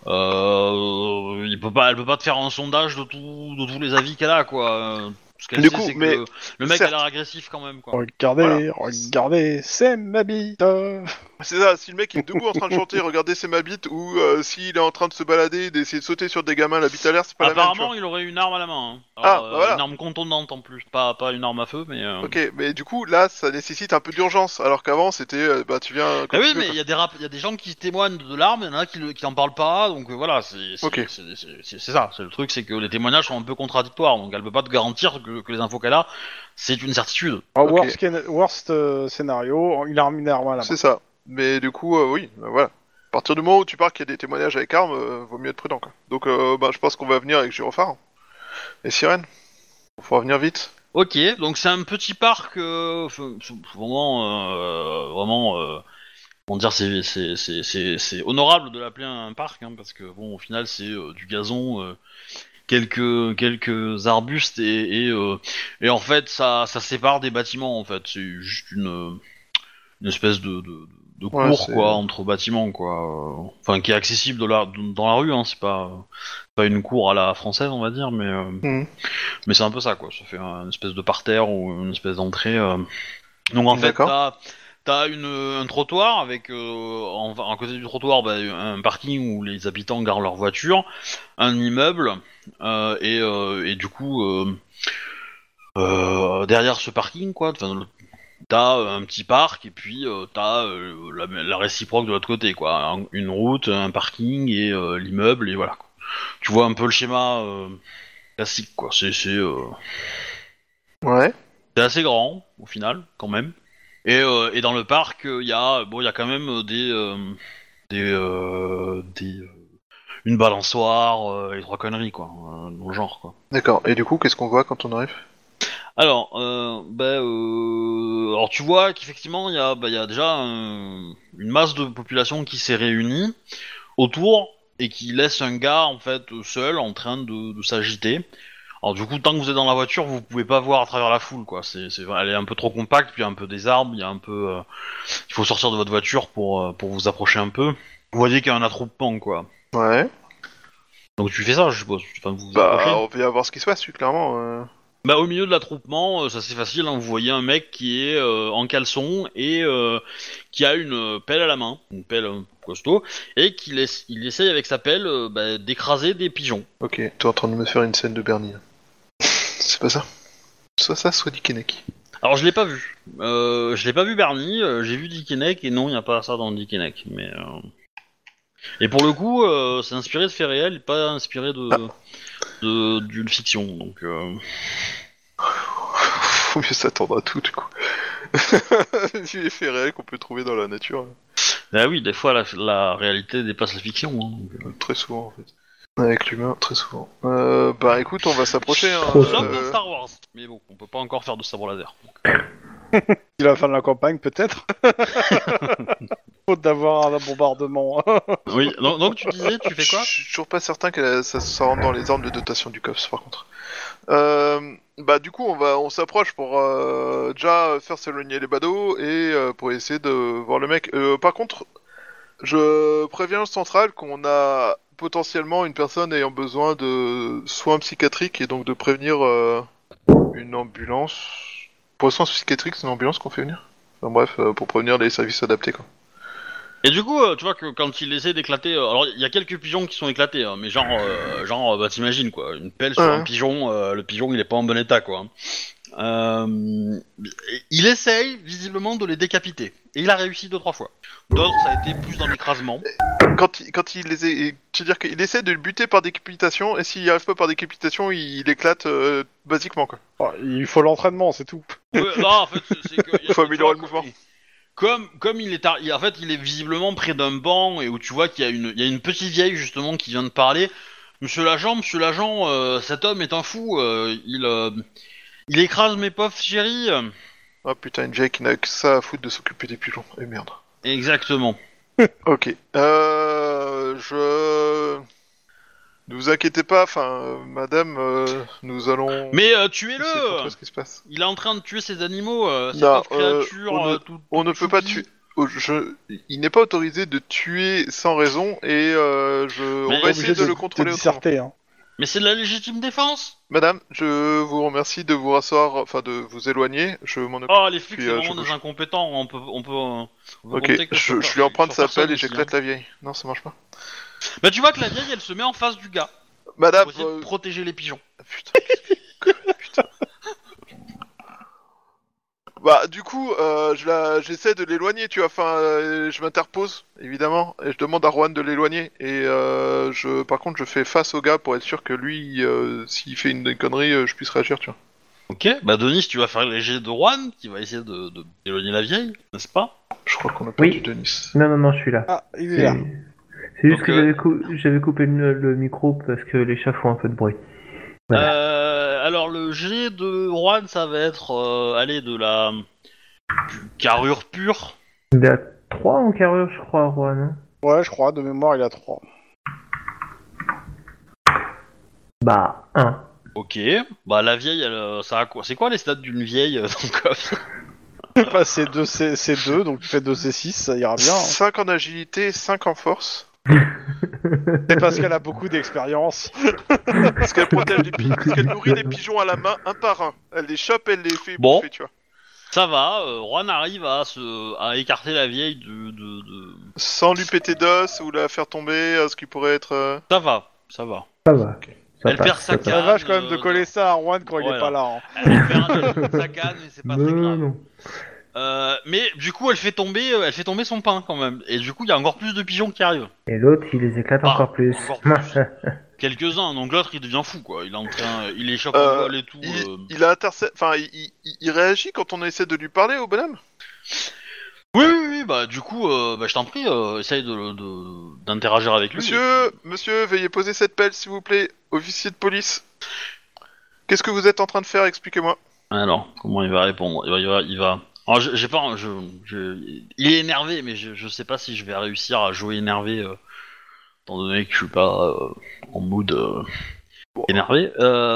S3: elle peut pas te faire un sondage de tous les avis qu'elle a, quoi. Ce qu'elle
S4: Du
S3: sait,
S4: coup,
S3: c'est que
S4: mais
S3: le mec a
S4: certes.
S3: l'air agressif quand même, quoi.
S1: Regardez, regardez, c'est ma bite.
S4: C'est ça, si le mec est debout en train de chanter, regardez c'est ma bite, ou s'il est en train de se balader, d'essayer de sauter sur des gamins, la bite à l'air, c'est pas la même, tu
S3: Apparemment,
S4: vois.
S3: il aurait une arme à la main. Hein.
S4: Ah,
S3: Alors,
S4: bah voilà.
S3: Une arme contondante en plus, pas une arme à feu, mais.
S4: Ok, mais du coup, là, ça nécessite un peu d'urgence, alors qu'avant, c'était, bah, tu viens...
S3: Ah
S4: quand
S3: oui,
S4: tu veux,
S3: mais
S4: quoi.
S3: il y a des gens qui témoignent de l'arme, il y en a qui en parlent pas, donc voilà,
S4: Ok.
S3: c'est ça. C'est le truc, c'est que les témoignages sont un peu contradictoires, donc elle peut pas te garantir que les infos qu'elle a, c'est une certitude.
S1: En
S4: Ok.
S1: worst scénario, il a remis une arme à la main.
S4: C'est ça. Mais du coup, oui, voilà. À partir du moment où tu pars qu'il y a des témoignages avec armes, vaut mieux être prudent, quoi. Donc, bah, je pense qu'on va venir avec Gyrophare. Et Sirène. Faut revenir vite.
S3: Ok, donc c'est un petit parc, vraiment, comment dire, c'est honorable de l'appeler un parc, hein, parce que bon, au final, c'est du gazon, quelques arbustes et en fait, ça sépare des bâtiments, en fait, c'est juste une espèce de
S4: Ouais,
S3: cour,
S4: c'est-
S3: quoi, entre bâtiments, quoi, enfin, qui est accessible dans la rue, hein, c'est pas une cour à la française, on va dire,
S4: Mhm.
S3: mais c'est un peu ça, quoi. Ça fait une espèce de parterre ou une espèce d'entrée. Donc en fait,
S4: D'accord.
S3: t'as un trottoir avec en côté du trottoir, bah, un parking où les habitants garent leur voiture, un immeuble et du coup derrière ce parking, quoi. T'as un petit parc et puis t'as la réciproque de l'autre côté, quoi. Une route, un parking et l'immeuble et voilà, quoi. Tu vois un peu le schéma classique, quoi.
S4: Ouais.
S3: C'est assez grand au final, quand même. Et dans le parc, il y a quand même une balançoire et trois conneries, quoi, dans le genre, quoi.
S4: D'accord. Et du coup, qu'est-ce qu'on voit quand on arrive?
S3: Alors, alors tu vois qu'effectivement il y a déjà une masse de population qui s'est réunie autour et qui laisse un gars en fait seul en train de s'agiter. Alors du coup, tant que vous êtes dans la voiture, vous pouvez pas voir à travers la foule, quoi. Elle est un peu trop compacte, puis il y a un peu des arbres, il y a un peu, il faut sortir de votre voiture pour vous approcher un peu. Vous voyez qu'il y a un attroupement, quoi.
S4: Ouais.
S3: Donc tu fais ça, je suppose. Enfin, vous vous
S4: Bah,
S3: approchez.
S4: on va voir ce qui se passe, clairement.
S3: Bah au milieu de l'attroupement, ça c'est facile. Hein, vous voyez un mec qui est en caleçon et qui a une pelle à la main, une pelle costaud, et il essaye avec sa pelle d'écraser des pigeons.
S4: Ok, t'es en train de me faire une scène de Bernie. C'est pas ça. Soit ça, soit Dickeneck.
S3: Alors je l'ai pas vu. Je l'ai pas vu Bernie. J'ai vu Dickeneck et non, il n'y a pas ça dans Dickeneck. Mais et pour le coup, c'est inspiré de faits réels, pas inspiré d'une fiction. Donc
S4: Faut mieux s'attendre à tout, du coup. Vu les faits réels qu'on peut trouver dans la nature.
S3: ah oui, des fois la réalité dépasse la fiction. Hein, donc,
S4: Très souvent, en fait. Avec l'humain, très souvent. Bah écoute, on va s'approcher. Hein,
S2: Trop
S3: sauf dans Star Wars. Mais bon, on peut pas encore faire de sabre laser.
S1: C'est la fin de la campagne, peut-être. Faute d'avoir un bombardement.
S3: Oui, donc tu disais, tu fais quoi?
S4: Je suis toujours pas certain que ça rentre dans les ordres de dotation du COPS, par contre. Bah du coup, on s'approche pour déjà faire s'éloigner les badauds et pour essayer de voir le mec. Par contre, je préviens le central qu'on a potentiellement une personne ayant besoin de soins psychiatriques et donc de prévenir une ambulance. Pour les soins psychiatriques, c'est une ambulance qu'on fait venir. Enfin bref, pour prévenir les services adaptés, quoi.
S3: Et du coup, tu vois que quand il essaie d'éclater, alors il y a quelques pigeons qui sont éclatés, hein, mais bah t'imagines quoi, une pelle sur
S4: Ouais.
S3: un pigeon, le pigeon il est pas en bon état quoi. Il essaye visiblement de les décapiter, et il a réussi 2-3 fois. D'autres ça a été plus dans l'écrasement.
S4: Quand il les c'est-à-dire qu'il essaie de le buter par décapitation, et s'il n'y arrive pas par décapitation, il éclate basiquement, quoi.
S1: Oh, il faut l'entraînement, c'est tout.
S3: Non, en fait c'est que
S4: Faut
S3: tu
S4: améliorer
S3: vois,
S4: le mouvement.
S3: Comme en fait il est visiblement près d'un banc et où tu vois qu'il y a une petite vieille justement qui vient de parler. Monsieur l'agent, cet homme est un fou. Il écrase mes pauvres chéris.
S4: Oh putain, une vieille qui n'a que ça à foutre de s'occuper des pigeons. Et merde.
S3: Exactement.
S4: Ok. Ne vous inquiétez pas, enfin, madame, nous allons...
S3: Mais
S4: essayer de
S3: tuez-le.
S4: contrôler ce qui se passe.
S3: Il est en train de tuer ces animaux, ces
S4: Non,
S3: pauvres créatures.
S4: on ne peut pas tuer. il n'est pas autorisé de tuer sans raison et on va essayer de le contrôler autrement.
S1: disserter, hein.
S3: Mais c'est de la légitime défense.
S4: Madame, je vous remercie de vous rasseoir, enfin de vous éloigner. Je m'en occupe.
S3: Oh, les flics,
S4: Puis,
S3: c'est
S4: je
S3: vraiment des
S4: bouge.
S3: incompétents. On peut
S4: Ok,
S3: compter que
S4: je
S3: sur-
S4: lui emprunte
S3: sur
S4: sa pelle et
S3: personne
S4: j'éclate
S3: aussi, hein.
S4: la vieille. Non, ça marche pas.
S3: Bah, tu vois que la vieille, elle se met en face du gars
S4: Madame,
S3: pour essayer de protéger les pigeons.
S4: putain. Putain. Bah, du coup, j'essaie de l'éloigner, tu vois. Enfin, je m'interpose, évidemment, et je demande à Juan de l'éloigner. Et par contre, je fais face au gars pour être sûr que lui, s'il fait une connerie, je puisse réagir, tu vois.
S3: Ok, bah Denis, tu vas faire les jets de Juan, qui va essayer de d'éloigner la vieille, n'est-ce pas?
S4: Je crois qu'on a
S2: Oui.
S4: perdu Denis.
S2: Non, je suis là.
S1: Ah, il est là.
S2: C'est juste
S3: Donc,
S2: que j'avais coupé le micro parce que les chats font un peu de bruit. Voilà.
S3: Alors le jet de Juan, ça va être aller de la du carrure pure.
S2: Il a 3 en carrure, je crois, Juan. Hein.
S1: Ouais, je crois, de mémoire, il a 3.
S2: Bah, 1.
S3: Ok, bah la vieille, elle, ça a quoi? C'est quoi les stats d'une vieille dans le coffre?
S1: Bah, c'est 2, donc tu fais 2C6, ça ira bien. Hein.
S4: 5 en agilité, 5 en force.
S1: C'est parce qu'elle a beaucoup d'expérience.
S4: Parce qu'elle protège les pigeons, parce qu'elle nourrit les pigeons à la main, un par un. Elle les chope, elle les fait
S3: Bon.
S4: bouffer, tu vois.
S3: Ça va, Juan arrive à écarter la vieille
S4: Sans lui péter d'os ou la faire tomber, ce qui pourrait être...
S3: Ça va, ça va.
S2: Ça va. Ça
S3: Elle
S2: passe,
S3: perd
S2: ça
S3: sa
S2: passe.
S1: C'est vache quand même de coller ça à Juan quand il
S3: Voilà.
S1: est pas là. Hein.
S3: Elle perd un peu de sa canne, mais c'est pas très grave.
S2: Non.
S3: Mais du coup, elle fait tomber son pain quand même. Et du coup, il y a encore plus de pigeons qui arrivent.
S2: Et l'autre, il les éclate
S3: Ah,
S2: encore plus.
S3: encore plus. Quelques-uns. Donc l'autre, il devient fou, quoi. Il est en train, il échappe au vol et tout.
S4: Il a enfin, il réagit quand on essaie de lui parler au bonhomme.
S3: Oui, bah du coup, bah, je t'en prie, essaye d'interagir avec lui.
S4: Monsieur, veuillez poser cette pelle, s'il vous plaît. Officier de police. Qu'est-ce que vous êtes en train de faire? Expliquez-moi.
S3: Alors, comment il va répondre? Il va. Alors, j'ai pas. Il est énervé, mais je sais pas si je vais réussir à jouer énervé, étant donné que je suis pas en mood énervé.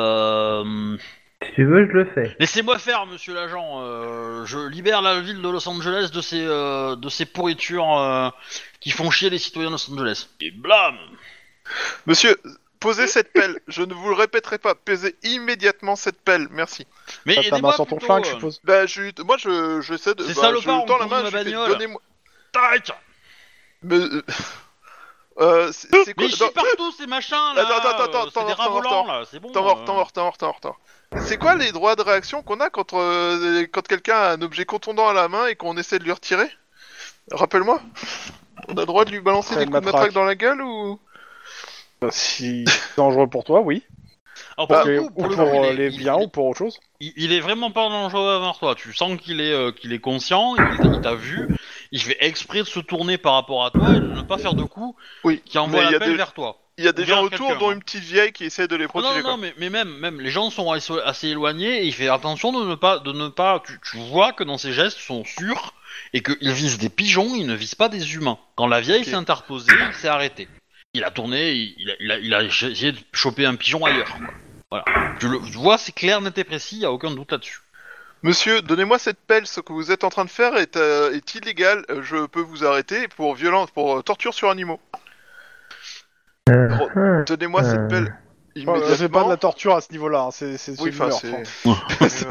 S2: Si tu veux, je le fais.
S3: Laissez-moi faire, monsieur l'agent. Je libère la ville de Los Angeles de ces pourritures qui font chier les citoyens de Los Angeles. Et blam!
S4: Monsieur, posez cette pelle. Je ne vous le répéterai pas. Posez immédiatement cette pelle. Merci.
S3: Mais
S1: T'as ta main
S3: aidez-moi
S1: sur ton
S3: plutôt,
S1: flingue, je suppose.
S4: Bah, moi, j'essaie de...
S3: Ces
S4: bah,
S3: salopards
S4: je tends
S3: ont
S4: la main,
S3: conduit
S4: je
S3: ma
S4: fais,
S3: bagnole.
S4: donnez-moi...
S3: Tac!
S4: Mais, c'est quoi...
S3: Mais ils chient partout ces machins là!
S4: Attends,
S3: C'est des rats volants là, c'est bon.
S4: Temps mort. C'est quoi les droits de réaction qu'on a quand quelqu'un a un objet contondant à la main et qu'on essaie de lui retirer? Rappelle-moi. On a le droit de lui balancer
S1: C'est
S4: des
S1: une
S4: coups de
S1: matraque.
S4: matraque dans la gueule ou...
S1: Si c'est dangereux pour toi, oui.
S3: Alors, pour
S1: Ok,
S3: le coup,
S1: ou
S3: le
S1: pour
S3: coup,
S1: les biens, ou pour autre chose.
S3: il est vraiment pas dangereux envers toi. Tu sens qu'il est conscient, il t'a vu, il fait exprès de se tourner par rapport à toi et de ne pas faire de coups
S4: Oui,
S3: qui envoie
S4: mais il y a
S3: l'appel
S4: des-
S3: vers toi.
S4: Il y a des
S3: Vers
S4: gens autour,
S3: quelqu'un,
S4: dont
S3: hein.
S4: une petite vieille qui essaie de les protéger.
S3: Non, mais même les gens sont assez éloignés et il fait attention de ne pas. Tu vois que dans ses gestes sont sûrs et qu'il vise des pigeons, il ne vise pas des humains. Quand la vieille
S4: Ok.
S3: s'est interposée, il s'est arrêté. Il a tourné, il a essayé de choper un pigeon ailleurs. Quoi. Voilà. Tu le vois, c'est clair, net et précis, y a aucun doute là-dessus.
S4: Monsieur, donnez-moi cette pelle. Ce que vous êtes en train de faire est illégal. Je peux vous arrêter pour violence, pour torture sur animaux. Donnez-moi cette pelle
S1: C'est
S4: immédiatement.
S1: pas de la torture à ce niveau-là, hein. c'est
S4: Oui,
S1: une
S4: enfin,
S1: meurtre.
S4: c'est...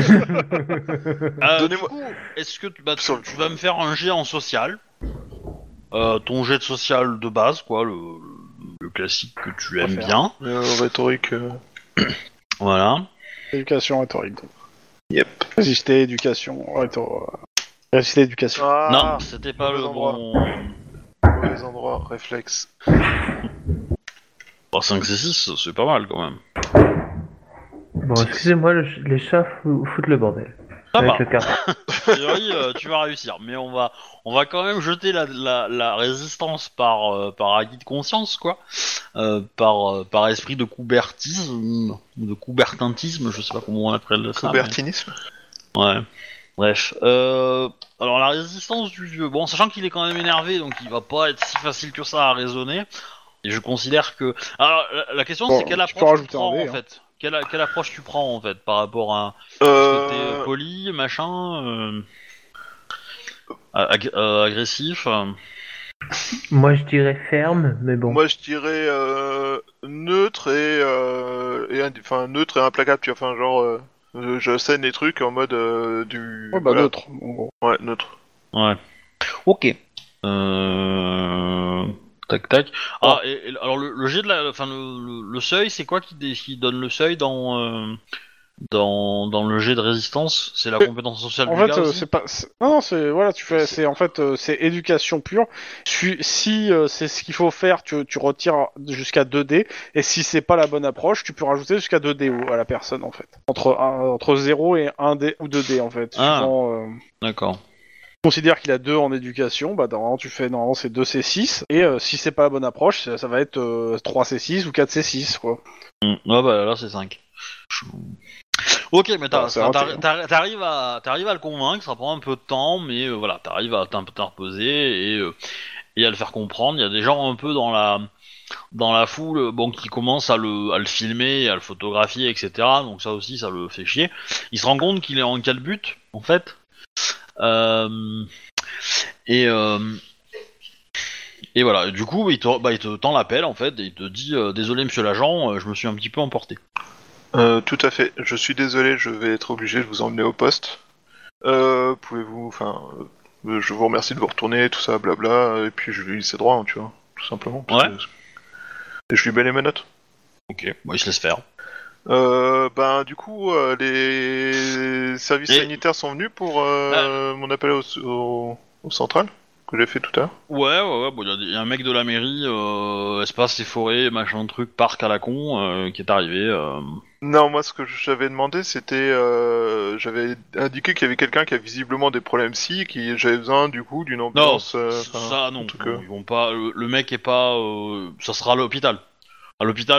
S3: Du
S4: Donnez-moi-
S3: coup, est-ce que tu vas me faire un jet en social ton jet de social de base, quoi, le classique que tu aimes
S1: faire.
S3: bien.
S4: Rhétorique...
S3: Voilà.
S1: Éducation rhétorique. Donc.
S4: Yep.
S1: Résister, éducation, résister, éducation.
S4: Ah,
S3: Non, c'était pas le
S4: mauvais endroit.
S3: bon...
S4: mauvais endroit, réflexe.
S3: Bon, 5 c 6, c'est pas mal quand même.
S2: Bon, excusez-moi, les chats foutent le bordel.
S3: Ça
S2: Avec
S3: va.
S2: le carreau.
S3: A priori, tu vas réussir, mais on va quand même jeter la résistance par acquis de conscience, quoi, par esprit de coubertisme, ou de coubertintisme, je sais pas comment on appelle ça.
S4: Coubertinisme.
S3: Ouais. Bref. Alors la résistance du vieux, bon, sachant qu'il est quand même énervé, donc il va pas être si facile que ça à raisonner. Et je considère que. Alors la question
S1: Bon,
S3: c'est quelle
S1: tu peux
S3: approche tu
S1: rajouter un
S3: prends
S1: dé,
S3: en
S1: hein.
S3: fait. Quelle approche tu prends en fait par rapport à. Est-ce que t'es poli, machin agressif.
S2: Moi, je dirais ferme, mais bon.
S4: Moi, je dirais neutre enfin neutre et implacable. Tu vois, enfin genre, je scène les trucs en mode du.
S1: Ouais, bah
S4: voilà.
S1: neutre. En gros.
S4: Ouais, neutre.
S3: Ouais. Ok. Tac tac. Ah, alors le jet de enfin le seuil, c'est quoi qui donne le seuil dans le jet de résistance? C'est la
S1: Mais,
S3: compétence sociale
S1: En
S3: du gars
S1: fait,
S3: aussi?
S1: c'est pas. Non, c'est voilà, tu fais. C'est en fait, c'est éducation pure. Si c'est ce qu'il faut faire, tu retires jusqu'à 2 dés. Et si c'est pas la bonne approche, tu peux rajouter jusqu'à 2 dés à la personne en fait. Entre 0 et 1 dé ou 2 dés en fait,
S3: Ah,
S1: suivant.
S3: d'accord.
S1: Considère qu'il a 2 en éducation, bah normalement tu fais normalement c'est 2 C6 et si c'est pas la bonne approche, ça va être 3 C6 ou 4 C6 quoi.
S3: Ouais, bah là c'est 5. Ok, mais
S1: Voilà, c'est raté, hein.
S3: t'arrives à le convaincre, ça prend un peu de temps, mais voilà, t'arrives à t'imposer et à le faire comprendre. Il y a des gens un peu dans la foule, bon, qui commencent à le filmer, à le photographier, etc. Donc ça aussi, ça le fait chier. Il se rend compte qu'il est en calbut, en fait. Euh, et, euh, et voilà, du coup, il te tend l'appel, en fait, et il te dit désolé, monsieur l'agent, je me suis un petit peu emporté.
S4: Tout à fait. Je suis désolé, je vais être obligé de vous emmener au poste. Pouvez-vous, enfin, je vous remercie de vous retourner, tout ça, blabla, et puis je lui laisse ses droits, hein, tu vois, tout simplement.
S3: Ouais.
S4: Et je lui mets les menottes.
S3: Ok, bon, il se laisse faire.
S4: Ben du coup, les services
S3: Et-
S4: sanitaires sont venus pour mon appel au central que j'ai fait tout à l'heure.
S3: Ouais, bon, il y a un mec de la mairie, espace et forêt, machin truc, parc à la con, qui est arrivé.
S4: Non, moi ce que j'avais demandé, c'était, j'avais indiqué qu'il y avait quelqu'un qui a visiblement des problèmes psy, qui j'avais besoin du coup d'une
S3: Non,
S4: ambulance.
S3: ça non,
S4: un truc,
S3: non, ils vont pas. Le mec est pas. Ça sera à l'hôpital. À l'hôpital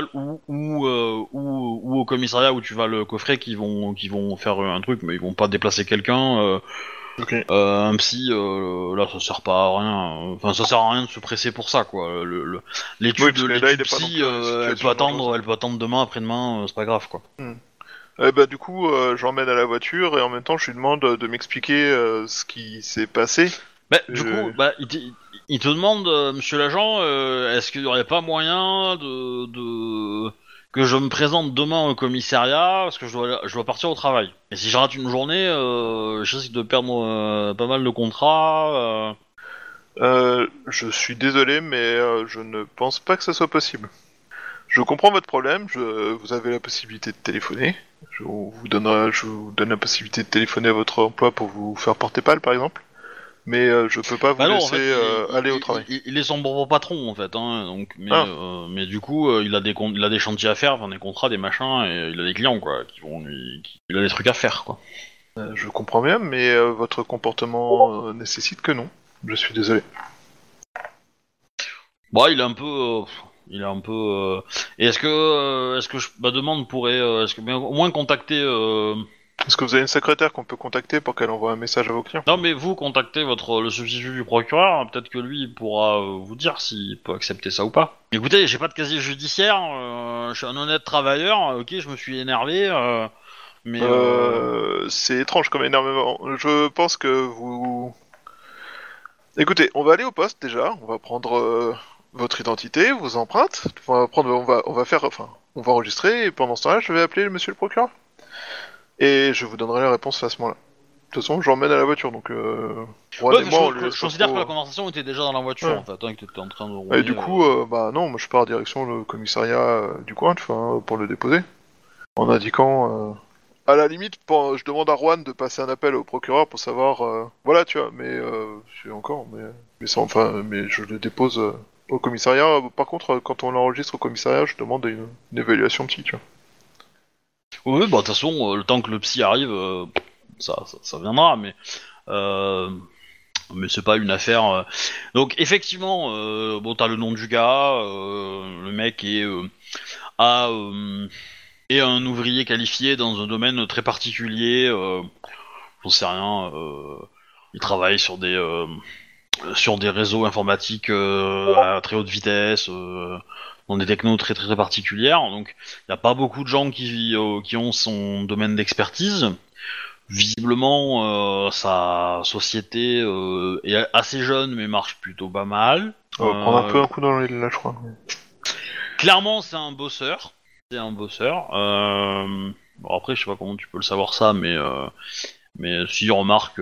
S3: ou au commissariat où tu vas le coffrer qui vont faire un truc, mais ils vont pas déplacer quelqu'un.
S4: Ok.
S3: Un psy, là, ça sert pas à rien. Enfin, ça sert à rien de se presser pour ça, quoi. L'étude
S4: Oui, parce que là, il
S3: l'étude
S4: est pas non
S3: psy,
S4: plus dans une situation dangereuse.
S3: elle peut attendre demain, après-demain, c'est pas grave, quoi.
S4: Bah du coup, j'emmène à la voiture et en même temps, je lui demande de m'expliquer ce qui s'est passé.
S3: Bah, du coup, il te demande, monsieur l'agent, est-ce qu'il y aurait pas moyen que je me présente demain au commissariat parce que je dois partir au travail. Et si je rate une journée, je risque de perdre pas mal de contrats.
S4: Je suis désolé, mais je ne pense pas que ça soit possible. Je comprends votre problème, vous avez la possibilité de téléphoner. Je vous donne la possibilité de téléphoner à votre emploi pour vous faire porter pale, par exemple. Mais je peux pas vous
S3: Bah non, en
S4: laisser
S3: fait,
S4: aller au travail.
S3: il est son propre patron en fait, hein, donc
S4: Ah.
S3: mais du coup, il a des chantiers à faire, enfin, des contrats, des machins, et il a des clients quoi, il a des trucs à faire quoi.
S4: Je comprends bien, mais votre comportement nécessite que non. Je suis désolé.
S3: Bon, il est un peu. Et est-ce que ma demande pourrait, mais au moins contacter.
S4: Est-ce que vous avez une secrétaire qu'on peut contacter pour qu'elle envoie un message à vos clients?
S3: Non, mais vous contactez le substitut du procureur. Peut-être que lui il pourra vous dire s'il peut accepter ça ou pas. Écoutez, j'ai pas de casier judiciaire. Je suis un honnête travailleur. Ok, je me suis énervé, mais.
S4: C'est étrange comme énormément. Je pense que vous... Écoutez, on va aller au poste déjà. On va prendre votre identité, vos empreintes. On va enregistrer et pendant ce temps-là, je vais appeler le monsieur le procureur. Et je vous donnerai la réponse à ce moment-là. De toute façon, j'emmène à la voiture, donc...
S3: Ouais,
S4: je
S3: je considère que la conversation était déjà dans la voiture
S4: Ouais.
S3: en fait, hein, que t'étais en train de
S4: Et
S3: rouler,
S4: du coup, bah non, moi je pars direction le commissariat du coin, enfin, pour le déposer. En indiquant... À la limite, je demande à Juan de passer un appel au procureur pour savoir... Voilà, tu vois, mais... c'est encore, mais je le dépose au commissariat. Par contre, quand on l'enregistre au commissariat, je demande une évaluation psy, tu vois.
S3: Oui, bah de toute façon, le temps que le psy arrive, ça viendra, mais c'est pas une affaire. Donc effectivement, bon, t'as le nom du gars, le mec est un ouvrier qualifié dans un domaine très particulier. J'en sais rien. Il travaille sur des réseaux informatiques à très haute vitesse. Dans des technos très très particulières, donc il n'y a pas beaucoup de gens qui ont son domaine d'expertise. Visiblement, sa société est assez jeune mais marche plutôt pas mal.
S4: On va prendre un peu un coup dans l'aile là, je crois.
S3: Clairement, c'est un bosseur. C'est un bosseur. Bon, après, je sais pas comment tu peux le savoir ça, mais si remarque,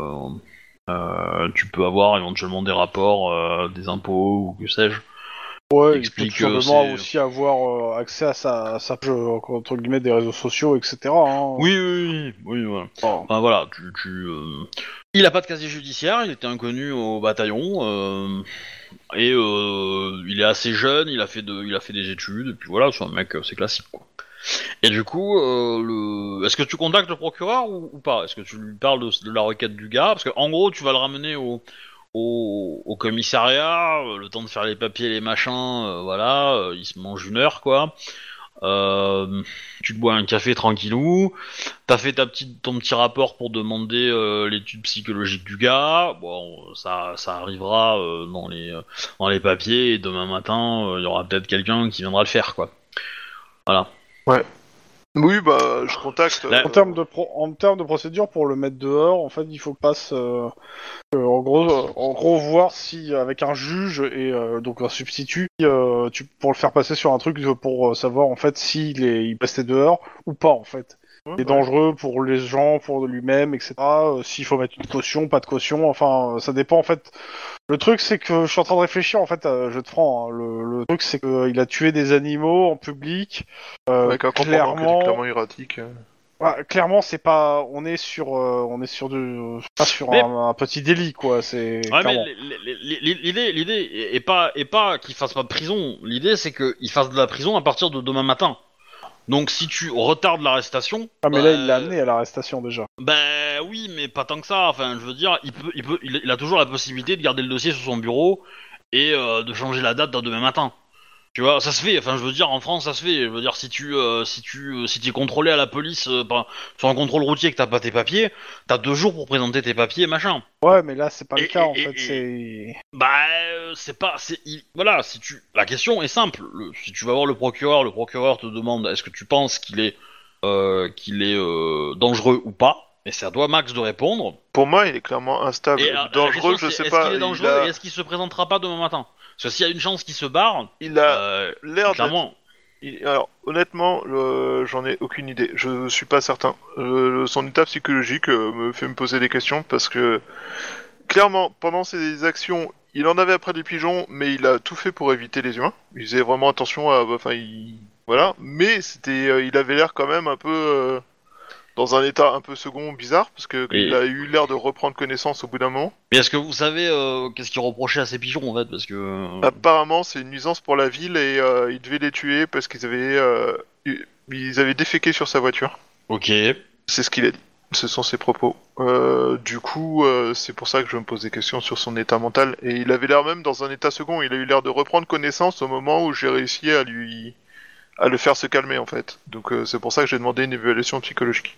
S3: tu peux avoir éventuellement des rapports, des impôts ou que sais-je.
S1: Ouais,
S3: Explique,
S1: il peut tout simplement
S3: c'est-
S1: aussi avoir accès à sa page, entre guillemets, des réseaux sociaux, etc. Hein.
S3: Oui, voilà.
S1: Bon.
S3: Enfin voilà, il a pas de casier judiciaire, il était inconnu au bataillon, et il est assez jeune, il a fait des études, et puis voilà, c'est un mec, c'est classique quoi. Et du coup, est-ce que tu contactes le procureur ou pas? Est-ce que tu lui parles de la requête du gars? Parce que en gros, tu vas le ramener au commissariat, le temps de faire les papiers, les machins, voilà, il se mange 1 heure quoi. Tu te bois un café tranquillou, t'as fait ton petit rapport pour demander l'étude psychologique du gars. Bon, ça arrivera dans les papiers et demain matin, il y aura peut-être quelqu'un qui viendra le faire quoi. Voilà.
S4: Oui, bah, je contacte.
S3: Là,
S1: En termes de procédure, pour le mettre dehors, en fait, il faut que passe, en gros, voir si avec un juge et donc un substitut, pour le faire passer sur un truc pour savoir en fait il peut rester dehors ou pas en fait.
S4: Ouais,
S1: Il est dangereux pour les gens, pour lui-même, etc. S'il faut mettre une caution, pas de caution, enfin, ça dépend en fait. Le truc, c'est que je suis en train de réfléchir en fait à jeu de franc. Hein. Le truc, c'est qu'il a tué des animaux en public.
S4: avec un comportement qui est
S1: clairement,
S4: clairement erratique.
S1: clairement, c'est pas. On est sur pas sur
S3: Mais-
S1: un petit délit quoi. C'est.
S3: Ouais, mais
S1: clairement.
S3: l'idée est pas qu'il fasse pas de prison. L'idée, c'est qu'il fasse de la prison à partir de demain matin. Donc, si tu retardes l'arrestation,
S1: Ah mais là, il l'a amené à l'arrestation déjà.
S3: ben oui, mais pas tant que ça. Enfin, je veux dire, il a toujours la possibilité de garder le dossier sur son bureau et de changer la date d'un demain matin. Tu vois, ça se fait. Enfin, je veux dire, en France, ça se fait. Je veux dire, si t'es contrôlé à la police sur un contrôle routier et que t'as pas tes papiers, t'as 2 jours pour présenter tes papiers, machin.
S1: Ouais, mais là, c'est pas le
S3: Et-
S1: cas en
S3: et-
S1: fait.
S3: et-
S1: C'est.
S3: Bah, c'est pas. Voilà, la question est simple. Si tu vas voir le procureur te demande est-ce que tu penses qu'il est dangereux ou pas. Et c'est à toi, Max, de répondre.
S4: Pour moi, il est clairement instable.
S3: Et la
S4: Dangereux,
S3: question,
S4: je
S3: c'est,
S4: sais
S3: est-ce
S4: pas.
S3: qu'il est dangereux et est-ce qu'il se présentera pas demain matin? Parce que s'il y a une chance qu'il se barre,
S4: Il a l'air d'être.
S3: clairement.
S4: Alors, honnêtement, j'en ai aucune idée. Je suis pas certain. Son état psychologique me fait me poser des questions parce que clairement, pendant ses actions, il en avait après des pigeons, mais il a tout fait pour éviter les humains. Il faisait vraiment attention à, enfin, voilà. Mais c'était, il avait l'air quand même un peu dans un état un peu second, bizarre, parce que il a eu l'air de reprendre connaissance au bout d'un moment.
S3: Mais est-ce que vous savez qu'est-ce qu'il reprochait à ces pigeons en fait? Parce que.
S4: Apparemment, c'est une nuisance pour la ville et il devait les tuer parce ils avaient déféqué sur sa voiture.
S3: Ok.
S4: C'est ce qu'il a dit. Ce sont ses propos. Du coup, c'est pour ça que je me pose des questions sur son état mental. Et il avait l'air même dans un état second. Il a eu l'air de reprendre connaissance au moment où j'ai réussi à le faire se calmer en fait. Donc c'est pour ça que j'ai demandé une évaluation psychologique.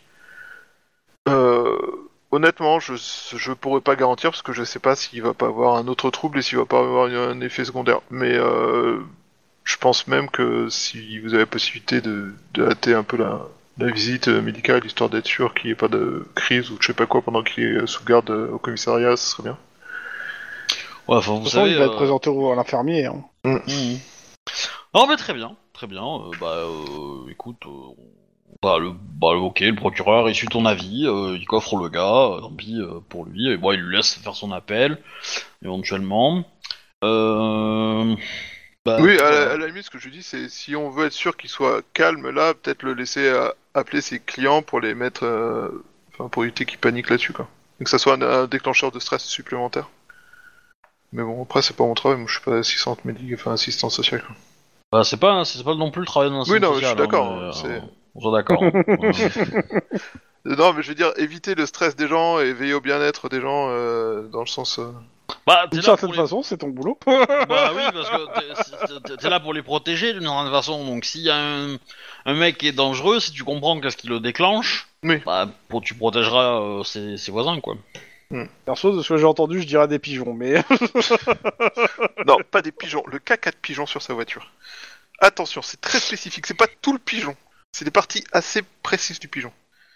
S4: Honnêtement, je pourrais pas garantir parce que je sais pas s'il va pas avoir un autre trouble et s'il va pas avoir un effet secondaire. Mais je pense même que si vous avez la possibilité de hâter un peu la visite médicale, histoire d'être sûr qu'il n'y ait pas de crise ou je sais pas quoi pendant qu'il est sous garde au commissariat, ce serait bien.
S3: Ouais, enfin,
S1: De
S3: vous
S1: toute façon,
S3: savez.
S1: il va être présenté à l'infirmier. Hein.
S3: Mhm. Non, mais très bien, très bien. Écoute, ok, le procureur il suit ton avis, il coffre le gars, tant pis pour lui. Et bon, il lui laisse faire son appel, éventuellement.
S4: Oui,
S3: voilà.
S4: à la limite, ce que je dis, c'est si on veut être sûr qu'il soit calme là, peut-être le laisser appeler ses clients pour les mettre, pour éviter qu'ils paniquent là-dessus, quoi. Et que ça soit un déclencheur de stress supplémentaire. Mais bon, après, c'est pas mon travail, moi je suis pas assistant social, quoi.
S3: Bah, c'est pas non plus le travail d'un
S4: Oui, non,
S3: social,
S4: je suis d'accord,
S3: hein, mais,
S4: c'est-
S3: on soit d'accord. Hein.
S4: Non, mais je veux dire, éviter le stress des gens et veiller au bien-être des gens, dans le sens...
S3: Bah, t'es
S1: D'une
S3: là
S1: certaine
S3: pour les...
S1: façon, c'est ton boulot.
S3: Bah oui, parce que t'es là pour les protéger d'une certaine façon. Donc s'il y a un mec qui est dangereux, si tu comprends qu'est-ce qui le déclenche,
S4: Oui.
S3: bah tu protégeras ses voisins, quoi.
S1: Perso, de ce que j'ai entendu, je dirais des pigeons, mais.
S4: Non, pas des pigeons, le caca de pigeon sur sa voiture. Attention, c'est très spécifique, c'est pas tout le pigeon. C'est des parties assez précises du pigeon.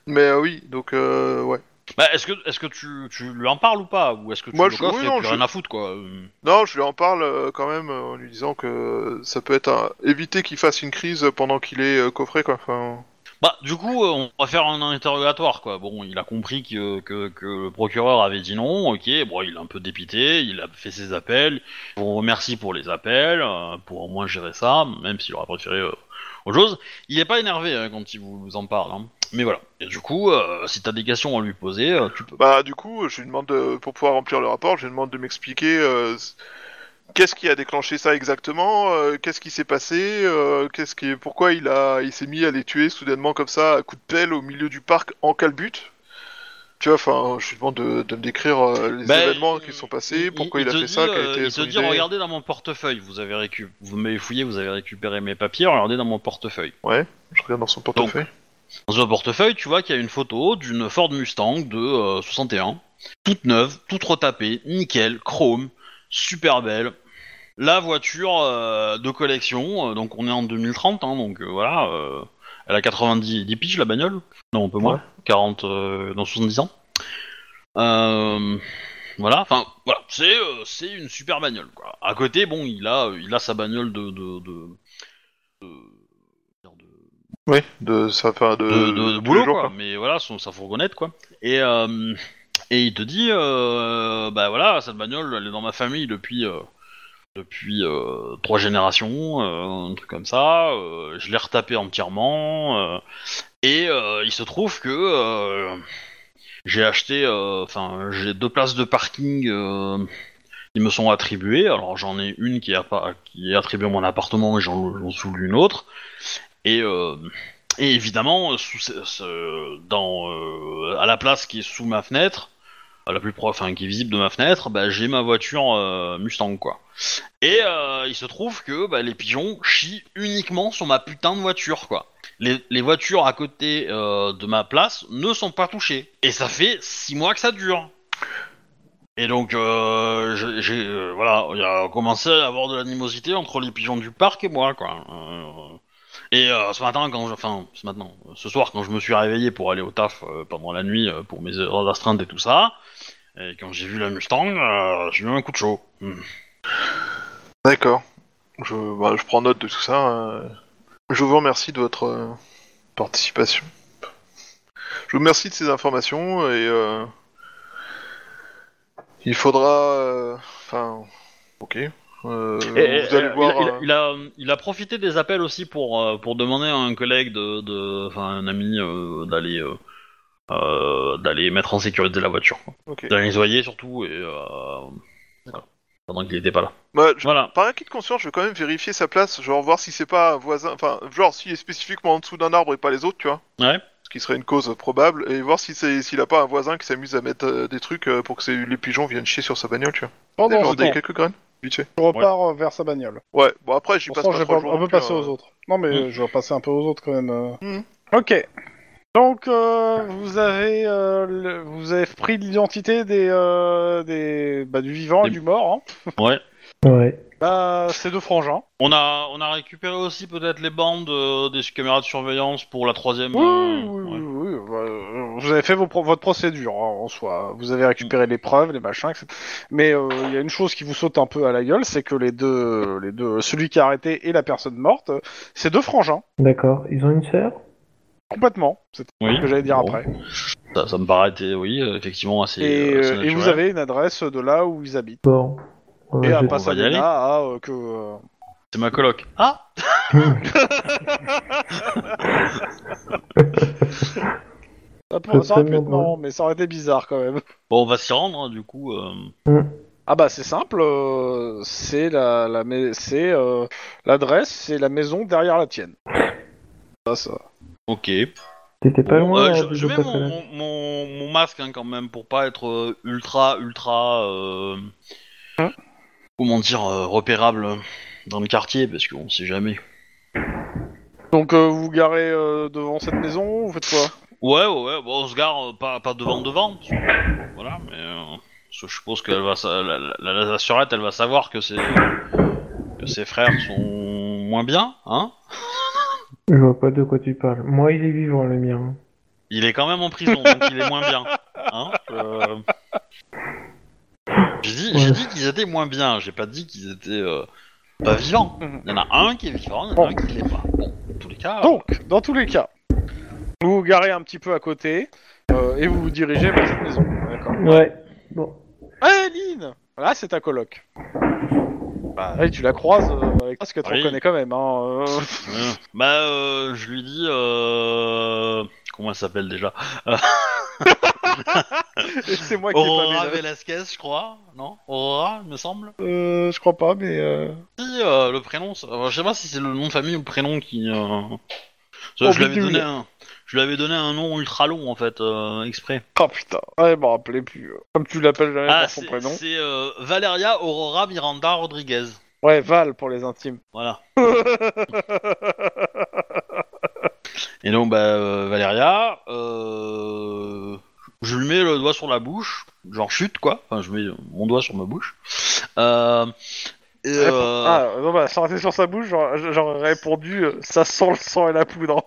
S4: Mais oui, donc ouais.
S3: Bah, est-ce que tu lui en parles ou pas? Ou est-ce que tu
S4: Moi,
S3: le coffres et plus rien à foutre, quoi?
S4: Non, je lui en parle quand même en lui disant que ça peut être éviter qu'il fasse une crise pendant qu'il est coffré, quoi. Enfin...
S3: Bah, du coup, on va faire un interrogatoire, quoi. Bon, il a compris que le procureur avait dit non, ok, bon, il est un peu dépité, il a fait ses appels, on vous remercie pour les appels, pour au moins gérer ça, même s'il aurait préféré autre chose. Il est pas énervé quand il vous en parle, hein. Mais voilà. Et du coup, si t'as des questions à lui poser, tu peux.
S4: Bah, du coup, je lui demande, pour pouvoir remplir le rapport, je lui demande de m'expliquer qu'est-ce qui a déclenché ça exactement, qu'est-ce qui s'est passé, pourquoi il s'est mis à les tuer soudainement comme ça, à coups de pelle au milieu du parc en calbute. Tu vois, enfin, je lui demande de me décrire les événements qui sont passés, pourquoi il a fait ça, quelle a été
S3: il
S4: son
S3: te dit,
S4: idée.
S3: regardez dans mon portefeuille, vous m'avez fouillé, vous avez récupéré mes papiers, regardez dans mon portefeuille.
S4: Ouais, je regarde dans son portefeuille.
S3: Dans ce portefeuille, tu vois qu'il y a une photo d'une Ford Mustang de 61, toute neuve, toute retapée, nickel, chrome, super belle. La voiture de collection, donc on est en 2030, hein, donc voilà, elle a 90 piges la bagnole, non un peu moins, 40 dans 70 ans. Voilà, enfin voilà, c'est une super bagnole quoi. À côté, bon, il a sa bagnole de
S4: Oui, de
S3: boulot
S4: jours,
S3: quoi. Mais voilà, sa fourgonnette quoi. Et il te dit, bah voilà, cette bagnole, elle est dans ma famille depuis 3 générations, un truc comme ça. Je l'ai retapé entièrement. Et il se trouve que j'ai acheté, j'ai 2 places de parking qui me sont attribuées. Alors j'en ai une qui est attribuée à mon appartement et j'en loue une autre. Et évidemment, à la place qui est sous ma fenêtre, la plus proche, qui est visible de ma fenêtre, bah, j'ai ma voiture Mustang quoi. Et il se trouve que les pigeons chient uniquement sur ma putain de voiture quoi. Les voitures à côté de ma place ne sont pas touchées. Et ça fait 6 mois que ça dure. Et donc voilà, il a commencé à avoir de l'animosité entre les pigeons du parc et moi quoi. Et ce soir, quand je me suis réveillé pour aller au taf pendant la nuit pour mes heures d'astreinte et tout ça, et quand j'ai vu la Mustang, j'ai eu un coup de chaud.
S4: D'accord. Je prends note de tout ça. Je vous remercie de votre participation. Je vous remercie de ces informations et il faudra... ok. Vous allez voir...
S3: Il a profité des appels aussi pour demander à un collègue un ami d'aller mettre en sécurité la voiture.
S4: Okay.
S3: D'aller nettoyer surtout et voilà. Pendant qu'il était pas là.
S4: Voilà. Par acquis de conscience, je vais quand même vérifier sa place, genre voir si c'est pas un voisin, genre s'il est spécifiquement en dessous d'un arbre et pas les autres, tu vois.
S3: Ouais.
S4: Ce qui serait une cause probable, et voir s'il a pas un voisin qui s'amuse à mettre des trucs pour que les pigeons viennent chier sur sa bagnole, tu vois.
S1: Pendant
S4: des quelques graines, vite fait.
S1: Je repars vers sa bagnole.
S4: Ouais, bon après j'y passe pas trop
S1: on peut passer aux autres. Non mais je vais passer un peu aux autres quand même. Ok. Donc vous avez pris l'identité du vivant et du mort. Hein.
S3: Ouais.
S2: Ouais.
S1: C'est 2 frangins.
S3: On a récupéré aussi peut-être les bandes des caméras de surveillance pour la 3e.
S1: Oui. Vous avez fait votre procédure en soi. Vous avez récupéré les preuves, les machins, etc. Mais il y a une chose qui vous saute un peu à la gueule, c'est que les deux, celui qui a arrêté et la personne morte, c'est 2 frangins.
S2: D'accord. Ils ont une sœur?
S1: Complètement. C'est ce que j'allais dire après.
S3: Ça me paraît, effectivement assez.
S1: Et vous avez une adresse de là où ils habitent.
S2: Bon.
S1: Et à Pasadena, que.
S3: C'est ma coloc. Ah.
S1: Ça aurait pu être marrant, mais ça aurait été bizarre quand même.
S3: Bon, on va s'y rendre, hein, du coup.
S1: Ah bah c'est simple, c'est l'adresse, c'est la maison derrière la tienne. Ça.
S3: Ok.
S2: T'étais pas loin.
S3: Je mets mon masque hein, quand même pour pas être ultra comment dire repérable dans le quartier parce qu'on sait jamais. Donc
S1: vous garez devant cette maison, vous faites quoi?
S3: Ouais, bon, on se gare pas devant, voilà, mais parce que je suppose que la surette, elle va savoir que ses frères sont moins bien, hein.
S2: Je vois pas de quoi tu parles. Moi, il est vivant, le mien.
S3: Il est quand même en prison, donc il est moins bien. Hein J'ai dit qu'ils étaient moins bien, j'ai pas dit qu'ils étaient pas vivants. Il y en a un qui est vivant, il y en a un qui l'est pas. Bon, dans tous les cas...
S1: Donc, dans tous les cas, vous vous garez un petit peu à côté et vous vous dirigez vers cette maison. D'accord.
S2: Ouais. Bon.
S1: Ouais, Lynn. Là, c'est ta coloc. Bah, oui, tu la croises avec parce que tu
S3: Oui.
S1: reconnais quand même. Hein,
S3: je lui dis... Comment elle s'appelle déjà
S1: Et c'est moi qui ai pas
S3: Aurora
S1: mis la-
S3: Velasquez, je crois. Non Aurora, il me semble.
S1: Je crois pas, mais...
S3: Si, le prénom... je sais pas si c'est le nom de famille ou le prénom qui... Je lui avais donné un nom ultra long, en fait, exprès.
S1: Oh putain, ouais, je me rappelais plus. Comme tu l'appelles jamais par son prénom.
S3: c'est Valeria Aurora Miranda Rodriguez.
S1: Ouais, Val pour les intimes.
S3: Voilà. Et donc, Valeria, je lui mets le doigt sur la bouche, genre chute, quoi. Enfin, je mets mon doigt sur ma bouche.
S1: Ah, non, bah, ça aurait été sur sa bouche, j'aurais répondu ça sent le sang et la poudre.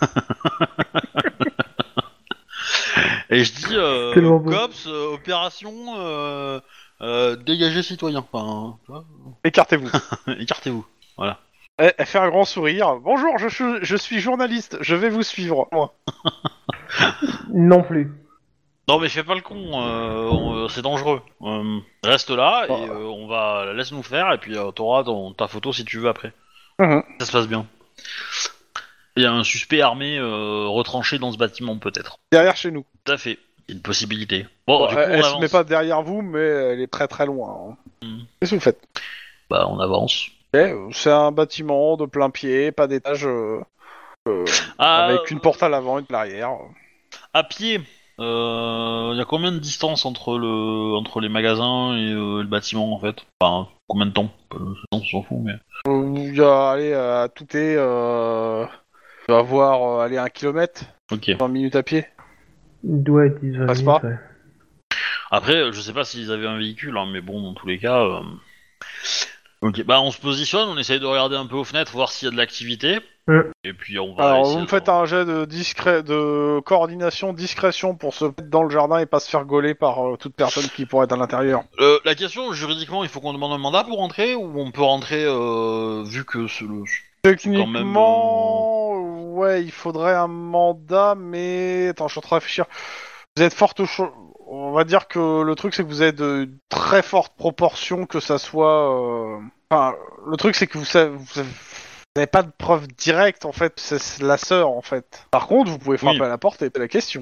S3: Et je dis,
S2: Tellement beau.
S3: COPS, opération, dégager citoyen. Enfin, tu vois,
S1: Écartez-vous.
S3: écartez-vous. Voilà.
S1: Elle fait un grand sourire. Bonjour, je suis journaliste, je vais vous suivre. Moi.
S2: Non plus.
S3: Non mais fais pas le con, c'est dangereux. Reste là et on va laisse nous faire et puis t'auras ta photo si tu veux après.
S1: Mhm.
S3: Ça se passe bien. Il y a un suspect armé retranché dans ce bâtiment peut-être.
S1: Derrière chez nous.
S3: Tout à fait. C'est une possibilité. Bon, du coup
S1: elle
S3: on
S1: se
S3: avance.
S1: met pas derrière vous, mais elle est très très loin. Hein. Qu'est-ce que vous faites?
S3: Bah on avance.
S1: C'est un bâtiment de plein pied, pas d'étage, avec une porte à l'avant et de l'arrière.
S3: À pied. Il y a combien de distance entre les magasins et le bâtiment en fait? Enfin, combien de temps? On s'en fout mais.
S1: Il y a, allez, à tout est, tu vas avoir, allez, 1 kilomètre,
S3: Ok.
S1: 20 minutes à pied.
S2: Ouais, 10, 20
S1: Passe
S2: minutes,
S1: pas.
S2: ouais.
S3: Après, je sais pas s'ils avaient un véhicule, hein, mais bon, dans tous les cas. Ok, bah on se positionne, on essaye de regarder un peu aux fenêtres, voir s'il y a de l'activité. Et puis on va.
S1: Alors,
S3: essayer
S1: vous me
S3: de-
S1: faites un jet de coordination, discrétion pour se mettre dans le jardin et pas se faire gauler par toute personne qui pourrait être à l'intérieur.
S3: La question, juridiquement, il faut qu'on demande un mandat pour rentrer ou on peut rentrer vu que c'est le.
S1: Techniquement, ouais, il faudrait un mandat, mais... Attends, je suis en train de réfléchir. Vous êtes forte On va dire que le truc, c'est que vous êtes de très forte proportion, que ça soit... Enfin, le truc, c'est que vous n'avez pas de preuve directe, en fait, c'est la sœur, en fait. Par contre, vous pouvez frapper
S3: Oui.
S1: à la porte et poser la question.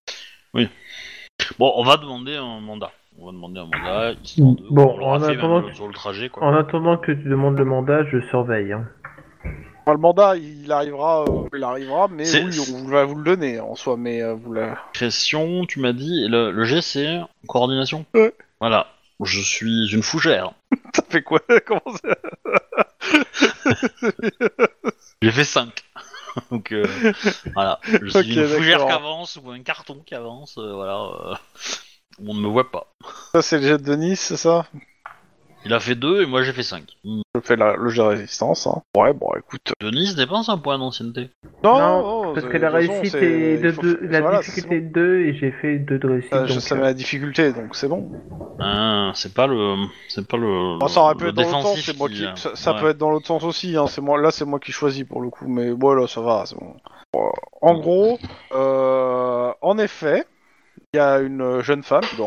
S3: Bon, on va demander un mandat. On va demander un mandat. Histoire de...
S2: Bon,
S3: on l'aura
S2: en
S3: fait
S2: attendant
S3: même sur le trajet, quoi.
S2: En attendant que tu demandes le mandat, je surveille. Hein.
S1: Enfin, le mandat, il arrivera, mais
S3: C'est-
S1: oui, on va vous le donner, en soi, mais vous la...
S3: Pression, tu m'as dit, et le G c'est coordination.
S1: Ouais.
S3: Voilà. Je suis une fougère.
S1: Ça fait quoi? Comment ça?
S3: J'ai fait 5. Donc voilà, je suis
S1: Ok,
S3: une fougère
S1: d'accord.
S3: qui avance ou un carton qui avance, on ne me voit pas.
S1: Ça, c'est le jet de Nice, c'est ça?
S3: Il a fait 2 et moi j'ai fait 5.
S1: Je fais le jet de résistance, hein. Ouais, bon, écoute...
S3: Denis dépense un point d'ancienneté.
S2: Non, parce que la
S1: de toute façon,
S2: réussite
S1: c'est-
S2: est de
S1: il faut-
S2: 2, la
S1: voilà,
S2: difficulté est de 2 et j'ai fait 2 de réussite.
S1: Ça,
S2: donc,
S1: ça met la difficulté, donc c'est bon.
S3: Ah, c'est pas le
S1: Bon, ça aurait pu
S3: le
S1: être dans l'autre sens,
S3: défensif
S1: c'est moi
S3: qui,
S1: qui...
S3: euh,
S1: Ça
S3: ouais.
S1: peut être dans l'autre sens aussi, hein. C'est moi qui choisis pour le coup, mais voilà, ça va, c'est bon. En gros, en effet, il y a une jeune femme dedans.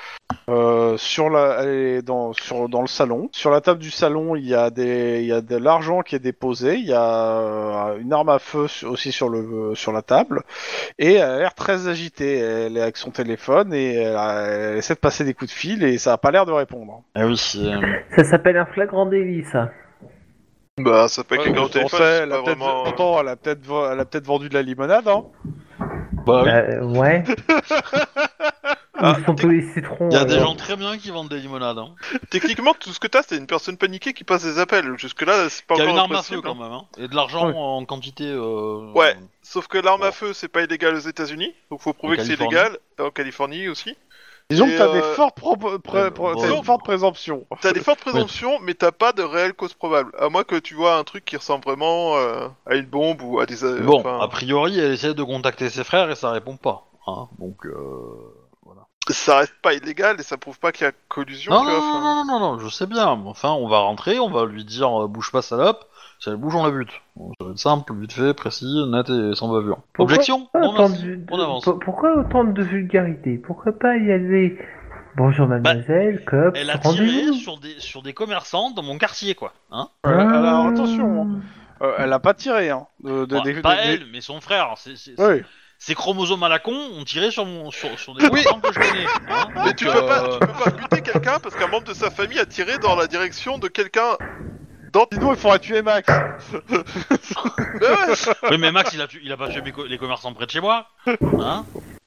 S1: Elle est dans le salon. Sur la table du salon, il y a de l'argent qui est déposé. Il y a une arme à feu aussi sur la table. Et elle a l'air très agitée. Elle est avec son téléphone et elle essaie de passer des coups de fil et ça a pas l'air de répondre.
S3: Ah oui, c'est...
S2: Ça s'appelle un flagrant délit, ça.
S4: Bah, ça peut être quelqu'un au
S1: On
S4: téléphone,
S1: sait,
S4: c'est
S1: elle a
S4: pas
S1: peut-être
S4: vraiment...
S1: pourtant, elle a peut-être vendu de la limonade, hein.
S3: Bah oui.
S2: Ouais.
S4: Ah,
S2: Ils sont tous les citrons.
S3: Il y a des
S2: alors.
S3: gens très bien qui vendent des limonades, hein.
S4: Techniquement, tout ce que t'as, c'est une personne paniquée qui passe des appels. Jusque-là, c'est pas
S3: Qui a
S4: encore
S3: une arme à
S4: possible,
S3: feu
S4: hein.
S3: quand même, hein. Et de l'argent
S1: Ouais.
S3: en quantité...
S4: Ouais. Sauf que l'arme à
S3: Bon.
S4: feu, c'est pas illégal aux États-Unis, donc faut prouver
S3: En
S4: que c'est
S3: Californie.
S4: illégal. En Californie aussi.
S1: Disons
S4: Et,
S1: que t'as des
S3: bon.
S1: fortes présomptions.
S4: T'as des fortes présomptions, mais t'as pas de réelle cause probable. À moins que tu vois un truc qui ressemble vraiment à une bombe ou à des...
S3: Bon,
S4: enfin,
S3: a priori, elle essaie de contacter ses frères et ça répond pas. Hein, donc, voilà.
S4: ça reste pas illégal et ça prouve pas qu'il y a collusion,
S3: Non,
S4: tu vois.
S3: non,
S4: enfin.
S3: non, non, non, non, je sais bien. Mais enfin, on va rentrer, on va lui dire bouge pas, salope. Si elle bouge, on la bute. Bon, ça va être simple, vite fait, précis, net et sans bavure.
S2: Pourquoi
S3: Objection Non,
S2: autant
S3: merci.
S2: de-
S3: On avance.
S2: Pourquoi autant de vulgarité? Pourquoi pas y aller? Bonjour mademoiselle, cops,
S3: Elle a tiré
S2: rendez-vous.
S3: sur des commerçants dans mon quartier, quoi. Hein
S1: Alors attention, elle a pas tiré, hein.
S3: Pas elle, mais son frère.
S1: Oui.
S3: Ces chromosomes à la con ont tiré sur des commerçants que je connais. Hein
S4: Mais
S3: Donc,
S4: tu peux pas buter quelqu'un parce qu'un membre de sa famille a tiré dans la direction de quelqu'un.
S1: Sinon, il faudra tuer Max.
S4: Mais ouais.
S3: Oui, mais Max, il a pas tué les commerçants près de chez moi. Hein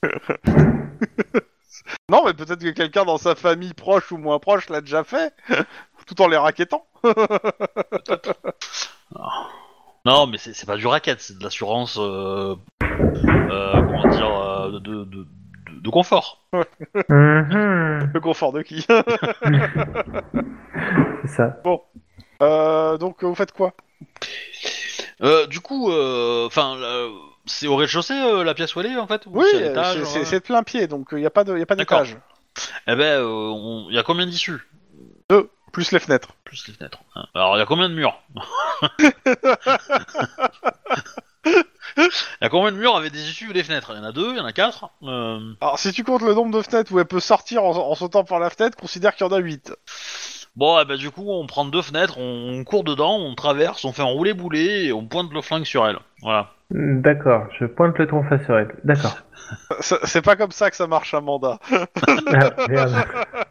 S1: Non, mais peut-être que quelqu'un dans sa famille proche ou moins proche l'a déjà fait, tout en les raquettant.
S3: Non, mais c'est pas du racket, c'est de l'assurance. Comment dire de confort.
S2: Mhm.
S1: Le confort de qui?
S2: C'est ça.
S1: Donc, vous faites quoi?
S3: Du coup, c'est au rez-de-chaussée la pièce où elle est en fait ou
S1: Oui,
S3: c'est à l'étage,
S1: c'est de plein pied, donc il n'y a pas
S3: D'accord.
S1: d'étage.
S3: Eh ben, il y a combien d'issues?
S1: Plus les fenêtres.
S3: Plus les fenêtres. Hein. Alors, il y a combien de murs? Il y a combien de murs avec des issues et des fenêtres? Il y en a 2, il y en a 4.
S1: Alors, si tu comptes le nombre de fenêtres où elle peut sortir en sautant par la fenêtre, considère qu'il y en a 8.
S3: Bon, eh ben, du coup, on prend 2 fenêtres, on court dedans, on traverse, on fait un roulé-boulé et on pointe le flingue sur elle. Voilà.
S2: D'accord, je pointe le tronc face sur elle. D'accord.
S1: C'est pas comme ça que ça marche, un mandat.
S2: Ah, merde.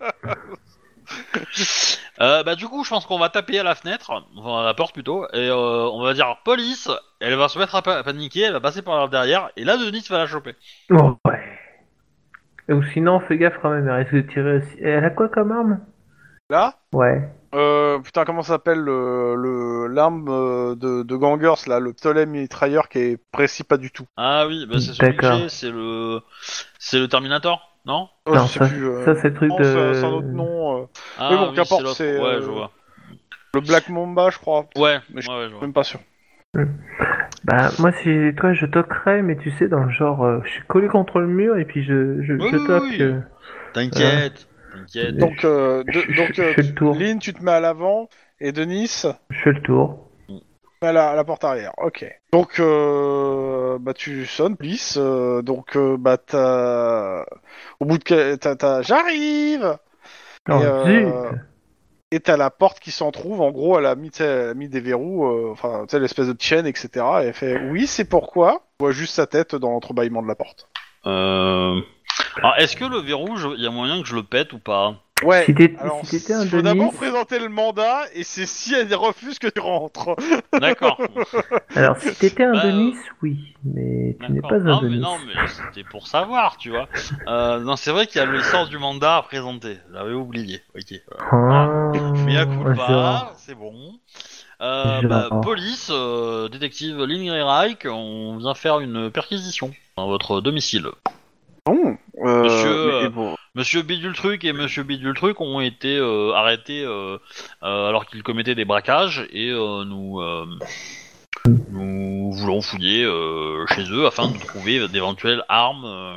S3: Du coup, je pense qu'on va taper à la fenêtre, enfin à la porte plutôt, et on va dire police. Elle va se mettre à paniquer, elle va passer par derrière, et là Denis va la choper.
S2: Oh, ouais. Ou sinon, fais gaffe quand même, elle risque de tirer aussi. Elle a quoi comme arme?
S1: Là,
S2: Ouais.
S1: putain, comment ça s'appelle l'arme de gangers, là, le pistolet mitrailleur qui est précis pas du tout.
S3: Ah oui, bah c'est celui que
S2: D'accord.
S3: j'ai, c'est le Terminator, non?
S1: Oh,
S2: Non,
S1: je sais
S2: ça,
S1: plus.
S2: ça c'est le truc
S1: Non,
S2: de...
S1: c'est un autre nom.
S3: Ah
S1: Mais bon,
S3: oui,
S1: qu'importe,
S3: c'est l'autre.
S1: c'est,
S3: Ouais, je vois.
S1: Le Black Mamba, je crois.
S3: Ouais,
S1: Mais je
S3: ouais, je
S1: suis
S3: vois.
S1: même pas sûr.
S2: Bah, moi, si toi, je toquerais, mais tu sais, dans le genre, je suis collé contre le mur et puis je
S3: Oui,
S2: toque.
S3: oui, oui. T'inquiète.
S1: Donc,
S2: Je fais le tour.
S1: Lynn, tu te mets à l'avant, et Denis,
S2: Je fais le tour.
S1: à la porte arrière. Ok. Donc, bah, tu sonnes, police. Donc, bah, t'as... Au bout de... J'arrive!
S2: Oh, zut!
S1: Et t'as la porte qui s'en trouve. En gros, elle a mis des verrous, enfin, tu sais, l'espèce de chaîne, etc. Et elle fait, oui, c'est pourquoi. On voit juste sa tête dans l'entrebâillement de la porte.
S3: Alors, est-ce que le verrou, il y a moyen que je le pète ou pas?
S1: Ouais.
S2: Si t'étais
S1: Alors,
S2: un
S1: il faut
S2: Denis...
S1: d'abord présenter le mandat, et c'est si elle refuse que tu rentres.
S3: D'accord.
S2: Alors, si t'étais un
S3: Bah,
S2: Denis, oui, mais tu n'es
S3: D'accord.
S2: pas un
S3: Non, mais
S2: Denis.
S3: non, mais c'était pour savoir, tu vois. Non, c'est vrai qu'il y a le sens du mandat à présenter. J'avais oublié. Ok.
S2: Oh,
S3: Mais à coup de
S2: genre.
S3: pas, c'est bon.
S2: Genre.
S3: Police, détective Lynn Greyreich, on vient faire une perquisition dans votre domicile.
S1: Bon.
S3: Monsieur,
S1: mais bon.
S3: Monsieur Bidule Truc et Monsieur Bidule Truc ont été arrêtés alors qu'ils commettaient des braquages et nous voulons fouiller chez eux afin de trouver d'éventuelles armes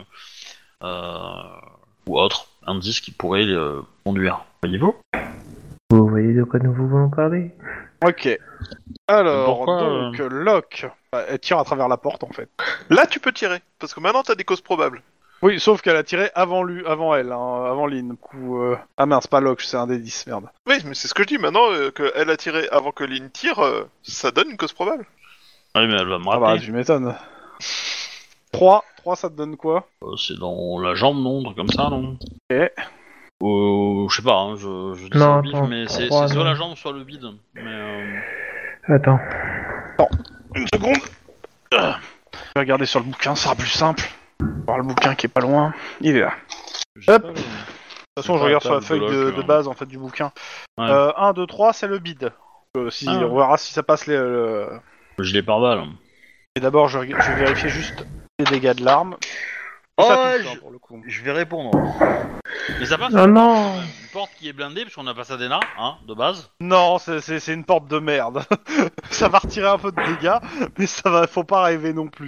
S3: ou autres indices qui pourraient conduire. Voyez-vous?
S2: Vous voyez de quoi nous voulons parler?
S1: Ok. Alors,
S3: Pourquoi,
S1: donc, Locke, elle tire à travers la porte, en fait.
S4: Là, tu peux tirer parce que maintenant t'as des causes probables.
S1: Oui, sauf qu'elle a tiré avant elle, hein, avant Lynn. Du coup, ah mince, pas Locke, c'est un des 10, merde.
S4: Oui, mais c'est ce que je dis maintenant qu'elle a tiré avant que Lynn tire, ça donne une cause probable.
S3: Oui, mais elle va me
S1: Ah bah,
S3: rappeler.
S1: tu m'étonnes. 3, ça te donne quoi?
S3: C'est dans la jambe, non? Un truc comme ça, non?
S1: Ok.
S3: Je sais pas, hein, je dis
S2: Non,
S3: ça au bif,
S2: attends,
S3: mais c'est
S2: trois,
S3: soit
S2: non.
S3: la jambe, soit le bide. Mais
S2: Attends.
S1: Une seconde. Je vais regarder sur le bouquin, ça sera plus simple. Voir le bouquin qui est pas loin. Il est là.
S3: j'ai
S1: Hop.
S3: pas le-
S1: De toute façon, je
S3: pas
S1: regarde
S3: la
S1: sur la
S3: table
S1: feuille
S3: de
S1: de
S3: Locke,
S1: base, en fait, du bouquin.
S3: Ouais.
S1: 1, 2, 3, c'est le bide. Si,
S3: Ah.
S1: on verra si ça passe les...
S3: Le gilet pare-balles.
S1: Et d'abord, je vais vérifier juste les dégâts de l'arme.
S3: Oh
S1: Ça
S3: ouais,
S1: touche, hein, pour le coup.
S3: Je vais répondre. Mais ça passe.
S2: Non, non.
S3: Une porte qui est blindée parce qu'on a Pasadena, hein, de base.
S1: Non, c'est une porte de merde. Ça va retirer un peu de dégâts, mais faut pas rêver non plus.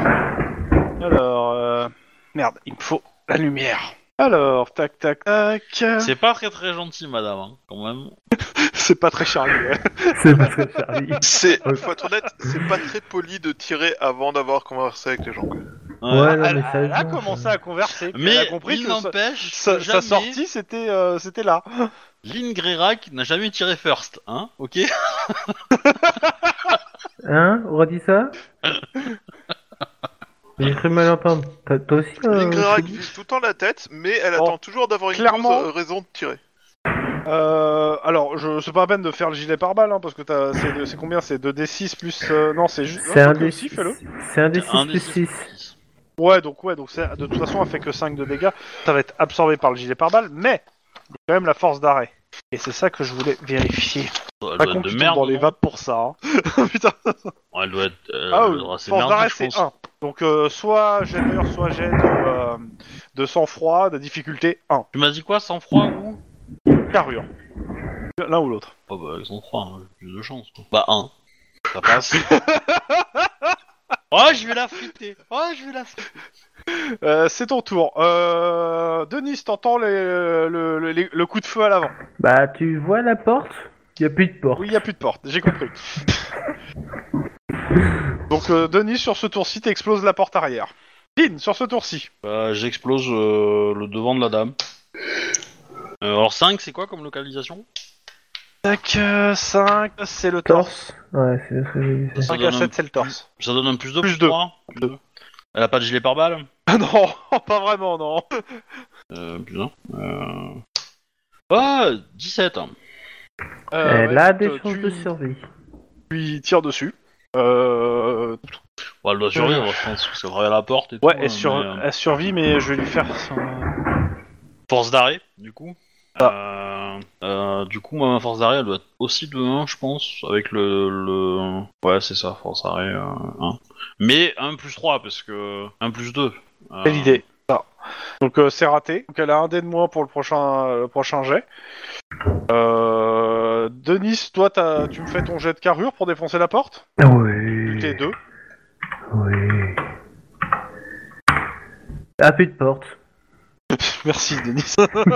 S1: Alors, merde, il me faut la lumière. Alors, tac, tac, tac.
S3: C'est pas très très gentil, madame, hein, quand même.
S1: C'est pas très chargé.
S2: C'est pas très Charlie.
S4: Faut être honnête, c'est pas très poli de tirer avant d'avoir conversé avec les gens. Quoi.
S2: Ouais, non, mais
S1: Elle a
S2: sérieusement,
S1: commencé à converser. puis
S3: Mais
S1: elle a compris
S3: il
S1: que
S3: n'empêche
S1: sa
S3: que jamais
S1: sortie, c'était là.
S3: Lynn Greyrack n'a jamais tiré first, hein, ok.
S2: Hein, redis ça. J'ai cru mal entendre. Toi aussi,
S4: L'Ingrerac
S2: Shelby
S4: vise tout le temps la tête, mais elle
S1: Bon,
S4: attend toujours d'avoir une
S1: clairement-
S4: grosse raison de tirer.
S1: Alors, c'est pas la peine de faire le gilet pare-balles, hein, parce que c'est combien? C'est 2d6 plus... non, c'est juste...
S2: C'est un
S1: des
S2: des
S1: 6, fais-le.
S2: C'est un des
S3: Un
S2: 6
S3: des
S2: plus
S3: six
S2: 6.
S1: Ouais, donc de toute façon, elle fait que 5 de dégâts. Ça va être absorbé par le gilet pare-balles, mais il y a quand même la force d'arrêt. Et c'est ça que je voulais vérifier.
S3: Elle
S1: Pas
S3: doit
S1: con
S3: être
S1: que
S3: de
S1: tu
S3: merde.
S1: tombes dans les
S3: non
S1: vapes pour ça. Hein. Putain.
S3: Elle doit être.
S1: Ah
S3: elle
S1: oui,
S3: doit être assez
S1: force d'arrêt,
S3: merdique, je
S1: c'est
S3: pense.
S1: 1. Donc soit jet d'honneur, soit jet de sang-froid, de difficulté 1.
S3: Tu m'as dit quoi, sans froid ou
S1: Carrure. L'un ou l'autre.
S3: Oh bah, avec sans froid, hein, plus de chance. Quoi. Bah, 1. Ça passe. Oh, je vais la friter. Oh, je vais la friter.
S1: C'est ton tour. Denis, t'entends le coup de feu à l'avant.
S2: Bah, tu vois la porte? Y a plus de porte.
S1: Oui, il n'y a plus de porte, j'ai compris. Donc Denis, sur ce tour-ci, t'exploses la porte arrière. Lynn, sur ce tour-ci.
S3: Bah, j'explose le devant de la dame. Alors, 5, c'est quoi comme localisation?
S1: Tac, 5, c'est le torse.
S2: Torse? Ouais, c'est ce que j'ai dit.
S3: Ça
S1: 5
S3: donne
S1: à
S3: un-
S1: 7, c'est le torse.
S3: Ça donne un plus 2,
S1: Plus
S3: plus
S1: deux.
S3: 3 Plus 2. Elle a pas de gilet pare-balles?
S1: Non, pas vraiment, non.
S3: Plus 1. Ah, 17.
S2: Elle a des
S1: écoute,
S2: chances de survie.
S1: tu lui tires dessus.
S3: Bon, elle doit survivre, je pense, parce qu'elle travaille à la porte et tout.
S1: Ouais,
S3: hein, mais,
S1: elle survit, mais je vais lui faire son...
S3: force d'arrêt, du coup. Du coup, moi, ma force d'arrêt, elle doit être aussi de 1, je pense, avec le... Ouais, c'est ça, force d'arrêt 1. Mais 1 plus 3, parce que... 1 plus 2.
S1: Quelle idée. Ça. Donc c'est raté. Donc elle a un dé de moins pour le prochain jet. Denis, toi, tu me fais ton jet de carrure pour défoncer la porte?
S2: Oui.
S1: T'es 2.
S2: Oui. Ah, plus de porte.
S1: Merci, Denis.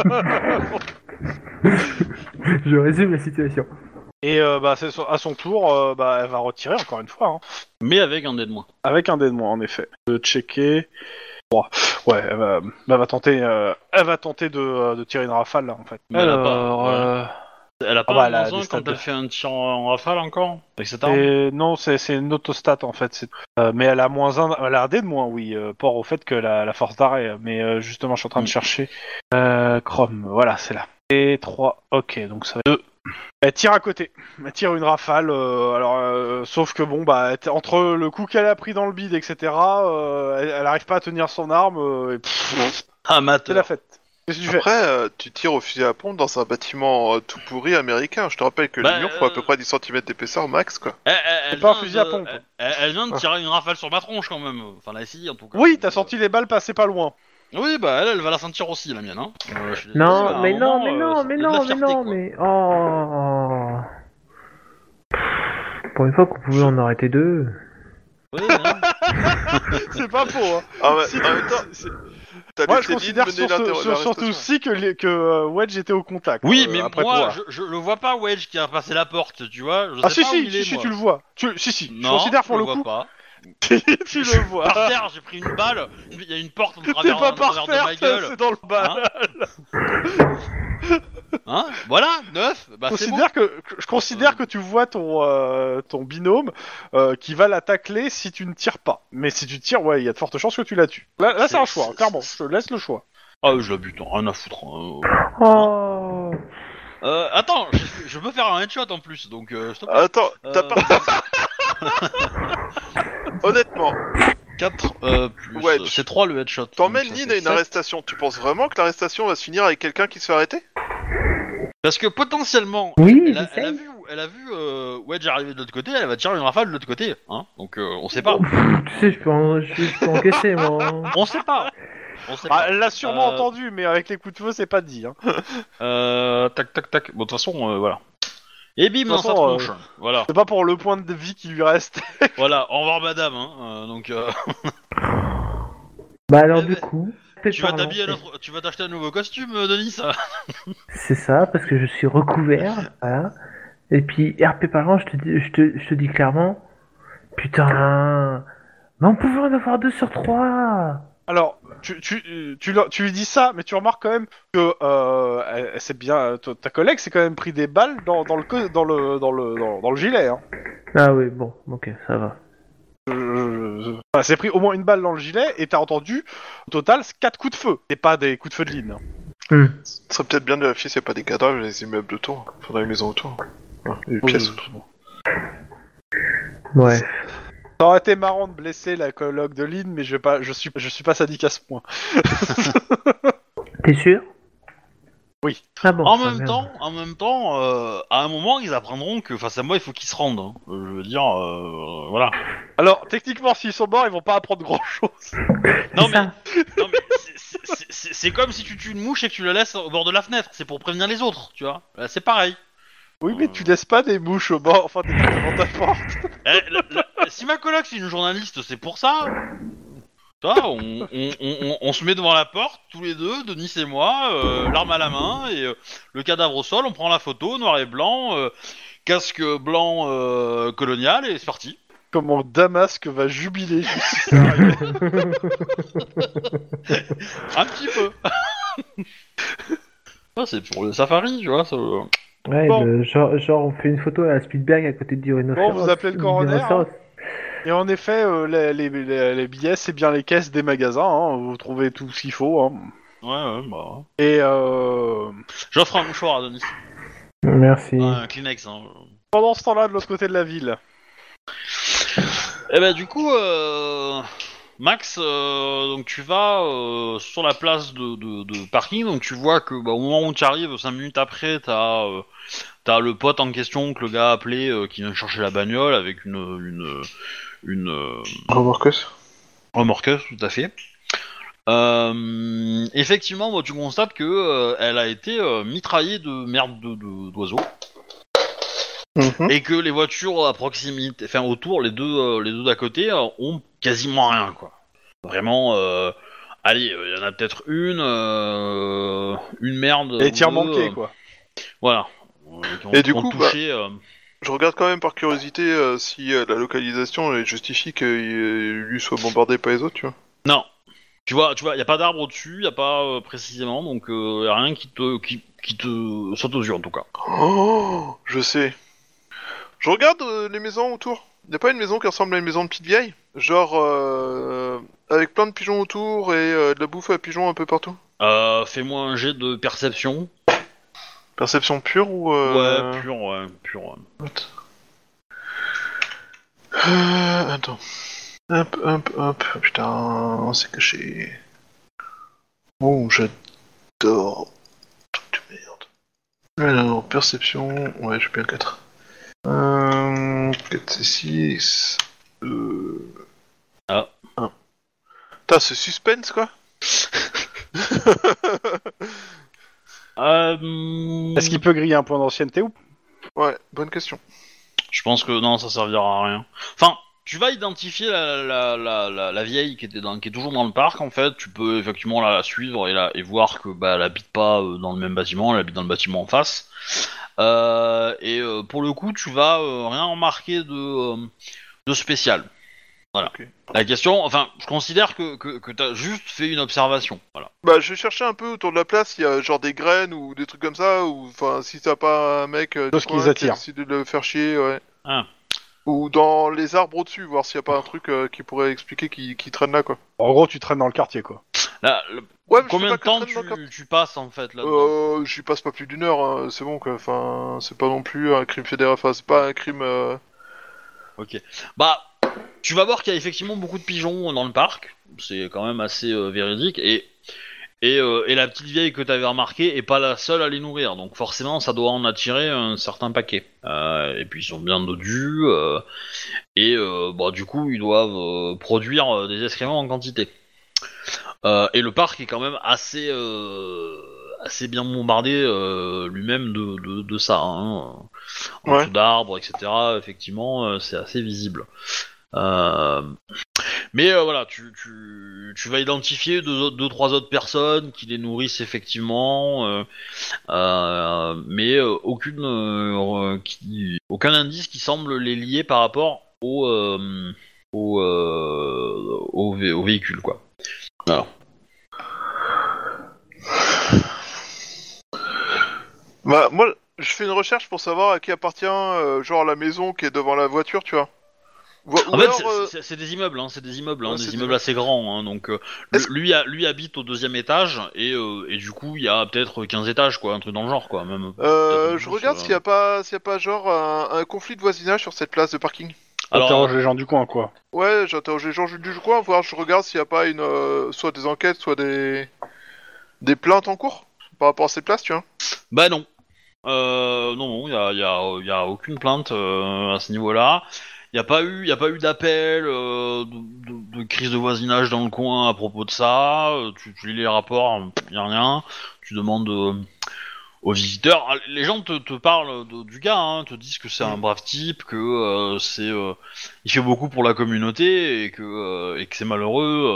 S2: Je résume la situation.
S1: Et c'est à son tour, elle va retirer encore une fois. Hein.
S3: Mais avec un dé de moins.
S1: Avec un dé de moins, en effet. Checker. Bon, ouais, elle va tenter de tirer une rafale, là, en fait.
S3: Mais elle a pas,
S1: Alors,
S3: ouais. Elle a pas
S1: elle a
S3: un
S1: des
S3: moins 1
S1: stats
S3: quand
S1: de-
S3: elle fait un tir en rafale encore? Avec cette arme?
S1: non, c'est une autostat, en fait. Mais elle a elle a un dé de moins, oui, port au fait que la force d'arrêt. Mais justement, je suis en train de chercher. Chrome, voilà, c'est là. Et 3, ok, donc ça va 2. Elle tire à côté. Elle tire une rafale. Sauf que bon, entre le coup qu'elle a pris dans le bide, etc., elle arrive pas à tenir son arme. Et
S3: Ah, Matt.
S1: c'est la fête. Qu'est-ce que tu fais?
S4: Après, tu tires au fusil à pompe dans un bâtiment tout pourri américain. Je te rappelle que
S3: Bah,
S4: les murs font à peu près 10 cm d'épaisseur max, quoi.
S3: Elle
S1: pas un
S3: vient
S1: fusil à
S3: de-
S1: pompe.
S3: Elle vient de tirer une rafale sur ma tronche quand même. Enfin, là, ici, en tout cas.
S1: Oui, t'as senti les balles passer pas loin.
S3: Oui, bah elle va la sentir aussi, la mienne. Hein. Je suis désolé,
S2: Non,
S3: à un
S2: mais non,
S3: moment,
S2: mais non,
S3: ça
S2: mais
S3: fait de la
S2: non, mais
S3: fierté,
S2: non,
S3: quoi.
S2: mais... Oh. Pour une fois qu'on pouvait en arrêter deux.
S3: Oui, hein.
S1: C'est pas faux. Hein.
S4: Ah ouais,
S1: Si,
S4: en même temps, t'as
S1: Moi,
S4: laissé
S1: je considère
S4: Lynn mener
S1: surtout
S4: l'arrestation.
S1: aussi que Wedge était au contact.
S3: Oui, mais
S1: après
S3: moi,
S1: toi.
S3: je le vois pas, Wedge, qui a passé la porte, tu vois. Je
S1: Ah
S3: sais
S1: si
S3: pas où
S1: si
S3: il est,
S1: si
S3: moi.
S1: tu le vois. Si je
S3: Non,
S1: considère pour
S3: je
S1: le
S3: vois
S1: coup.
S3: pas.
S1: tu le vois.
S3: Par terre, j'ai pris une balle. Il y a une porte en
S1: T'es
S3: travers,
S1: pas
S3: en travers
S1: par
S3: de
S1: terre,
S3: ma gueule.
S1: c'est dans le bas.
S3: Hein, voilà, 9. Bah, c'est bon.
S1: Je considère que tu vois ton binôme qui va la tacler si tu ne tires pas. Mais si tu tires, ouais, il y a de fortes chances que tu la tues. Là c'est un choix, hein, clairement. Je te laisse le choix.
S3: Ah, je la bute, hein, rien à foutre. Hein.
S2: Oh.
S3: Attends, je peux faire un headshot en plus, donc s'il te plaît.
S4: Attends, t'as pas... Honnêtement,
S3: 4 plus.
S4: Wedge.
S3: C'est 3 le headshot.
S4: t'emmènes
S3: Donc, ça
S4: Lynn
S3: fait
S4: à une
S3: 7.
S4: arrestation. Tu penses vraiment que l'arrestation va se finir avec quelqu'un qui se fait arrêter?
S3: Parce que potentiellement,
S2: Oui,
S3: elle a
S2: j'essaye.
S3: vu Wedge arriver de l'autre côté, elle va tirer une rafale de l'autre côté, hein. Donc on sait pas.
S2: Tu sais, je peux encaisser, moi.
S3: On sait pas. On sait
S1: Ah,
S3: pas.
S1: elle l'a sûrement
S3: Euh,
S1: entendu, mais avec les coups de feu, c'est pas dit. Hein.
S3: Tac, tac, tac. Bon, de toute façon, voilà. Et bim,
S1: De
S3: dans
S1: toute
S3: sa
S1: façon,
S3: tronche. Voilà.
S1: C'est pas pour le point de vie qui lui reste.
S3: Voilà. Au revoir, madame. Hein. Donc,
S2: Bah alors
S3: Eh
S2: du
S3: ben,
S2: coup,
S3: tu vas t'habiller, tu vas t'acheter un nouveau costume, Denis.
S2: c'est ça, parce que je suis recouvert, voilà. Et puis, RP parlant, je te dis clairement, putain, mais on pouvait en avoir 2 sur 3.
S1: Alors, tu lui dis ça, mais tu remarques quand même que c'est bien ta collègue s'est quand même pris des balles dans le gilet. Hein.
S2: Ah oui, bon, ok, ça va.
S1: Enfin, c'est pris au moins une balle dans le gilet et t'as entendu au total 4 coups de feu. Et pas des coups de feu de ligne.
S2: Hmm.
S4: Ce serait peut-être bien de vérifier s'il n'y a pas des cadavres dans les immeubles autour. Enfin, dans les maisons autour. Ouais, et les pièces autour.
S2: Ouais.
S1: Ça aurait été marrant de blesser la collègue de Lynn, mais je suis pas sadique à ce point.
S2: T'es sûr?
S1: Oui.
S2: Ah bon.
S3: En
S2: ah,
S3: même
S2: merde.
S3: temps, à un moment, ils apprendront que face à moi, il faut qu'ils se rendent. Hein. Je veux dire, voilà.
S1: Alors, techniquement, s'ils sont morts, ils vont pas apprendre grand chose.
S3: Non
S2: C'est
S3: mais,
S2: ça.
S3: non, mais c'est comme si tu tues une mouche et que tu la laisses au bord de la fenêtre. C'est pour prévenir les autres, tu vois. Là, c'est pareil.
S1: Oui, mais tu laisses pas des mouches au bord, enfin des trucs devant ta porte.
S3: Si ma coloc c'est une journaliste, c'est pour ça. Tu vois, on se met devant la porte, tous les deux, Denis et moi, l'arme à la main, et le cadavre au sol, on prend la photo, noir et blanc, casque blanc colonial, et c'est parti.
S1: Comment Damasque va jubiler juste si c'est arrivé.
S3: Un petit peu. Ah, c'est pour le safari, tu vois. Ça...
S2: Ouais,
S1: Bon.
S2: genre on fait une photo à la Spielberg à côté du rhinocéros.
S1: Bon, vous appelez le coroner,
S2: du rhinocéros.
S1: Et en effet, les billets, c'est bien les caisses des magasins, hein, vous trouvez tout ce qu'il faut. Hein.
S3: Ouais, bah...
S1: Et
S3: J'offre un mouchoir à Denis.
S2: Merci.
S3: Un Kleenex, hein.
S1: pendant ce temps-là, de l'autre côté de la ville,
S3: Et ben du coup, Max, donc tu vas sur la place de parking, donc tu vois que au moment où tu arrives, 5 minutes après, t'as le pote en question que le gars a appelé qui vient chercher la bagnole avec une
S4: Remorqueuse.
S3: remorqueuse, tout à fait. Effectivement, tu constates que elle a été mitraillée de merde d'oiseaux. Et que les voitures à proximité, enfin autour, les deux d'à côté, ont quasiment rien, quoi. Vraiment, allez, il y en a peut-être une merde.
S1: et tirs
S3: ou deux,
S1: manqués, quoi.
S3: Voilà.
S4: Et du
S3: qui ont
S4: coup,
S3: touché,
S4: Je regarde quand même par curiosité si la localisation elle justifie qu'il lui soit bombardé par les autres, tu vois.
S3: Non. Tu vois, y a pas d'arbre au-dessus, y a pas précisément, donc y a rien qui te saute aux yeux en tout cas.
S4: Oh, je sais. Je regarde les maisons autour. Y a pas une maison qui ressemble à une maison de petite vieille? Genre, avec plein de pigeons autour et de la bouffe à pigeons un peu partout?
S3: Fais-moi un jet de perception.
S4: Perception pure ou...
S3: Ouais, pur, ouais, pur. Ouais.
S4: Attends. Hop. Putain, c'est caché. Oh, j'adore. Truc de merde. Alors, perception... Ouais, j'ai bien 4. 4 c'est 6.
S3: Ah.
S4: 1. Putain, ce suspense, quoi.
S1: Est-ce qu'il peut griller un point d'ancienneté ou
S4: Ouais, bonne question.
S3: Je pense que non, ça servira à rien. Enfin, tu vas identifier la vieille qui est toujours dans le parc. En fait, tu peux effectivement la suivre et voir que elle habite pas dans le même bâtiment, elle habite dans le bâtiment en face. Pour le coup, tu vas rien remarquer de spécial. Voilà.
S4: Okay.
S3: La question, enfin, je considère que t'as juste fait une observation. Voilà.
S4: Bah, je vais chercher un peu autour de la place, il y a genre des graines ou des trucs comme ça, ou enfin, si t'as pas un mec du
S1: Chose qui
S4: coin
S1: les attire.
S4: qui décide de le faire chier, ouais.
S3: Ah.
S4: Ou dans les arbres au-dessus, voir s'il y a pas un truc qui pourrait expliquer qui traîne là, quoi.
S1: En gros, tu traînes dans le quartier, quoi.
S3: Là,
S4: Ouais, mais
S3: combien
S4: je
S3: de
S4: sais pas
S3: temps
S4: que traîne dans le
S3: tu passes en fait là
S4: J'y passe pas plus d'une heure, hein, c'est bon, quoi. Enfin, c'est pas non plus un crime fédéral, enfin, c'est pas un crime...
S3: Ok. Bah, tu vas voir qu'il y a effectivement beaucoup de pigeons dans le parc. C'est quand même assez véridique. Et la petite vieille que t'avais remarquée est pas la seule à les nourrir. Donc forcément, ça doit en attirer un certain paquet. Et puis ils sont bien dodus. Du coup, ils doivent produire des excréments en quantité. Et le parc est quand même assez bien bombardé lui-même de ça. Hein. En
S4: Ouais.
S3: dessous d'arbres, etc. Effectivement, c'est assez visible. Euh, Mais voilà, tu vas identifier deux, trois autres personnes qui les nourrissent effectivement, mais aucun indice qui semble les lier par rapport au véhicule, quoi. Voilà.
S4: Bah, moi, je fais une recherche pour savoir à qui appartient, genre, la maison qui est devant la voiture, tu vois. Ou
S3: En fait,
S4: alors,
S3: c'est des immeubles, hein, c'est des immeubles,
S4: ouais,
S3: des
S4: c'est des
S3: immeubles
S4: immeubles.
S3: assez grands. Hein, donc,
S4: Est-ce-
S3: lui habite au deuxième étage et du coup, il y a peut-être 15 étages, quoi, un truc dans le genre, quoi, même peut-être un peu
S4: je
S3: plus.
S4: regarde s'il y a pas genre un conflit de voisinage sur cette place de parking.
S3: Alors,
S1: T'interroges les gens du coin, quoi.
S4: Ouais, j'interroge les gens du coin, voir, je regarde s'il y a pas une, soit des enquêtes, soit des plaintes en cours par rapport à cette place, tu vois.
S3: bah non. Non, y a aucune plainte à ce niveau-là. Y a pas eu d'appel, de crise de voisinage dans le coin à propos de ça. Tu lis les rapports, y a rien. Tu demandes aux visiteurs. Ah, les gens te parlent du gars, hein, te disent que c'est un brave type, que il fait beaucoup pour la communauté et que c'est malheureux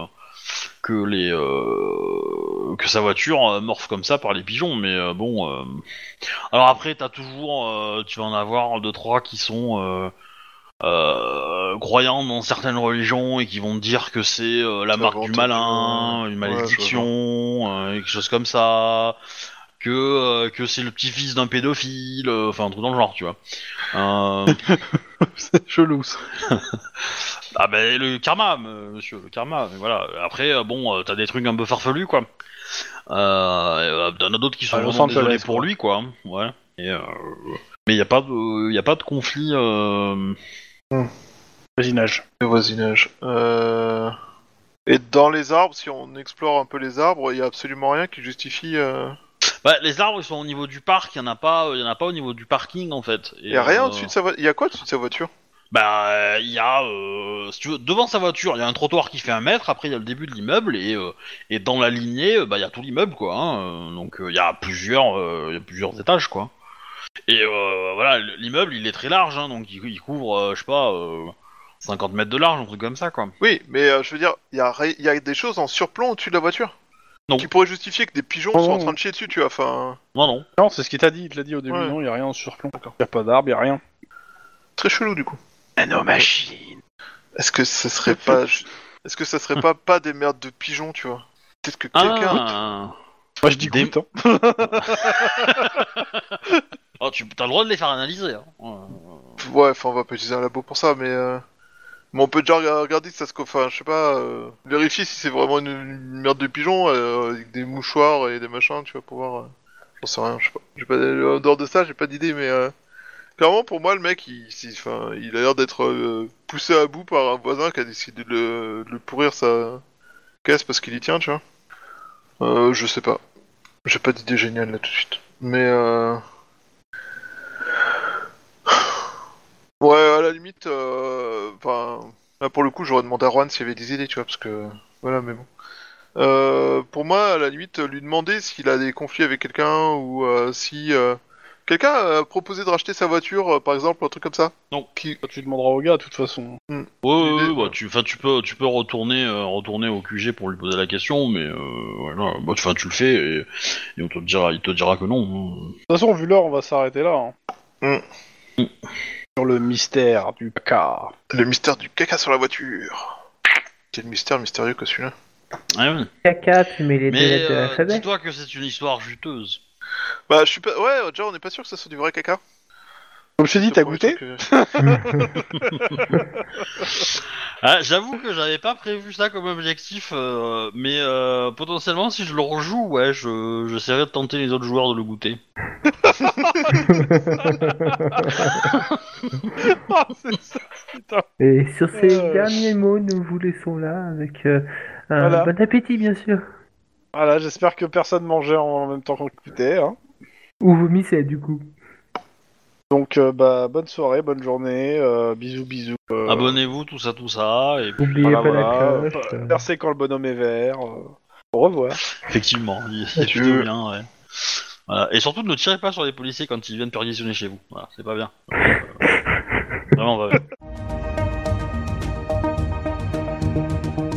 S3: que sa voiture morfe comme ça par les pigeons. Mais bon. Alors après, tu vas en avoir deux trois qui sont croyants dans certaines religions et qui vont te dire que c'est la
S4: Ça
S3: marque
S4: va
S3: du
S4: entendre,
S3: malin, une
S4: ouais, je vois le
S3: malédiction,
S4: genre.
S3: quelque chose comme ça, que c'est le petit-fils d'un pédophile, enfin un truc dans le genre, tu vois.
S1: C'est chelou, ça.
S3: Ah ben le karma, monsieur, le karma. Mais voilà. Après, bon, t'as des trucs un peu farfelus, quoi. T'en as d'autres qui sont
S1: Ah, Los
S3: vraiment
S1: Angeles,
S3: désolés pour
S1: quoi.
S3: lui, quoi. Ouais. Et, mais y a pas de conflit.
S1: Voisinage.
S4: Le voisinage. Et dans les arbres, si on explore un peu les arbres, il y a absolument rien qui justifie.
S3: Bah, les arbres ils sont au niveau du parc, y en a pas au niveau du parking en fait.
S4: Il
S3: Et,
S4: y a rien au-dessus de sa voiture. Il y a quoi au-dessus de sa voiture?
S3: bah, il y a, si tu veux, devant sa voiture, il y a un trottoir qui fait 1 mètre. Après, il y a le début de l'immeuble et dans la lignée, bah, il y a tout l'immeuble, quoi. Hein. Donc, il y a plusieurs étages, quoi. Et voilà, l'immeuble, il est très large, hein, donc il couvre, je sais pas, 50 mètres de large, un truc comme ça, quoi.
S4: Oui, mais je veux dire, il y a des choses en surplomb au-dessus de la voiture
S3: Non.
S4: qui pourraient justifier que des pigeons
S1: Oh,
S4: soient en
S1: non.
S4: train de chier dessus, tu vois. Enfin,
S3: Non, non.
S1: Non, c'est ce qu'il t'a dit. Il te l'a dit au début.
S4: Ouais.
S1: Non, y a rien en surplomb. Y a pas d'arbre, y a rien.
S4: très chelou du coup.
S1: Nanomachine.
S4: Est-ce que ça serait pas, est-ce que ça serait pas des merdes de pigeons, tu vois? Peut-être que quelqu'un.
S3: Ah.
S1: Moi, je dis
S3: Des-
S1: goûte. Hein.
S3: Oh, t'as le droit de les faire analyser. Hein.
S4: Ouais, enfin, on va pas utiliser un labo pour ça, mais on peut déjà regarder si ça se. Enfin, je sais pas, vérifier si c'est vraiment une merde de pigeon avec des mouchoirs et des machins, tu vois, pour voir. J'en sais rien, je sais pas. En dehors de ça, j'ai pas d'idée, mais clairement, pour moi, le mec, enfin, il a l'air d'être poussé à bout par un voisin qui a décidé de le pourrir sa caisse parce qu'il y tient, tu vois. Je sais pas. J'ai pas d'idée géniale là tout de suite. Mais ouais, à la limite, enfin, là pour le coup, j'aurais demandé à Juan s'il y avait des idées, tu vois, parce que voilà, mais bon. Pour moi, à la limite, lui demander s'il a des conflits avec quelqu'un ou si quelqu'un a proposé de racheter sa voiture, par exemple, un truc comme ça.
S3: Non.
S1: Tu demanderas au gars, de toute façon.
S3: Ouais,
S4: L'idée,
S3: bah, tu peux retourner au QG pour lui poser la question, mais voilà, bah, tu le fais et il te dira que non.
S1: De toute façon, vu l'heure, on va s'arrêter là. Hein. Sur le mystère du caca.
S4: Le mystère du caca sur la voiture. Quel mystère mystérieux que celui-là.
S3: Ouais, ouais.
S2: Caca, tu mets les deux
S3: Mais
S2: lettres de l'alphabet.
S3: dis-toi que c'est une histoire juteuse.
S4: Bah, je suis pas. Ouais, déjà, on n'est pas sûr que ça soit du vrai caca.
S1: Comme je t'ai dit,
S4: C'est
S1: t'as
S4: le premier
S1: goûté
S4: truc,
S3: Ah, j'avoue que j'avais pas prévu ça comme objectif, mais potentiellement si je le rejoue, ouais, j'essaierai de tenter les autres joueurs de le goûter.
S1: Ah, c'est ça, putain.
S2: Et sur ces
S1: Euh.
S2: derniers mots, nous vous laissons là avec un
S1: Voilà.
S2: bon appétit, bien sûr.
S1: Voilà, j'espère que personne mangeait en même temps qu'on écoutait. Hein.
S2: Ou vomissez, du coup.
S1: Donc, bonne soirée, bonne journée, bisous, bisous.
S3: Abonnez-vous, tout ça, et puis
S2: N'oubliez pas la cloche.
S1: Percez quand le bonhomme est vert. Au revoir.
S3: effectivement, il est plutôt bien, ouais. Voilà. Et surtout, ne tirez pas sur les policiers quand ils viennent perquisitionner chez vous. Voilà, c'est pas bien. Vraiment pas bien.